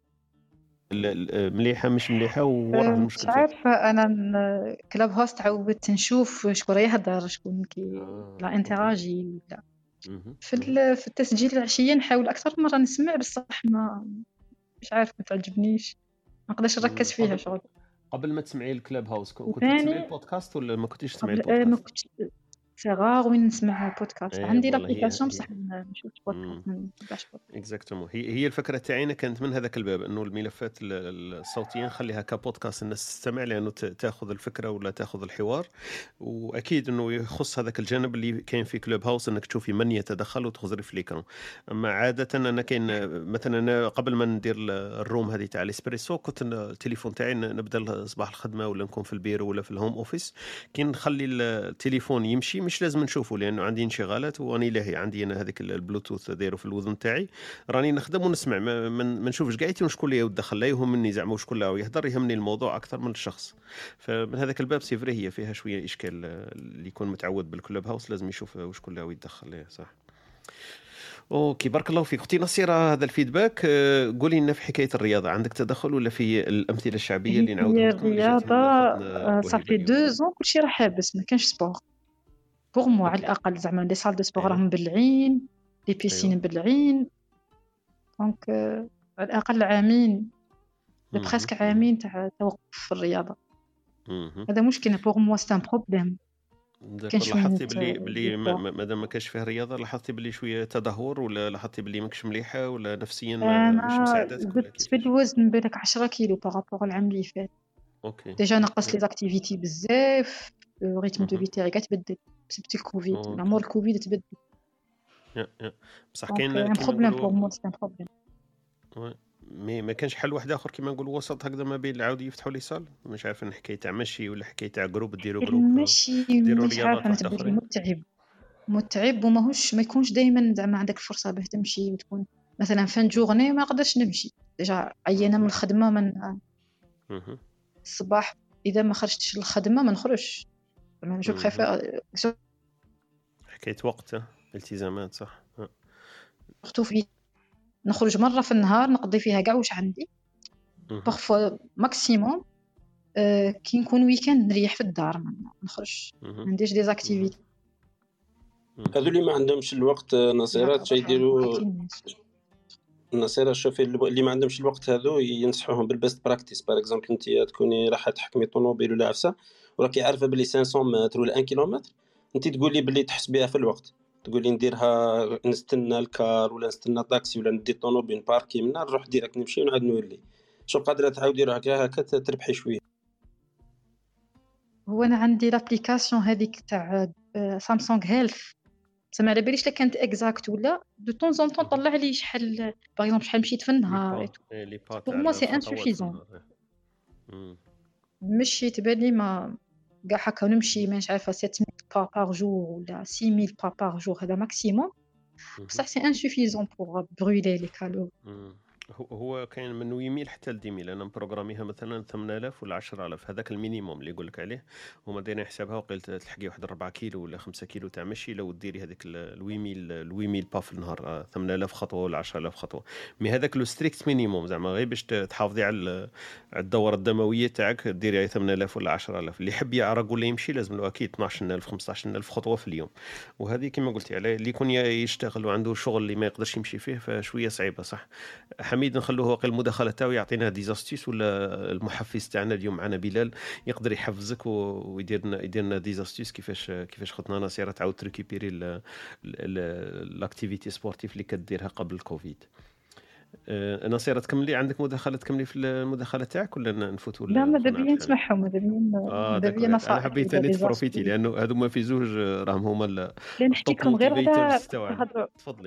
مليحه مش مليحه ووراه المشكل. مش عارفه انا كلوب هاوس تعودت نشوف شكون يهضر، شكون كي لا انتراجي لا. في التسجيل العشيه نحاول اكثر مره نسمع، بصح ما مش عارف ما تعجبنيش، ما نقدرش نركز فيها شغل. قبل ما تسمعي الكلوب هاوس كنت تسمعي البودكاست ولا ما كنتيش تسمعي البودكاست؟ ما كنتش صغار وين نسمع بودكاست. عندي الابليكاسيون بصح ما نشوفش بودكاست، ما نتبعش بودكاست. اكزاكتومون. هي الفكره تاعنا كانت من هذاك الباب، انه الملفات الصوتيه نخليها كبودكاست الناس تستمع، لانه تاخذ الفكره ولا تاخذ الحوار. واكيد انه يخص هذاك الجانب اللي كاين في كلوب هاوس، انك تشوفي من يتدخل وتخزري في ليكرون. اما عاده انا كاين مثلا أنا قبل ما ندير الروم هذه تاع الاسبريسو، كنت التليفون تاعي نبدا صباح الخدمه ولا نكون في البيرو ولا في الهوم اوفيس، كي نخلي التليفون يمشي مش لازم نشوفه، لانه عندي انشغالات واني لاهي عندي انا هذيك البلوتوث دايره في الاذن تاعي، راني نخدم ونسمع، ما نشوفش قاعدتي وشكون اللي يدخل، لا يهمني زعما وشكون اللي يهضر، يهمني الموضوع اكثر من الشخص. فمن هذاك الباب سيفري هي فيها شويه اشكال، اللي يكون متعود بالكلوب هاوس لازم يشوف وشكون اللي يدخل. صح. اوكي، بارك الله فيك اختي نصيره. هذا الفيدباك. قولي لنا في حكايه الرياضه، عندك تدخل ولا في الامثله الشعبيه اللي نعاودوا لكم؟ الرياضه صافي 2 ans كلشي راه حابس، ما كانش سبور بوغ مو على الاقل. زعما لي صال دو سبور راهم مبلعين، لي بيسين مبلعين، دونك على الاقل عامين بريسك عامين تاع توقف في الرياضه. هذا مشكل بوغ مو، سي ان بروبليم. لاحظتي بلي مادام ما كانش فيه رياضه، لاحظتي بلي شويه تدهور، ولا لاحظتي بلي ماكش مليحه، ولا نفسيا مش مساعداتك؟ زدت في الوزن بالك 10 كيلو بارابور العام اللي فات. اوكي، ديجا نقص لي زاكتيفيتي بزاف، الريتم دو في تاعي تبدل بسبب الكوفيد. مور الكوفيد تبدل. بصح كاين بروبليم بور مو، سي ان بروبليم. مي ما كانش حل واحد اخر كيما نقولوا وسط هكذا ما بين العاود يفتحوا لي صال؟ مش عارف حكايه تاع مشي ولا حكايه تاع جروب، ديروا جروب ماشي مش عارفه، انا تبدل متعب وماهوش ما يكونش دائما زعما عندك الفرصه باه تمشي، وتكون مثلا فان جورني ما نقدرش نمشي، ديجا عيانه من الخدمه، من الصباح اذا ما خرجتش للخدمه ما نخرجش، ما نشوف خايفه حكايه وقت التزامات. صح. وقتو في نخرج مره في النهار نقضي فيها كاع واش عندي، بارفو ماكسيموم كي نكون ويكاند نريح في الدار، ما نخرج، ما نديرش دي زاكتيفيتي. هذو اللي ما عندهمش الوقت نصيرات شي يديروا النصيرة. شوفي اللي ما عندهمش الوقت هذو ينصحوهم بالبيست براكتيس. باغ اكزومبل انت تكوني راح تحكمي طوموبيل ولا عفسه، وراكي عارفه بلي 500 متر ولا 1 كيلومتر، انت تقولي بلي تحسبيها في الوقت، تقولي نديرها نستنى الكار ولا نستنى طاكسي ولا ندي طوموبيل باركي منا نروح ديريكت نمشي ونعاد نولي. شو قادره تعاودي روحك هكا تربحي شويه. هو انا عندي لابليكاسيون هذيك تاع سامسونج هيلث، سما على باليش لا كانت اكزاكت ولا دو طون زون طون طلع لي شحال باغ اكزومبل شحال مشيت في النهار. بور موا سي انسوفيزون، مشي تبان لي ما كاع هكا نمشي مانيش عارفه 7000 با بار جور ولا 6000 با بار جور، هذا ماكسيموم، بصح سي انسوفيزون بور برويلي لي كالوري. هو كاين من 800 حتى ل 10000. انا مبروغراميها مثلا 8000 ولا 10000، هذاك المينيموم اللي يقول لك عليه. هما دايرين حسابها وقيلت تلحقي واحد 4 كيلو ولا 5 كيلو تاع مشي لو ديري هذيك ال 8000 با في النهار، 8000 خطوه ولا 10000 خطوه. مي هذاك لو ستريكت مينيموم زعما غير باش تحافظي على الدوره الدمويه تاعك، ديري 8000 ولا 10000. اللي يحب يعرق ولا يمشي لازم له اكيد 12000 15000 خطوه في اليوم. وهذه كما قلتي عليه اللي يكون يشتغل وعنده شغل اللي ما يقدرش يمشي فيه فشويه صعيبه. صح. حميد نخلوه واقع المداخله تاعو يعطينا ديزاستيس، ولا المحفز تاعنا اليوم معنا بلال يقدر يحفزك ويديرنا ديزاستيس كيفاش خطنا نصيره تعاود تريكيبيري لاكتيفيتي سبورتيف اللي كديرها قبل الكوفيد. نصيره تكملي، عندك مداخله تكملي في المداخله تاعك ولا نفوتوا؟ لا ماذا بيا نسمعهم، ماذا بيا نصائح. انا حبيت ثاني تبروفيتي لانه هذوما في زوج راهم هما نحكي لكم غير تفضلي.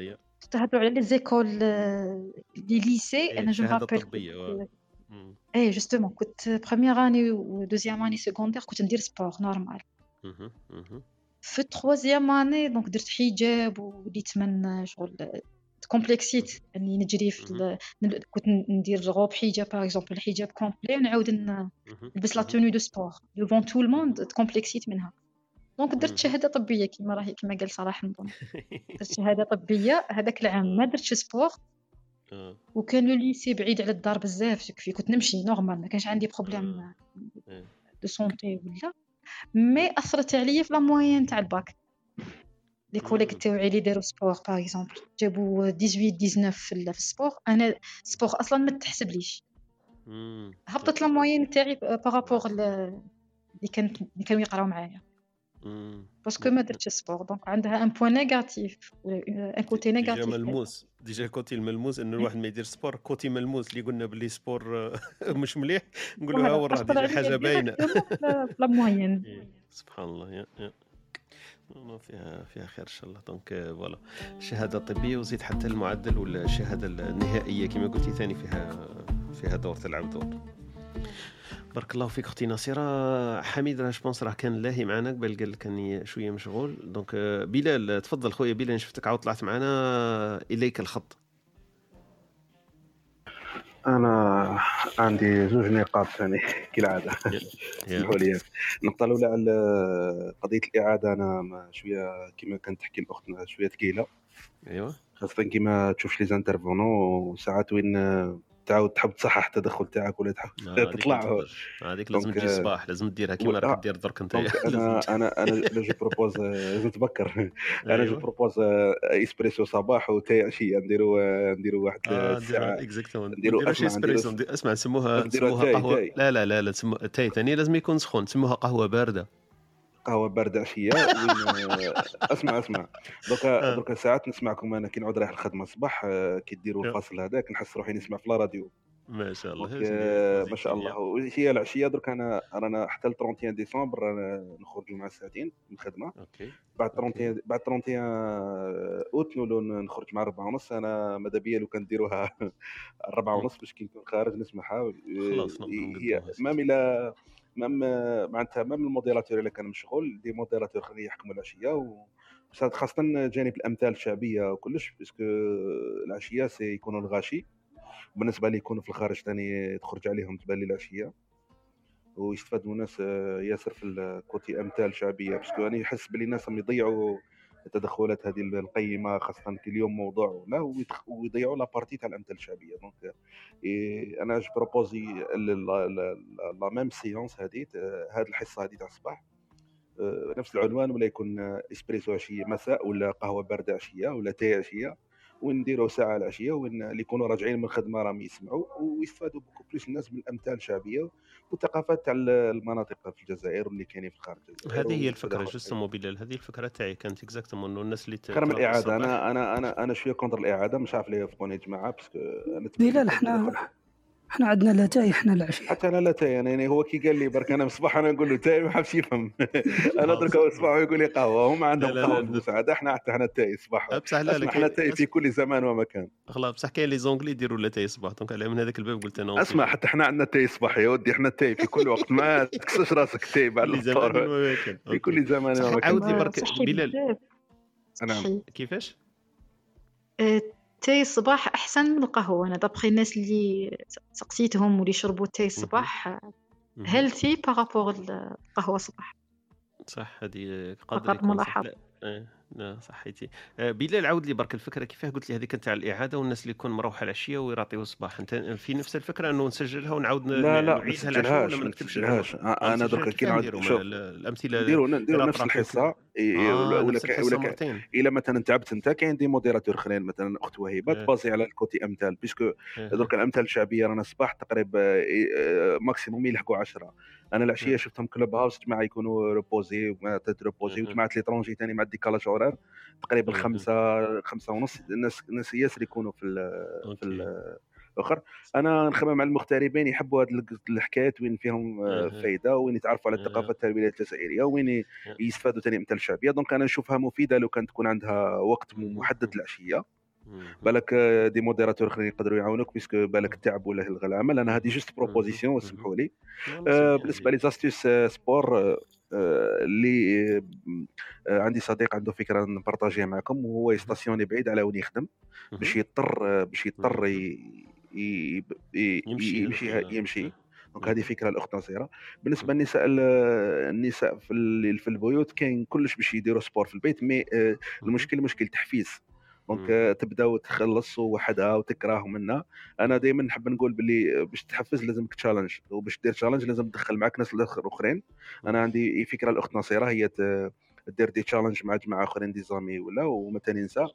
تهضروا على لي زيكول لي ليسي. انا جو الشهاده مابيل الطبيه. اي جوستومون كنت بروميير اني و دوزيام اني سيكوندير كنت ندير سبور نورمال. في التروازيام اني دونك درت حجاب وليت من شغل كومبلكسيت اني نجري في كنت ندير غوب حجاب باغ اكزومبل الحجاب كومبلي ونعاود نلبس لا توني دو سبور ديفون تو الموند كومبلكسيت منها. دونك درت شهاده طبيه كما قال صلاح نظن. درت شهاده طبيه هذاك العام ما درتش سبور وكان لو ليسي بعيد على الدار بزاف كنت نمشي نورمال ما كانش عندي بروبليم دو سونتي ولا مي اثرت عليا في لا موين تاع الباك. لي كوليك تاعي اللي داروا سبور باغ اكزومبل جابوا 18 19 في السبور انا سبور اصلا ما تحسبليش. هبطت لا موين تاعي بارابور اللي كانوا يقراو معايا باسكو ما درتش سبور. دونك عندها ان بوين نيجاتيف ان كوتي نيجاتيف. ملموس ديجا كوتي الملموس انه الواحد ما يدير سبور. كوتي ملموس اللي قلنا باللي سبور مش مليح نقول له وراه ديجا حاجه باينه لا موين. سبحان الله. يا فيها خير ان شاء الله. دونك فوالا الشهاده الطبيه وزيد حتى المعدل ولا الشهاده النهائيه كما قلتي ثاني فيها دور تلعب دور. بارك الله فيك اختي ناصره. حميد راه جوبونس راه كان لاهي معنا قبل قال كان شويه مشغول. دونك بلال تفضل خويا بلال شفتك عاود طلعت معنا اليك الخط. انا عندي زوج نقاط ثاني كالعاده اسمحوا لي. النقطه الاولى على قضيه الاعاده انا شويه كما كانت تحكي الاختنا شويه ثقيله. ايوا خاصه كيما تشوف لي زانترفونون ساعات وين تعاود تحب تصحح التدخل تاعك ولا تحب تطلع هذيك لازم تجي الصباح لازم ديرها كيما راك دير درك انت. انا جو بروبوز لازم تبكر. انا جو بروبوز اسبريسو صباح وتاي عشيه نديروا واحد الساعه اكزاكتومون. نديروا اسبريسو اسمع نسموها قهوه. لا تسموها تاي ثاني لازم يكون سخون نسموها قهوه بارده. قهوه بارده عشيه اسمع درك ساعات نسمعكم انا كي نعود رايح الخدمه الصباح كي ديروا الفاصل هذاك نحس روحي نسمع في لا راديو. ما شاء الله ما شاء الله. هي العشيه درك انا رانا حتى 31 ديسمبر نخرجوا مع الساعتين من الخدمه. بعد 31 اوت نخرج مع 4:30. انا ماذا بيا لو كان ديروها 4:30 باش كي نكون خارج نسمعها. هي معناتها الموديراتور اللي كان مشغول دي موديراتور خليه يحكموا العشيه خاصه جانب الامثال الشعبيه وكلش باسكو العشيه يكونوا الغاشي بالنسبه لي يكونوا في الخارج ثاني تخرج عليهم تبان لي العشيه ويستفادوا الناس ياسر في الكوتي امثال شعبيه باسكو انا يحس باللي الناس هم يضيعوا التدخلات هذه القيمه خاصه كل يوم موضوع لا ويضيعوا لا بارتي تاع الامثال الشعبيه. دونك انا جو بروبوزي لا ميم سيونس هذه الحصه هذه تاع الصباح نفس العنوان ولا يكون اسبريسو عشيه مساء ولا قهوه بارده عشيه ولا تاي عشيه ونديروا ساعه العشيه وين اللي يكونوا راجعين من الخدمه راهم يسمعوا ويستفادوا بوكو بليس الناس من الامثال الشعبيه والثقافات تاع المناطق في الجزائر واللي كاينين في الخارج الجزائر. هذه هي الفكره جوستومون بلال. هذه الفكره تاعي كانت اكزاكتومون انه الناس اللي خير من الاعاده. انا شويه كونتر الاعاده مش عارف ليه يوافقوني يا جماعه باسكو بلال احنا عندنا لا تاي احنا العشيه حتى انا لا تاي يعني هو كي قال لي برك انا مصباح انا نقول له تاي ما حبش يفهم. انا درك مصباح يقول لي قهوه هم عندهم قهوه مساعده احنا تاي صباح. احنا تاي في كل زمان ومكان. خلاص بصح كاين لي زونغلي يديروا لا تاي صباح. دونك على من هذاك الباب قلت انا اسمع حتى احنا عندنا تاي صباح يا ودي. احنا تاي في كل وقت ما تكسرش راسك تاي بعد الفطور في كل زمان ومكان. عاود لي برك بلال. نعم كيفاش تاي الصباح احسن من القهوه. انا دابخي الناس اللي سقسيتهم واللي شربوا تاي الصباح هيلثي بارابور القهوه الصباح. صح هذه قادر يكون صح. لا صحيتي. بلال عاود لي برك الفكره كيفاه قلت لي هذيك تاع الاعاده والناس اللي يكون مروحه العشيه ويعطيو الصباح. انت في نفس الفكره انه نسجلها ونعاود نعيدها العشيه ولا ما نكتبش؟ انا درك كي نعاود نشوف الامثله نديروا نفس الحصه ولا الا مثلا تعبت انت كاين دي موديراتور اخرين مثلا اخت وهيبه تبازي على الكوتي امثال باسكو درك الامثال الشعبيه رانا الصباح تقريبا ماكسيموم يلحقوا 10. انا العشيه شفتهم كلوب هاوس جماعه يكونوا ريبوزي وجماعه لي ترونجي ثاني مع الديكالاج اورير تقريبا 5:30 الناس ياسر يكونوا في الاخر. انا نخدم مع المغتربين يحبوا هذه الحكايات وين فيهم فايده وين يتعرفوا على الثقافه التربويه الجزائريه وين يستفادوا ثاني من الشعبيه. دونك انا نشوفها مفيده لو كانت تكون عندها وقت محدد العشيه بالك دي موديراتور اخرين يقدروا يعاونوك بيسكو بالك التعب ولا يلغى العمل. انا هذه جوست بروبوزيسيون واسمحوا لي. بالنسبه لي زاستيس سبور اللي عندي صديق عنده فكره نبارطاجيها معكم، وهو يستاسيوني بعيد على وين يخدم باش يضطر يمشي. دونك هذه فكره الاخت نصيره. بالنسبه النساء في البيوت كاين كلش باش يديروا سبور في البيت، مي المشكل مشكل تحفيز. دونك تبداو تخلصوا وحدها وتكره منها. انا دائما نحب نقول باللي باش تحفز لازمك تشالنج، وباش دير تشالنج لازم تدخل معك ناس اخرين. انا عندي فكره الاخت نصيره هي دير دي تشالنج مع جماعه اخرين دي زامي ولا ومثلا نساء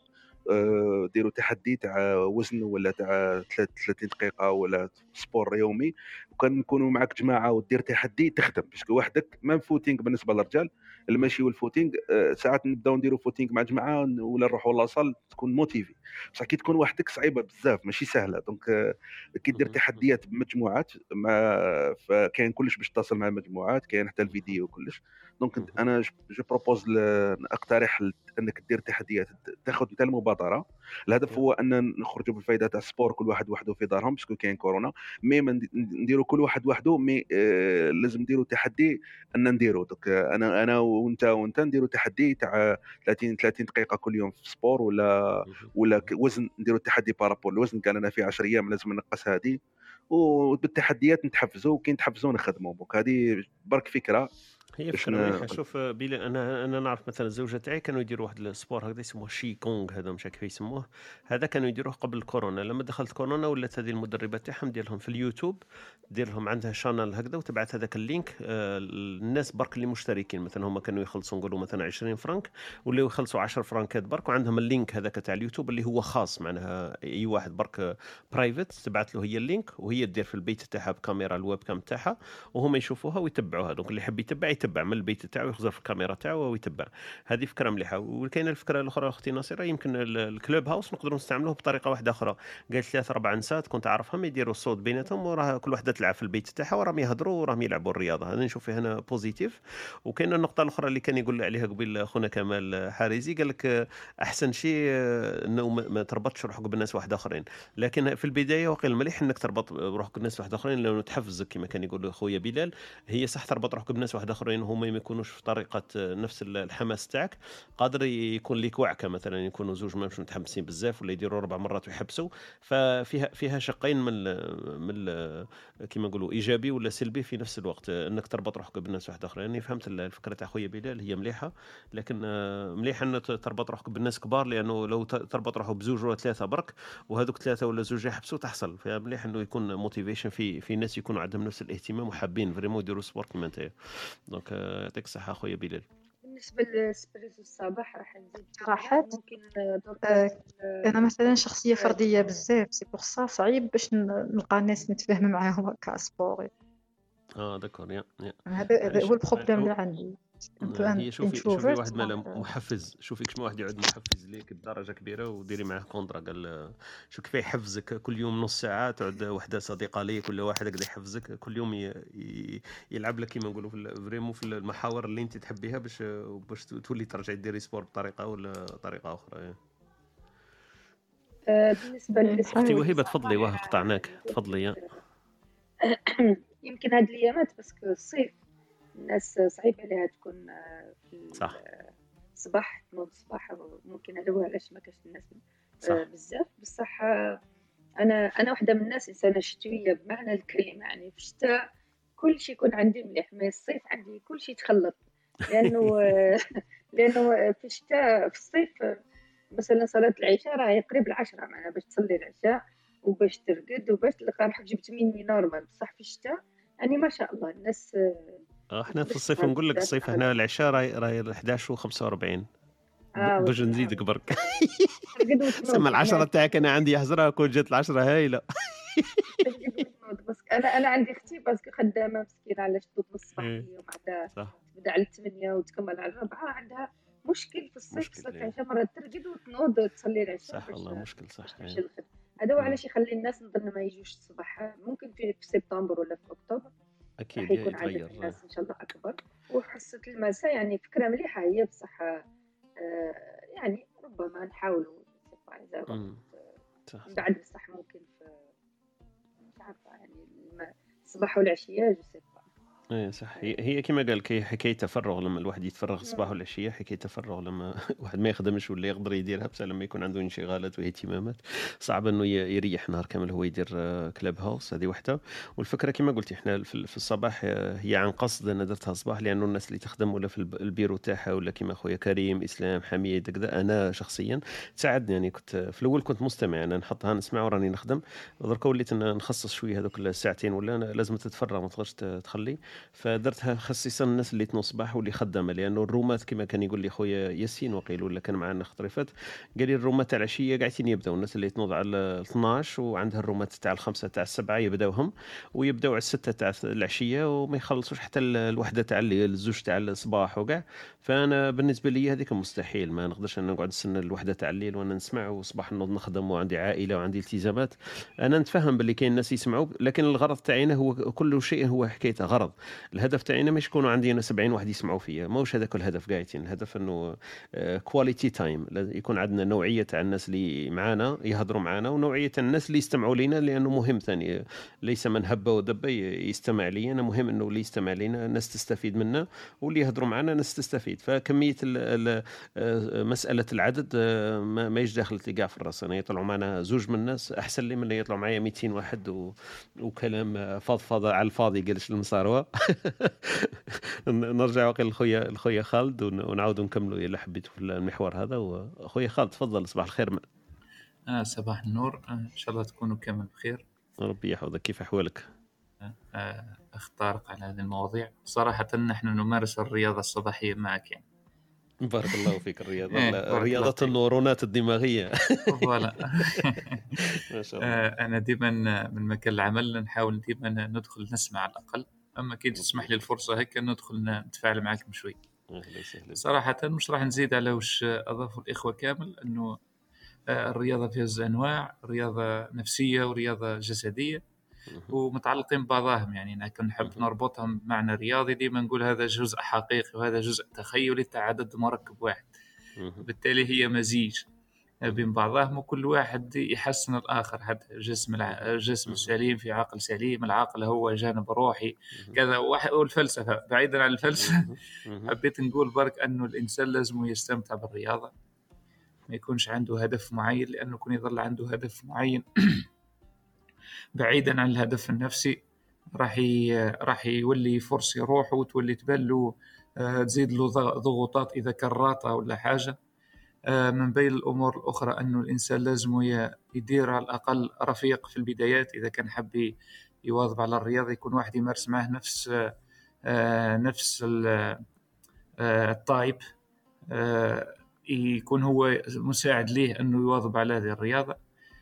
ديروا تحدي تاع وزن ولا تاع 30 دقيقه ولا سبور يومي، وكان نكونوا معك جماعه ودير تحدي تخدم باسكو وحدك ما فوتينغ بالنسبه للرجال المشي والفوتينغ. ساعات نبداو نديروا فوتينغ مع جماعه ولا نروحوا لاصال تكون موتيفي، بصح كي تكون وحدك صعيبه بزاف ماشي سهله. دونك كي دير تحديات بمجموعات فكاين كلش باش تصل مع مجموعات، كاين حتى الفيديو وكلش. دونك انا جو بروبوز اقترح انك دير تحديات تاخذ تاع المبادره. الهدف هو ان نخرجوا بالفائده تاع السبور كل واحد وحده في دارهم باسكو كاين كورونا، مي نديروا كل واحد وحده، مي لازم نديروا تحدي ان نديروا. دونك انا وانت نديروا تحدي تاع 30 دقيقه كل يوم في سبور ولا وزن. نديروا التحدي بارابول الوزن، قال انا في 10 ايام لازم نقص هذه، وبالتحديات نتحفزوا وكي نتحفزوا نخدموا. دونك هذه برك فكره. هي فكره مليحه. شوف بلال، انا نعرف مثلا الزوجه تاعي كانوا يديروا واحد السبور هكذا يسموه شي كونغ، هذا مش كيف يسموه، هذا كانوا يديروه قبل كورونا. لما دخلت كورونا ولات هذه المدربات تاعهم دير لهم في اليوتيوب، دير لهم عندها شانل هكذا وتبعت هذاك اللينك الناس برك اللي مشتركين. مثلا هم كانوا يخلصوا نقولوا مثلا 20 فرنك ولا يخلصوا 10 فرنكات برك، وعندهم اللينك هذاك تاع اليوتيوب اللي هو خاص، معناها اي واحد برك برايفت تبعت له هي اللينك وهي تدير في البيت تاعها بكاميرا الويب كام تاعها وهم يشوفوها ويتبعوها. دونك اللي يحب يتبع من البيت تاعو يخزر في الكاميرا تاعو ويتبع. هذه فكره مليحه. وكاينه الفكره الاخرى اختي ناصره، يمكن الكلوب هاوس نقدروا نستعملوه بطريقه واحده اخرى. قالت 3-4 نسات كنت اعرفهم يديروا الصوت بيناتهم، وراه كل وحده تلعب في البيت تاعها وراهم يهضروا وراهم يلعبوا الرياضه. هذا نشوف فيه هنا بوزيتيف. وكاينه النقطه الاخرى اللي كان يقول عليها قبل خونا كمال حارزي، قال لك احسن شيء انه ما تربطش روحك بالناس واحد اخرين، لكن في البدايه وقيل مليح انك تربط روحك بالناس واحد اخرين لانه تحفزك كما كان يقول خويا بلال. هي صح تربط روحك بالناس واحد اخرين وهما ما يكونوش في طريقه نفس الحماس تاعك، قادر يكون ليك وعكه مثلا يكونوا زوج ما مش متحمسين بزاف ولا يديروا 4 مرات ويحبسوا. ففيها شقين من كما نقولوا ايجابي ولا سلبي في نفس الوقت، انك تربط روحك بالناس واحد اخرين. يعني فهمت الفكره تاع خويا بلال هي مليحه، لكن مليح ان تربط روحك بالناس كبار، لانه لو تربط روحك بزوج ولا 3 برك وهذوك 3 ولا زوج يحبسوا تحصل. فمليح انه يكون موتيفيشن في ناس يكونوا عندهم نفس الاهتمام وحابين فريمون يديروا سبور كيما انت. دونك يعطيك الصحه خويا بلال. بالنسبه للسبريسو الصباح راح نزيد صراحه ممكن انا مثلا شخصيه فرديه بزاف، سي بور سا صعيب باش نلقى ناس نتفاهم معاهم كاسبور. داكور يا هذا هو البروبليم اللي عندي. هي شوفي واحد مالا محفز، شوفي كش ما واحد يعود محفز ليك بدرجه كبيره وديري معاه كونترا، قال شو كيف يحفزك كل يوم نص ساعه، تعود وحده صديقه ليك ولا واحد هكذا يحفزك كل يوم يلعب لك كما نقولوا فريمون في المحاور اللي انت تحبيها باش تولي ترجعي ديري سبور بطريقه ولا طريقه اخرى. بالنسبه اختي وهبه تفضلي، قطعناك تفضلي. يمكن هاد الايامات بس الصيف الناس صعيب عليها تكون في الصباح تنوض الصباح، ممكن هذا هو علاش ما كاش الناس بزاف. بصح انا واحده من الناس انسانه شتويه بمعنى الكلمه، يعني في الشتاء كل شيء يكون عندي مليح، ما الصيف عندي كل شيء تخلط، لانه في الشتاء في الصيف مثلا صلاه العشاء راهي قريب 10 معناها باش تصلي العشاء وباش ترقد وباش تلقى روحك جبت مني نورمال. بصح في الشتاء يعني ما شاء الله الناس احنا في الصيف نقول لك الصيف هنا العشاء راهي 11 و45 باش نزيدك برك. سما 10 تاعك انا عندي يحزرها كل جات 10 هايله. بس انا عندي اختي باسكو خدامه مسكينه علاش تنوض الصباح اليوم عندها تبدا على 8 وتكمل على 4، عندها مشكل في الصيف صلاه العشاء مرات ترقد وتنوض تصلي العشاء. صح والله مشكل صح. هذا هو علاش يخلي الناس نظن ما يجوش الصباح. ممكن في سبتمبر ولا في اكتوبر اكيد يكون عدد الناس ان شاء الله اكبر، وحصه المساء يعني فكره مليحه هي بصح يعني ربما نحاولوا من بعد بصح ممكن في مش عارفة يعني الصباح والعشية جو سي با. ايه صح، هي كما قال لك، هي حكايه تفرغ. لما الواحد يتفرغ الصباح والعشيه حكايه تفرغ. لما واحد ما يخدمش ولا يقدر يديرها، بس لما يكون عنده انشغالات واهتمامات صعب انه يريح نهار كامل هو يدير كلاب هاوس. هذه وحده. والفكره كما قلتي احنا في الصباح هي عن قصد انا درتها الصباح، لانه الناس اللي تخدم ولا في البيرو تاعها ولا كما خويا كريم اسلام حميد كذا، انا شخصيا تساعدني. يعني كنت في الاول كنت مستمع، انا نحطها نسمع وراني نخدم. درك وليت نخصص شويه هذوك الساعتين، ولا أنا لازم تتفرغ ما تقدرش تخلي. فدرتها خصيصا الناس اللي تنوض صباح واللي خدامه، لانه الرومات كما كان يقول لي خويا ياسين وقيل ولا كان معنا خطريفات، قال لي الرومات تاع العشيه قاعدين يبداو الناس اللي تنوض على 12 وعندها الرومات تاع الخمسه تاع السبعه يبداوهم، ويبداو على السته تاع العشيه وما يخلصوش حتى الوحده تاع الليل الزوج تاع الصباح وكاع. فانا بالنسبه لي هذيك مستحيل، ما نقدرش انا نقعد نستنى الوحده تاع الليل وانا نسمع، وصباح نوض نخدم وعندي عائله وعندي التزامات. انا نتفهم باللي كاين ناس يسمعوا، لكن الغرض تاعنا هو كل شيء هو حكايته غرض. الهدف تاعنا مش يكونوا عندي انا 70 واحد يسمعوا فيا، ماهوش هذاك الهدف قاعدين. الهدف انه كواليتي تايم، يكون عندنا نوعيه تاع الناس اللي معانا يهضروا معانا، ونوعيه تاع الناس اللي يستمعوا لنا، لانه مهم ثاني. ليس من هب ودب يستمع لي، انا مهم انه اللي يستمع لنا الناس تستفيد منا، واللي يهضروا معنا الناس تستفيد. فكميه مساله العدد ما يجي داخل كاع في الراس. انا يطلعوا معنا زوج من الناس احسن لي من اللي يطلعوا معايا 200 واحد وكلام فضفض على الفاضي قالش المصاروه. نرجع واقي الخويا خالد ونعاودوا نكملوا الا حبيتوا في المحور هذا. واخويا خالد تفضل. صباح الخير. صباح النور، ان شاء الله تكونوا كامل بخير. ربي يحفظك. كيف احوالك؟ اختارق على هذه المواضيع. صراحه نحن نمارس الرياضه الصباحيه معك يعني. بارك الله فيك. رياضة النورونات الدماغية. فوالا. ما شاء الله. أنا ديما من مكان العمل نحاول ديما ندخل نسمع على الأقل، أما كي تسمح لي الفرصة هيك ندخل نتفاعل معكم شوي. صراحة مش راح نزيد على وش أضافوا الإخوة كامل، أنه الرياضة فيها أنواع، رياضة نفسية ورياضة جسدية ومتعلقين ببعضهم. يعني أنا نحب نربطهم بمعنى رياضي، ديما نقول هذا جزء حقيقي وهذا جزء تخيلي تاع عدد مركب واحد، وبالتالي هي مزيج بين بعضهم، وكل واحد يحسن الآخر. حتى الجسم السليم في عقل سليم، العقل هو جانب روحي كذا. والفلسفة بعيدا عن الفلسفة حبيت نقول برك أنه الإنسان لازم يستمتع بالرياضة، ما يكونش عنده هدف معين، لأنه يكون يظل عنده هدف معين بعيدا عن الهدف النفسي راح يولي فرص يروح وتولي تبلو تزيد له ضغوطات إذا كان راطة ولا حاجة. من بين الأمور الأخرى أنه الإنسان لازم يدير على الأقل رفيق في البدايات. إذا كان حب يواظب على الرياضة يكون واحد يمارس معه نفس الطايب، يكون هو مساعد ليه أنه يواظب على هذه الرياضة.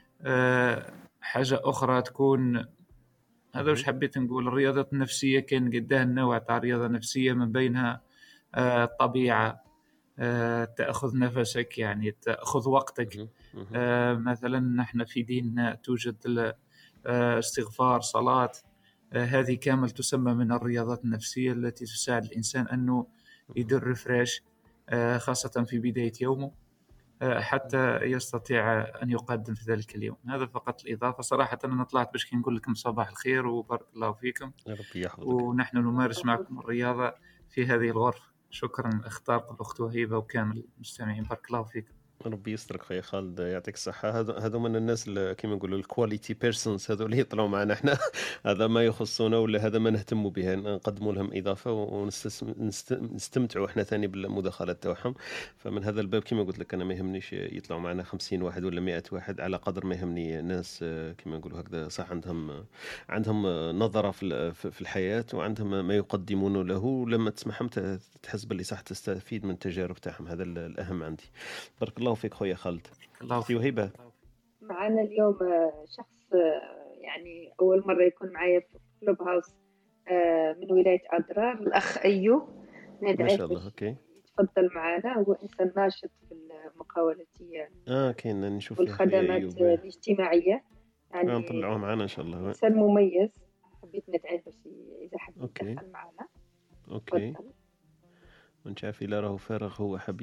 حاجة أخرى تكون، هذا وش حبيت نقول، الرياضات النفسية كان قدها نوع تاع رياضة نفسية، من بينها الطبيعة، تأخذ نفسك يعني تأخذ وقتك. مثلا نحن في ديننا توجد استغفار، صلاة، هذه كامل تسمى من الرياضات النفسية التي تساعد الإنسان أنه يدير ريفريش خاصة في بداية يومه، حتى يستطيع أن يقدم في ذلك اليوم. هذا فقط الإضافة. صراحة أنا طلعت باش نقول لكم صباح الخير وبارك الله فيكم، ونحن نمارس معكم الرياضة في هذه الغرفة. شكرا اختارت الأخت وهيبة وكامل المستمعين، بارك الله فيكم. ربي يسترك خويا خالد، يعطيك الصحة. هذو من الناس كما نقولوا الكواليتي بيرسونز، هذو اللي يطلعوا معنا احنا. هذا ما يخصنا ولا هذا ما نهتموا به، نقدموا لهم إضافة ونستمتعوا احنا ثاني بالمداخلات تاعهم. فمن هذا الباب كما قلت لك أنا ما يهمنيش يطلعوا معنا 50 واحد ولا 100 واحد، على قدر ما يهمني ناس كما نقولوا هكذا صح عندهم نظرة في الحياة، وعندهم ما يقدمونه له. لما تسمعهم تحس باللي صح تستفيد من التجارب تاعهم. هذا الأهم عندي. بارك الله فيك خويا خالد. اختي وهيبة معنا اليوم شخص يعني أول مرة يكون معايا في كلوب هاوس من ولاية أضرار، الأخ أيوب. ما شاء الله. أوكي، يتفضل معنا. هو إنسان ناشط في المقاولاتية كاين نشوف والخدمات الاجتماعية، يعني نطلعوه معنا إن شاء الله. إنسان مميز، حبيت ندعيه باش إذا حب يدخل معنا. أوكي. وانت عارف الا راهو فارغ هو حاب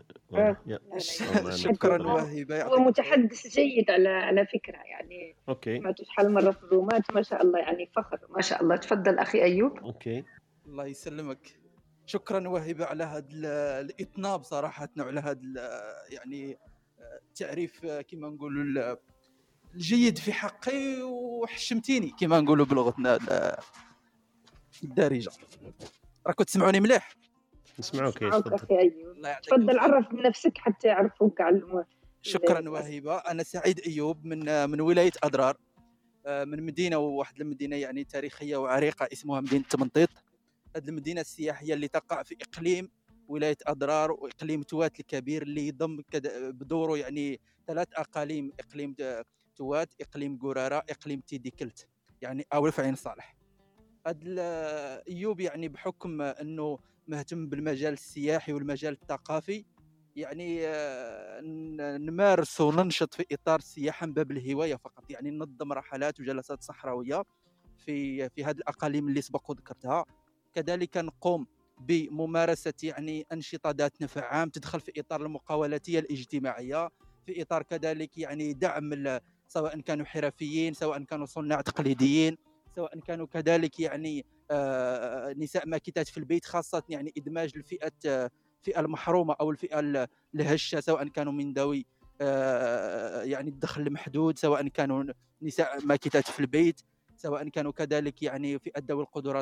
شكرا وهبه، هو متحدث جيد على فكره يعني. اوكي سمعته شحال مره في الرومات ما شاء الله، يعني فخر ما شاء الله. تفضل اخي ايوب. اوكي الله يسلمك. شكرا وهبه على هذا الاطناب صراحه، وعلى هذا يعني التعريف كما نقولوا الجيد في حقي، وحشمتيني كما نقولوا بلغتنا الدارجه. راكم تسمعوني مليح؟ نسمعوك اخي ايوب. تفضل عرف بنفسك حتى يعرفوك كاع. شكرا وهبه. انا سعيد ايوب من ولايه اضرار، من مدينه، واحد المدينه يعني تاريخيه وعريقه اسمها مدينه تمنطيط. هذه المدينه السياحيه اللي تقع في اقليم ولايه اضرار واقليم توات الكبير، اللي يضم بدوره يعني 3 اقاليم: اقليم توات، اقليم قراره، اقليم تيدي كلت يعني اول في عين صالح. هذا ايوب يعني بحكم انه مهتم بالمجال السياحي والمجال الثقافي، يعني نمارس وننشط في اطار السياحه من باب الهوايه فقط، يعني ننظم رحلات وجلسات صحراويه في هذه الاقاليم اللي سبق وذكرتها. كذلك نقوم بممارسه يعني انشطه ذات نفع عام تدخل في اطار المقاولاتيه الاجتماعيه، في اطار كذلك يعني دعم سواء كانوا حرفيين، سواء كانوا صناع تقليديين، سواء كانوا كذلك يعني نساء ماكيتات في البيت، خاصه يعني ادماج الفئه المحرومه او الفئه الهشه، سواء كانوا من ذوي يعني الدخل المحدود، سواء كانوا نساء ماكيتات في البيت، سواء كانوا كذلك يعني فئه ذوي القدرات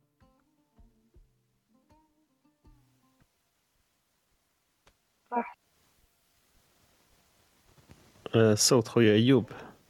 الصوت خويا ايوب.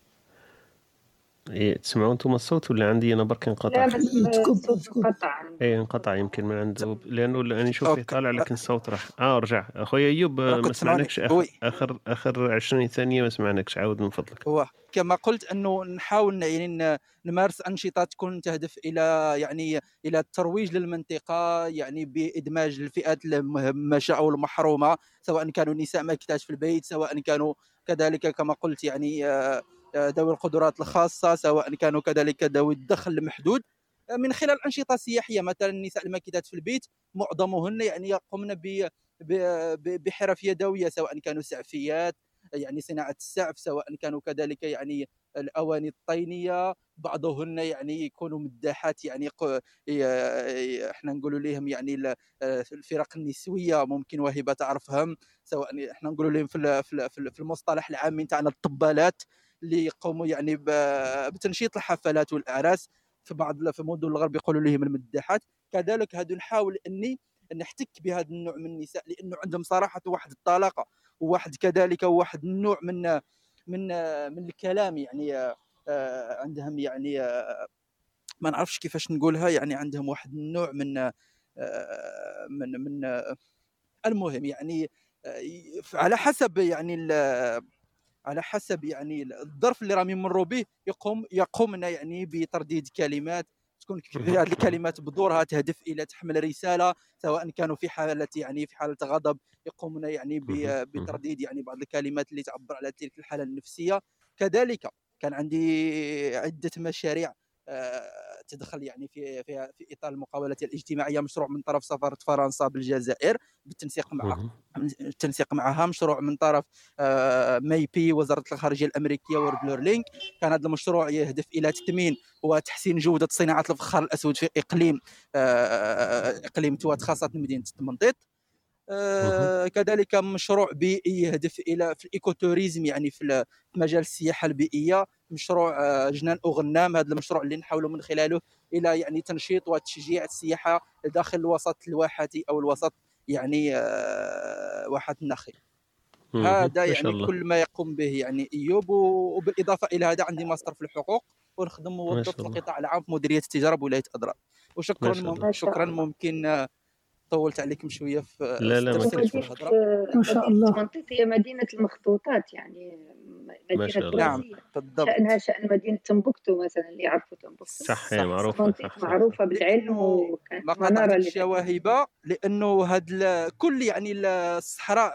تسمعوا انتم الصوت ولا عندي انا برك انقطع؟ لا بس الصوت انقطع. انقطع يمكن من عنده، لانه انا نشوف فيه طالع لكن الصوت راح. رجع اخويا ايوب. ما سمعناكش اخر 20 ثانيه، ما سمعناكش، عاود من فضلك. هو كما قلت انه نحاول يعني نمارس انشطه تكون تهدف الى الترويج للمنطقه، يعني بادماج الفئات المهمشه او المحرومه، سواء كانوا نساء ماكيتات في البيت، سواء كانوا كذلك كما قلت يعني ذوي القدرات الخاصه، سواء كانوا كذلك ذوي الدخل المحدود، من خلال انشطه سياحيه. مثلا النساء الماكيتات في البيت معظمهن يعني يقومن بحرف يدويه، سواء كانوا سعفيات يعني صناعه السعف، سواء كانوا كذلك يعني الاواني الطينيه، بعضهن يعني يكونوا مداحات، يعني احنا نقولوا لهم يعني الفرق النسويه، ممكن وهبه تعرفهم، سواء احنا نقولوا لهم في المصطلح العام تاعنا الطبالات، اللي يقوموا يعني بتنشيط الحفلات والاعراس. في مدن الغرب يقولوا لهم المداحات. كذلك هذو نحاول اني نحتك بهذا النوع من النساء، لانه عندهم صراحه واحد الطلاقه، وواحد كذلك واحد النوع من الكلام، يعني عندهم يعني ما نعرفش كيفاش نقولها، يعني عندهم واحد النوع من المهم يعني على حسب يعني الظرف اللي راهم يمروا به يقومنا يعني بترديد كلمات تكون هذه الكلمات بدورها تهدف الى تحمل رساله، سواء كانوا في حاله غضب يقومون يعني بترديد يعني بعض الكلمات اللي تعبر على تلك الحاله النفسيه. كذلك كان عندي عده مشاريع تدخل يعني في اطار المقاولات الاجتماعيه، مشروع من طرف سفاره فرنسا بالجزائر بالتنسيق معها، مشروع من طرف مايبي وزاره الخارجيه الامريكيه ووربلورلينك. كان هذا المشروع يهدف الى تثمين وتحسين جوده صناعه الفخار الاسود في اقليم توات، خاصه مدينه تمنطيط. كذلك مشروع بيئي يهدف الى في الايكوتوريزم، يعني في مجال السياحه البيئيه، مشروع جنان أغنام. هذا المشروع اللي نحاولوا من خلاله الى يعني تنشيط وتشجيع السياحه داخل الوسط الواحاتي او الوسط يعني واحات النخيل. هذا يعني كل ما يقوم به يعني ايوب. وبالاضافه الى هذا عندي ماستر في الحقوق، ونخدم موظف في القطاع العام في مديريه التجاره بولايه اضرار. وشكرا ممكن طولت عليكم شويه في التفسير في الهضره. ما شاء الله. منطقه هي مدينه المخطوطات، يعني مدينه نعم بالضبط، شأنها شأن مدينه تمبكتو مثلا، اللي يعرفوا تمبكتو صح معروفه، معروفه بالعلم وكانت مناره للشواهبه، لانه هذا كل يعني الصحراء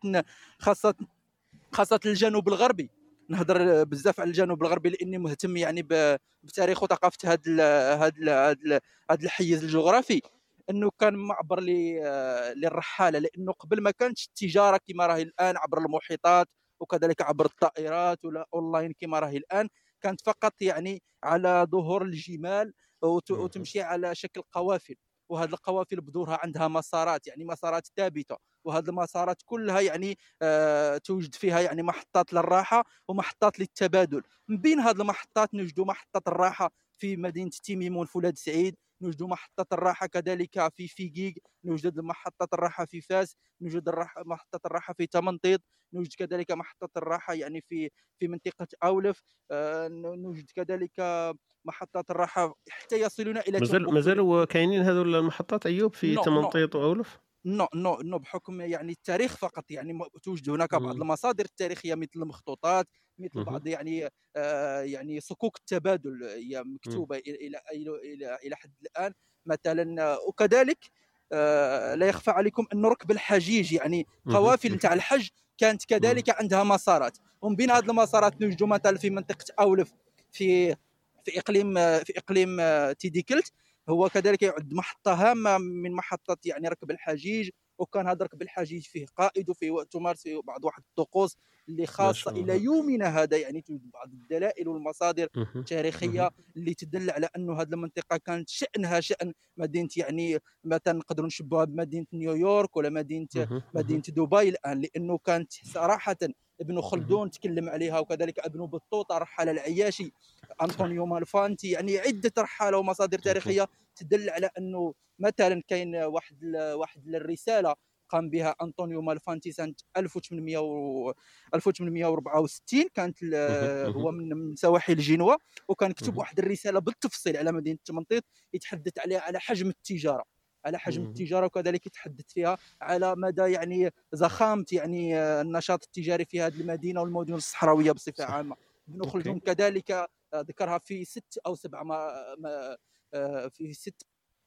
خاصه الجنوب الغربي. نهضر بزاف على الجنوب الغربي لاني مهتم يعني بتاريخ وثقافه هذا الحيز الجغرافي. انه كان معبر للرحاله، لانه قبل ما كانتش التجاره كما راهي الان عبر المحيطات وكذلك عبر الطائرات ولا اونلاين كما راهي الان، كانت فقط يعني على ظهور الجمال وتمشي على شكل قوافل، وهذه القوافل بدورها عندها مسارات، يعني مسارات ثابته، وهذه المسارات كلها يعني توجد فيها يعني محطات للراحه ومحطات للتبادل. من بين هذه المحطات نجدوا محطه الراحه في مدينه تيميمون فولاد سعيد، نوجد محطة الراحة كذلك في فيقيق، نوجد محطة الراحة في فاس، نوجد محطة الراحة في تمنطيط، نوجد كذلك محطة الراحة يعني في منطقة أولف، نوجد كذلك محطات الراحة حتى يصلون إلى مازالوا كاينين هذو المحطات أيوب في تمنطيط وأولف؟ نو بحكم يعني التاريخ فقط، يعني توجد هناك بعض المصادر التاريخية مثل المخطوطات، مثل بعض يعني يعني صكوك التبادل هي مكتوبة إلى حد الآن مثلا. وكذلك لا يخفى عليكم أن ركب الحجيج يعني قوافل نتاع الحج كانت كذلك عندها مسارات، ومن بين هذه المسارات نوجد مثلا في منطقة أولف في إقليم تيديكلت، هو كذلك يعد محطة هامة من محطات يعني ركب الحجيج، وكان هذا ركب الحجيج فيه قائد وفيه تمارس فيه بعض واحد الطقوس اللي خاصة إلى يومنا هذا، يعني توجد بعض الدلائل والمصادر التاريخية اللي تدل على أنه هذه المنطقة كانت شأنها شأن مدينة، يعني مثلا نقدروا نشبهها بمدينة نيويورك ولا مدينة دبي الآن، لأنه كانت صراحة ابن خلدون تكلم عليها، وكذلك ابن بطوطة، رحالة العياشي، أنطونيو مالفانتي، يعني عدة رحالة ومصادر تاريخية تدل على أنه مثلا كاين واحد الرسالة قام بها أنطونيو مالفانتي سنة 1864، كانت هو من سواحل جنوة، وكان كتب واحد الرسالة بالتفصيل على مدينة تمنطيط يتحدث عليها على حجم التجارة، وكذلك يتحدث فيها على مدى يعني زخامة يعني النشاط التجاري في هذه المدينة والمدن الصحراوية بصفة عامة. ابن خلدون كذلك ذكرها في 6 أو 7 في 6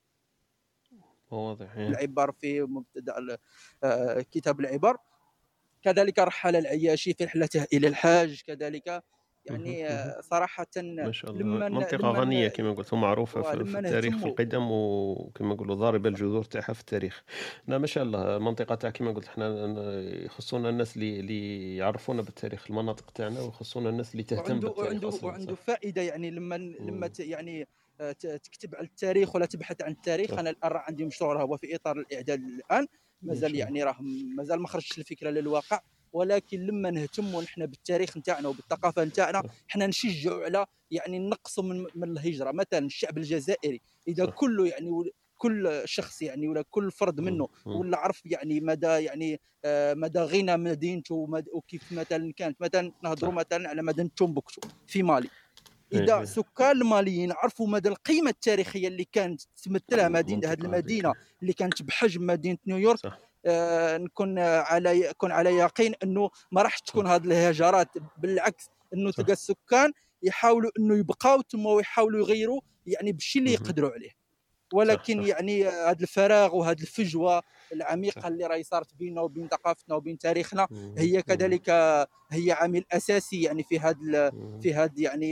واضح العبر في مبتدأ كتاب العبر. كذلك رحل العياشي في رحلته إلى الحاج كذلك، يعني صراحة ما شاء الله منطقة غنية كما قلت ومعروفة في التاريخ في القدم، وكما نقولوا ضاربة الجذور تاعها في التاريخ. لا ما شاء الله المنطقة تاع كما قلت احنا يخصونا الناس اللي يعرفونا بالتاريخ المناطق تاعنا، ويخصونا الناس اللي تهتم بالتاريخ. وعنده فائدة يعني لما يعني تكتب عن التاريخ ولا تبحث عن التاريخ. انا الان عندي مشروع هو في اطار الاعداد الان، مازال يعني راه مازال ما خرجتش الفكره للواقع، ولكن لما نهتموا نحن بالتاريخ نتاعنا وبالثقافه نتاعنا احنا نشجعوا على يعني نقصوا من الهجره. مثلا الشعب الجزائري اذا كله يعني كل شخص يعني ولا كل فرد منه ولا عرف يعني مدى غنى مدينته وكيف مثلا كانت، مثلا نهضروا مثلا على مدينه تومبوكتو في مالي، إذا سكان الماليين عرفوا مدى القيمة التاريخية اللي كانت تمثلها مدينة هذه المدينة اللي كانت بحجم مدينة نيويورك، نكون على يقين أنه ما راح تكون هذه الهجرات، بالعكس أنه تلقى السكان يحاولوا أنه يبقاو ثم ويحاولوا يغيروا يعني بالشيء اللي يقدروا عليه. ولكن يعني هذا الفراغ وهذه الفجوة العميقة اللي راهي صارت بيننا وبين ثقافتنا وبين تاريخنا هي كذلك هي عامل أساسي يعني في هذا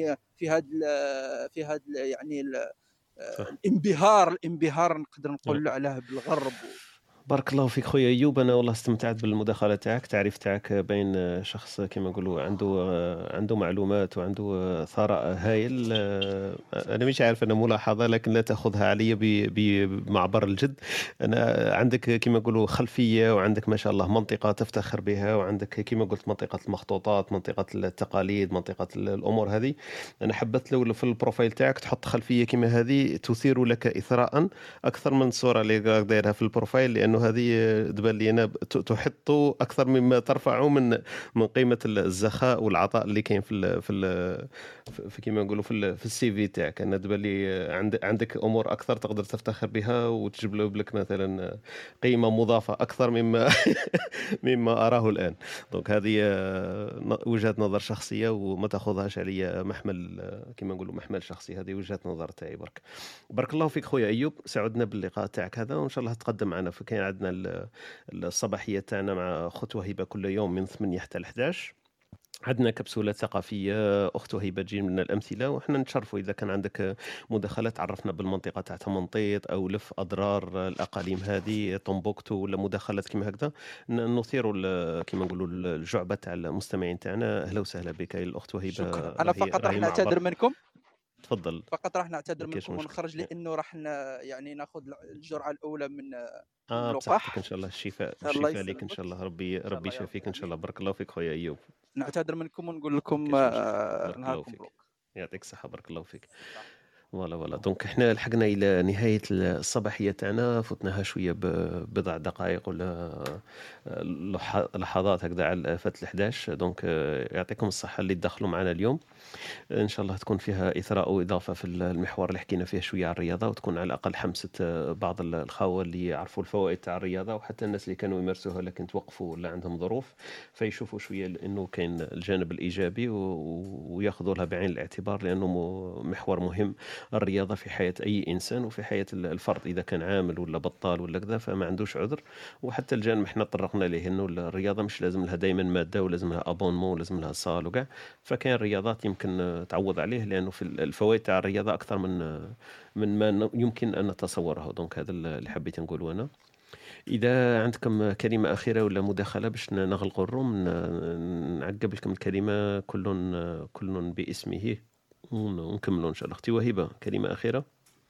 يعني الانبهار نقدر نقول عليه بالغرب. بارك الله فيك خويا ايوب، انا والله استمتعت بالمداخله تاعك، التعريف تاعك بين شخص كما نقولوا عنده معلومات وعنده ثراء هائل. انا مش عارف انا ملاحظه لكن لا تاخذها علي بمعبر الجد. انا عندك كما نقولوا خلفيه، وعندك ما شاء الله منطقه تفتخر بها، وعندك كما قلت منطقه المخطوطات، منطقه التقاليد، منطقه الامور هذه. انا حبت لو في البروفايل تاعك تحط خلفيه كما هذه تثير لك اثراء اكثر من الصوره اللي دايرها في البروفايل، لانه هذه تبان لي انا تحط اكثر مما ترفع من قيمه الزخاء والعطاء اللي كاين في كما نقولوا في السي في تاعك. انا تبان لي عندك امور اكثر تقدر تفتخر بها وتجيب لك مثلا قيمه مضافه اكثر مما اراه الان. دونك هذه وجهه نظر شخصيه وما تاخذهاش عليا محمل كما نقولوا محمل شخصي، هذه وجهه نظر تاعي. بارك الله فيك خويا ايوب، سعدنا باللقاء تاعك هذا، وان شاء الله تقدم معنا. فكاين عندنا الصباحيه تاعنا مع خطوه هبه كل يوم من 8 حتى 11، عندنا كبسولات ثقافية أخت وهبة تجي من الأمثلة، وإحنا نتشرفوا إذا كان عندك مداخلات عرفنا بالمنطقة تاع تمنطيط أو لف أضرار الأقاليم هذه طنبوكتو ولا مداخلات كيما هكذا نثيروا كيما نقولوا الجعبة تاع المستمعين تاعنا. أهلا وسهلا بك يا الأخت وهبة. شكرا. انا فقط راح نعتذر منكم، تفضل. فقط راح نعتذر منكم ونخرج لانه راح يعني ناخذ الجرعه الاولى من بصحتك ان شاء الله. الشفاء لك ان شاء الله. ربي يشافيك ان شاء الله. بارك الله فيك خويا ايوب. نعتذر منكم ونقول لكم نهاركم مبروك. يعطيك الصحه. بارك الله فيك. فوالا دونك احنا لحقنا الى نهايه الصباحيه تاعنا، فتناها شويه ببضع دقائق ولا لحظات هكذا على فات 11. دونك يعطيكم الصحه اللي تدخلوا معنا اليوم، ان شاء الله تكون فيها اثراء واضافه في المحور اللي حكينا فيه شويه على الرياضه، وتكون على الاقل حمسه بعض الخوه اللي يعرفوا الفوائد تاع الرياضه، وحتى الناس اللي كانوا يمارسوها لكن توقفوا ولا عندهم ظروف فيشوفوا شويه انه كاين الجانب الايجابي وياخذوا لها بعين الاعتبار، لانه محور مهم الرياضه في حياه اي انسان وفي حياه الفرد، اذا كان عامل ولا بطال ولا كذا فما عندوش عذر. وحتى الجانب احنا طرقنا ليه انه الرياضه مش لازم لها دائما ماده ولازم لها ابونمون ولازم لها صال وكاع، فكان الرياضات يمكن تعوض عليه، لانه في الفوائد تاع الرياضه اكثر من ما يمكن ان نتصوره. دونك هذا اللي حبيت نقوله انا. اذا عندكم كلمه اخيره ولا مداخله باش نغلقوا الروم، نعقب لكم الكلمه كل باسمه ونكملوا ان شاء الله. اختي وهبه كلمه اخيره.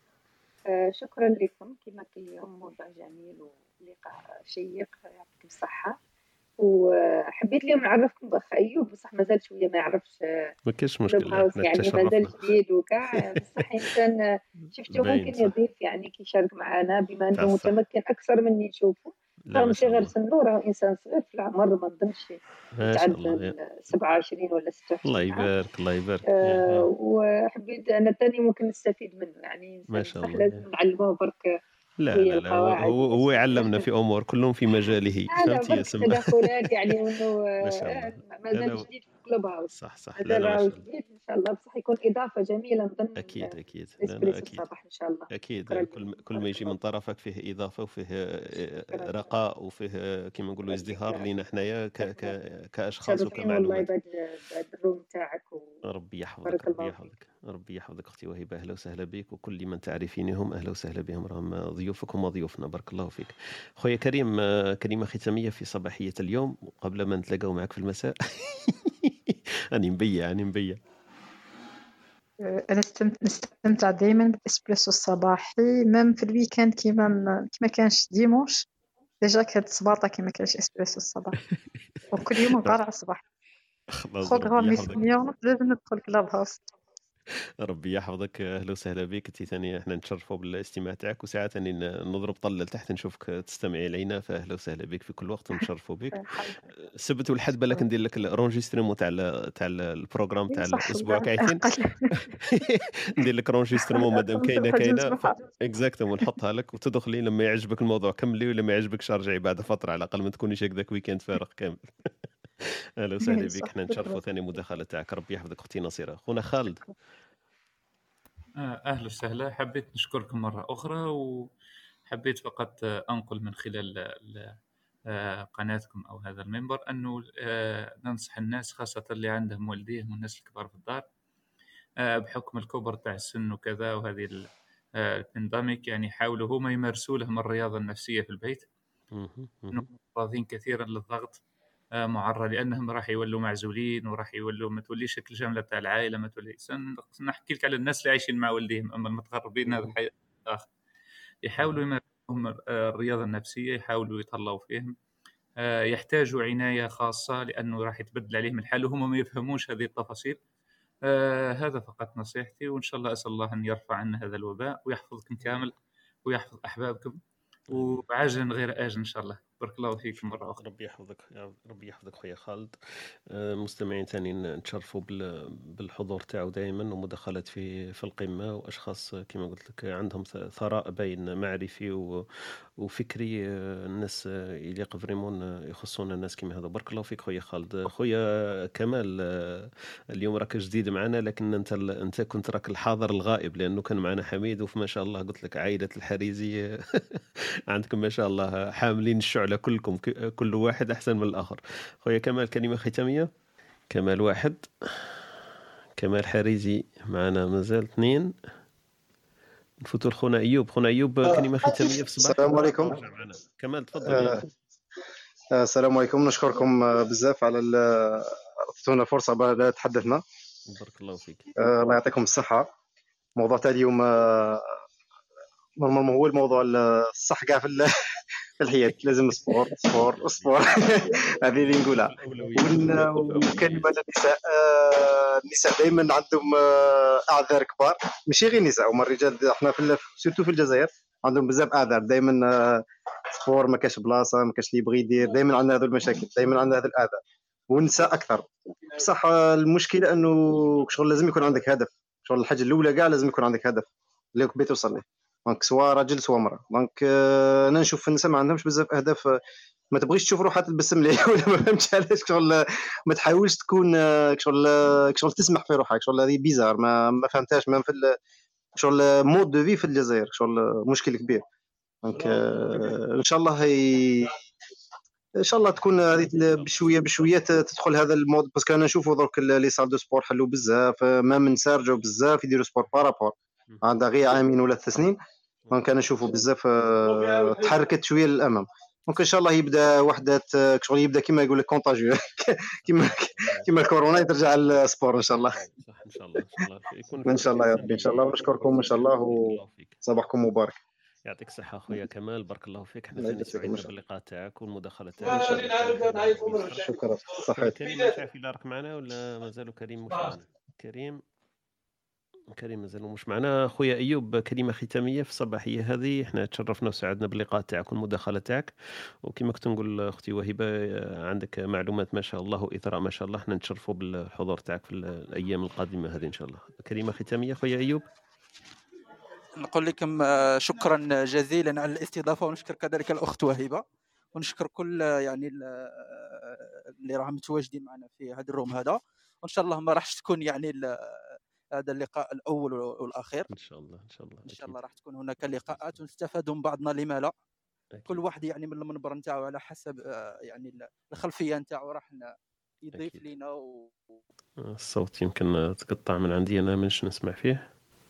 شكرا لكم كما كل يوم، موضوع جميل ولقاء شيق، يعطيكم الصحه. وحبيت اليوم نعرفكم باخ ايوب، بصح مازال شويه ما يعرفش. ما كاينش مشكله، يعني مازال جديد وكاع، بصح انسان شفتوا ممكن يضيف يعني كيشارك معنا بما انه متمكن اكثر مني نشوفه. ماشي غير سنو، راه انسان صغير في العمر، ما نظنش يتعدى 27 ولا 26. الله يبارك الله يبارك. وحبيت انا ثاني ممكن نستفيد منه، يعني ما شاء الله. لازم نعلموه برك. لا هو يعلمنا في امور كلهم في مجاله. فهمتي يا سما تدخلات يعني انه مازال جديد في كلوب هاوس. صح لا جديد ان شاء الله، بصح يكون اضافه جميله نظن. اكيد اكيد الصباح ان شاء الله. اكيد كل ما يجي من طرفك فيه اضافه وفيه رقاء وفيه كما نقولوا ازدهار لينا حنايا كاشخاص وكمعلومات. والله بعد الروم تاعك ربي يحفظك. ربي يحفظك اختي وهبه. اهلا وسهلا بك، وكل من تعرفينهم اهلا وسهلا بهم، راهم ضيوفكم وضيوفنا. بارك الله فيك. خويا كريم كلمه ختاميه في صباحيه اليوم قبل ما نتلاقاو معك في المساء. أنا مبيع. أنا نستمتع دائما بالإسبريسو الصباحي، مام في الويكاند كيما كانش ديمونش ديجا كانت سباطة كيما كانش إسبريسو الصباحي، وكل يوم نقرع الصباح. خذ غير ميسيون لازم ندخل كلاب هاوس. ربي يحفظك. اهلا وسهلا بك. انت ثاني احنا نتشرفوا بالاستماع تاعك، وساعات ثاني نضرب طل لتحت نشوفك تستمعي الينا، فاهلا وسهلا بك في كل وقت ونتشرفوا بك. السبت والحد بالك ندير لك الرونجستريمون تاع البروغرام تاع الاسبوع كايتين. ندير لك رونجستريمون مادام كاينه اكزاكتومون نحطها لك وتدخلي لما يعجبك الموضوع كملي، ولما يعجبكش رجعي بعد فتره، على الاقل ما تكونيش هكذاك ويكند فارغ كامل. اهلا وسهلا بك. احنا نتشرفوا ثاني مداخله تاعك. ربي يحفظك اختي نصيره. خونا خالد. اهلا وسهلا. حبيت نشكركم مره اخرى، وحبيت فقط انقل من خلال قناتكم او هذا المنبر انه ننصح الناس خاصه اللي عندهم والديهم والناس الكبار في الدار بحكم الكبر تاع السن وكذا وهذه البانديميك، يعني يحاولوا هما يمارسوا لهم الرياضه النفسيه في البيت. معرضين كثيرا للضغط معرض، لانهم راح يولوا معزولين وراح يولوا ما توليش شكل جمله تاع العائله، ما تولي. نحكي لك على الناس اللي عايشين مع والديهم، اما المتغربين هذا حي اخر. يحاولوا يمارسوا الرياضه النفسيه، يحاولوا يطلعوا فيهم، يحتاجوا عنايه خاصه لانه راح يتبدل عليهم الحال وهم ما يفهموش هذه التفاصيل. هذا فقط نصيحتي، وان شاء الله اسال الله ان يرفع عنا هذا الوباء ويحفظكم كامل ويحفظ احبابكم، وعاجلا غير آجل ان شاء الله. بارك الله فيكم مرة أخرى. ربي يحفظك. ربي يحفظك خويا خالد. مستمعين ثاني نتشرفوا بالحضور تاعو دائما ومداخلات في القمة، وأشخاص كما قلت لك عندهم ثراء بين معرفي وفكري. الناس يليق فريمون يخصون الناس كما هذا. بارك الله فيك خويا خالد. خويا كمال اليوم راك جديد معنا، لكن انت كنت راك الحاضر الغائب، لانه كان معنا حميد، وفي ما شاء الله قلت لك عائله الحريزي عندكم ما شاء الله حاملين الشعله كلكم، كل واحد احسن من الاخر. خويا كمال كلمه ختاميه. كمال 1. كمال حريزي معنا مازال 2. نفوتوا لخونا ايوب. خونا ايوب كلمه ختاميه في الصباح. السلام عليكم. كمال تفضل. السلام عليكم. نشكركم بزاف على عطيتونا فرصه باش تحدثنا. بارك الله فيك. الله يعطيكم الصحه. موضوع تاع اليوم نورمالمون هو الموضوع الصح كاع في الحياه. لازم سبور هذه اللي نقولها. والكلمه للنساء، النساء دائما عندهم اعذار كبار، ماشي غير النساء، هما الرجال. احنا سورتو في الجزائر عندهم بزاف اعذار. دائما سبور ما كاش بلاصه، ما كاش اللي يبغي يدير، دائما عندنا هذو المشاكل، دائما عندنا هذه الاعذار. والنساء اكثر. بصح المشكله انه شغل لازم يكون عندك هدف. شغل الحاجه الاولى كاع لازم يكون عندك هدف اللي كبيت توصل له، دونك سواء راجل سواء مرأة. دونك انا نشوف النساء ما عندهمش بزاف اهداف. ما تبغيش تشوف روحها تلبس مليح ولا ما فهمتش علاش. شغل ما تحاولش تكون شغل تسمح في روحك. شغل هذه بيزار، ما فهمتهاش. ما في شغل مود دو في في الجزائر شغل مشكل كبير. دونك ان شاء الله ان شاء الله تكون هذه بشويه تدخل هذا المود. باسكو انا نشوفوا درك لي سال دو سبور حلو بزاف، ما من سارجوا بزاف يديروا سبور بارابور عندها غير عامين ولا 3 سنين. دونك انا نشوفوا بزاف تحركت شويه للامام. دونك ان شاء الله يبدا وحدات شغل يبدا كيما يقول لك كونتاجيو كيما الكورونا ترجع للسبور ان شاء الله. ان شاء الله يكون ان شاء الله يا ربي. ان شاء الله ونشكركم ان شاء الله وصباحكم مبارك. يعطيك الصحة أخويا كمال، بارك الله فيك. احنا ثاني سعيدين باللقاء تاعك والمداخلة تاعك. شكرا. صحيح. كريم مش عارف إلا راك معنا ولا مازالوا كريم مش معنا؟ كريم مازالوا مش معنا. أخويا أيوب كلمة ختامية في الصباحية هذه. احنا تشرفنا وسعدنا باللقاء تاعك والمداخلة تاعك، وكما كنت نقول أختي وهبة عندك معلومات ما شاء الله وإثراء ما شاء الله. احنا نتشرفوا بالحضور تاعك في الأيام القادمة هذه إن شاء الله. كلمة ختامية أخويا أيوب. نقول لكم شكرا جزيلا على الاستضافه، ونشكر كذلك الاخت وهبه، ونشكر كل يعني اللي راهم متواجدين معنا في هذا الروم هذا. وان شاء الله ما راحش تكون يعني هذا اللقاء الاول والاخير. ان شاء الله راح تكون هناك لقاءات ونستفادوا من بعضنا. لما لا؟ كل واحد يعني من المنبر نتاعو على حسب يعني الخلفيه نتاعو راح يضيف لنا الصوت يمكن تقطع من عندي انا، منش نسمع فيه،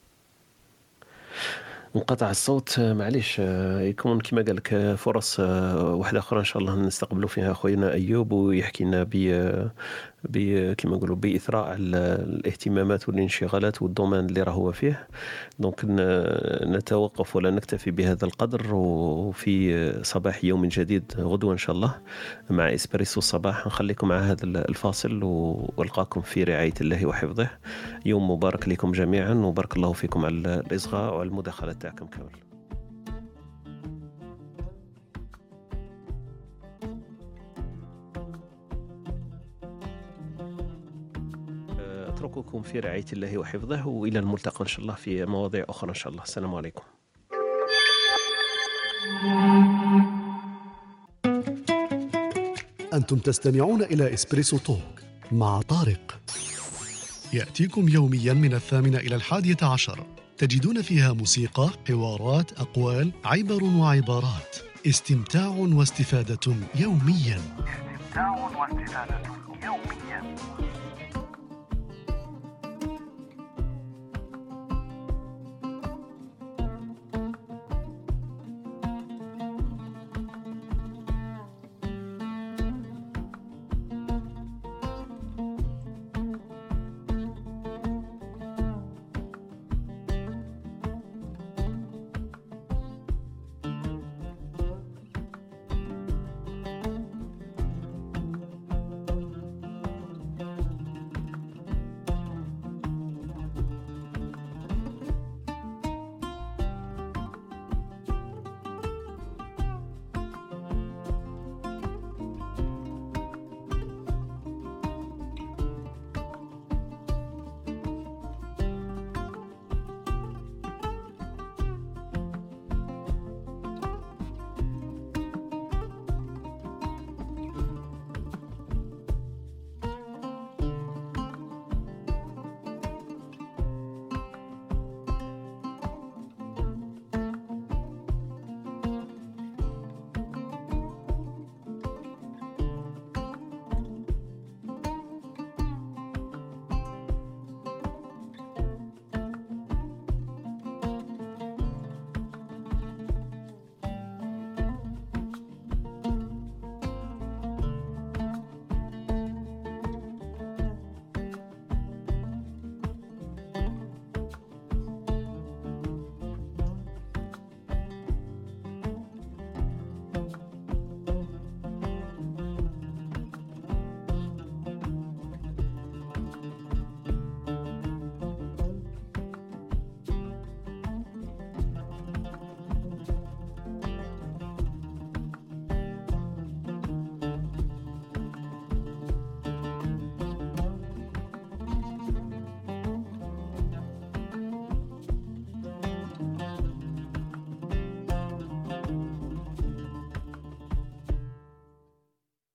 انقطع الصوت معليش. يكون كما قال لك فرص واحده اخرى ان شاء الله نستقبلوا فيها اخوينا ايوب ويحكي لنا كما نقولوا باثراء الاهتمامات والانشغالات والدومين اللي راهو فيه. دونك نتوقف ولا نكتفي بهذا القدر، وفي صباح يوم جديد غدوه ان شاء الله مع اسبريسو الصباح نخليكم مع هذا الفاصل، والقاكم في رعايه الله وحفظه. يوم مبارك لكم جميعا، وبارك الله فيكم على الاصغاء والمداخله تاعكم كامل. أترككم في رعاية الله وحفظه، وإلى الملتقى إن شاء الله في مواضيع أخرى إن شاء الله. السلام عليكم. أنتم تستمعون إلى إسبريسو توك مع طارق، يأتيكم يوميا من 8 إلى 11. تجدون فيها موسيقى، حوارات، أقوال، عبر وعبارات، استمتاع واستفادة يوميا.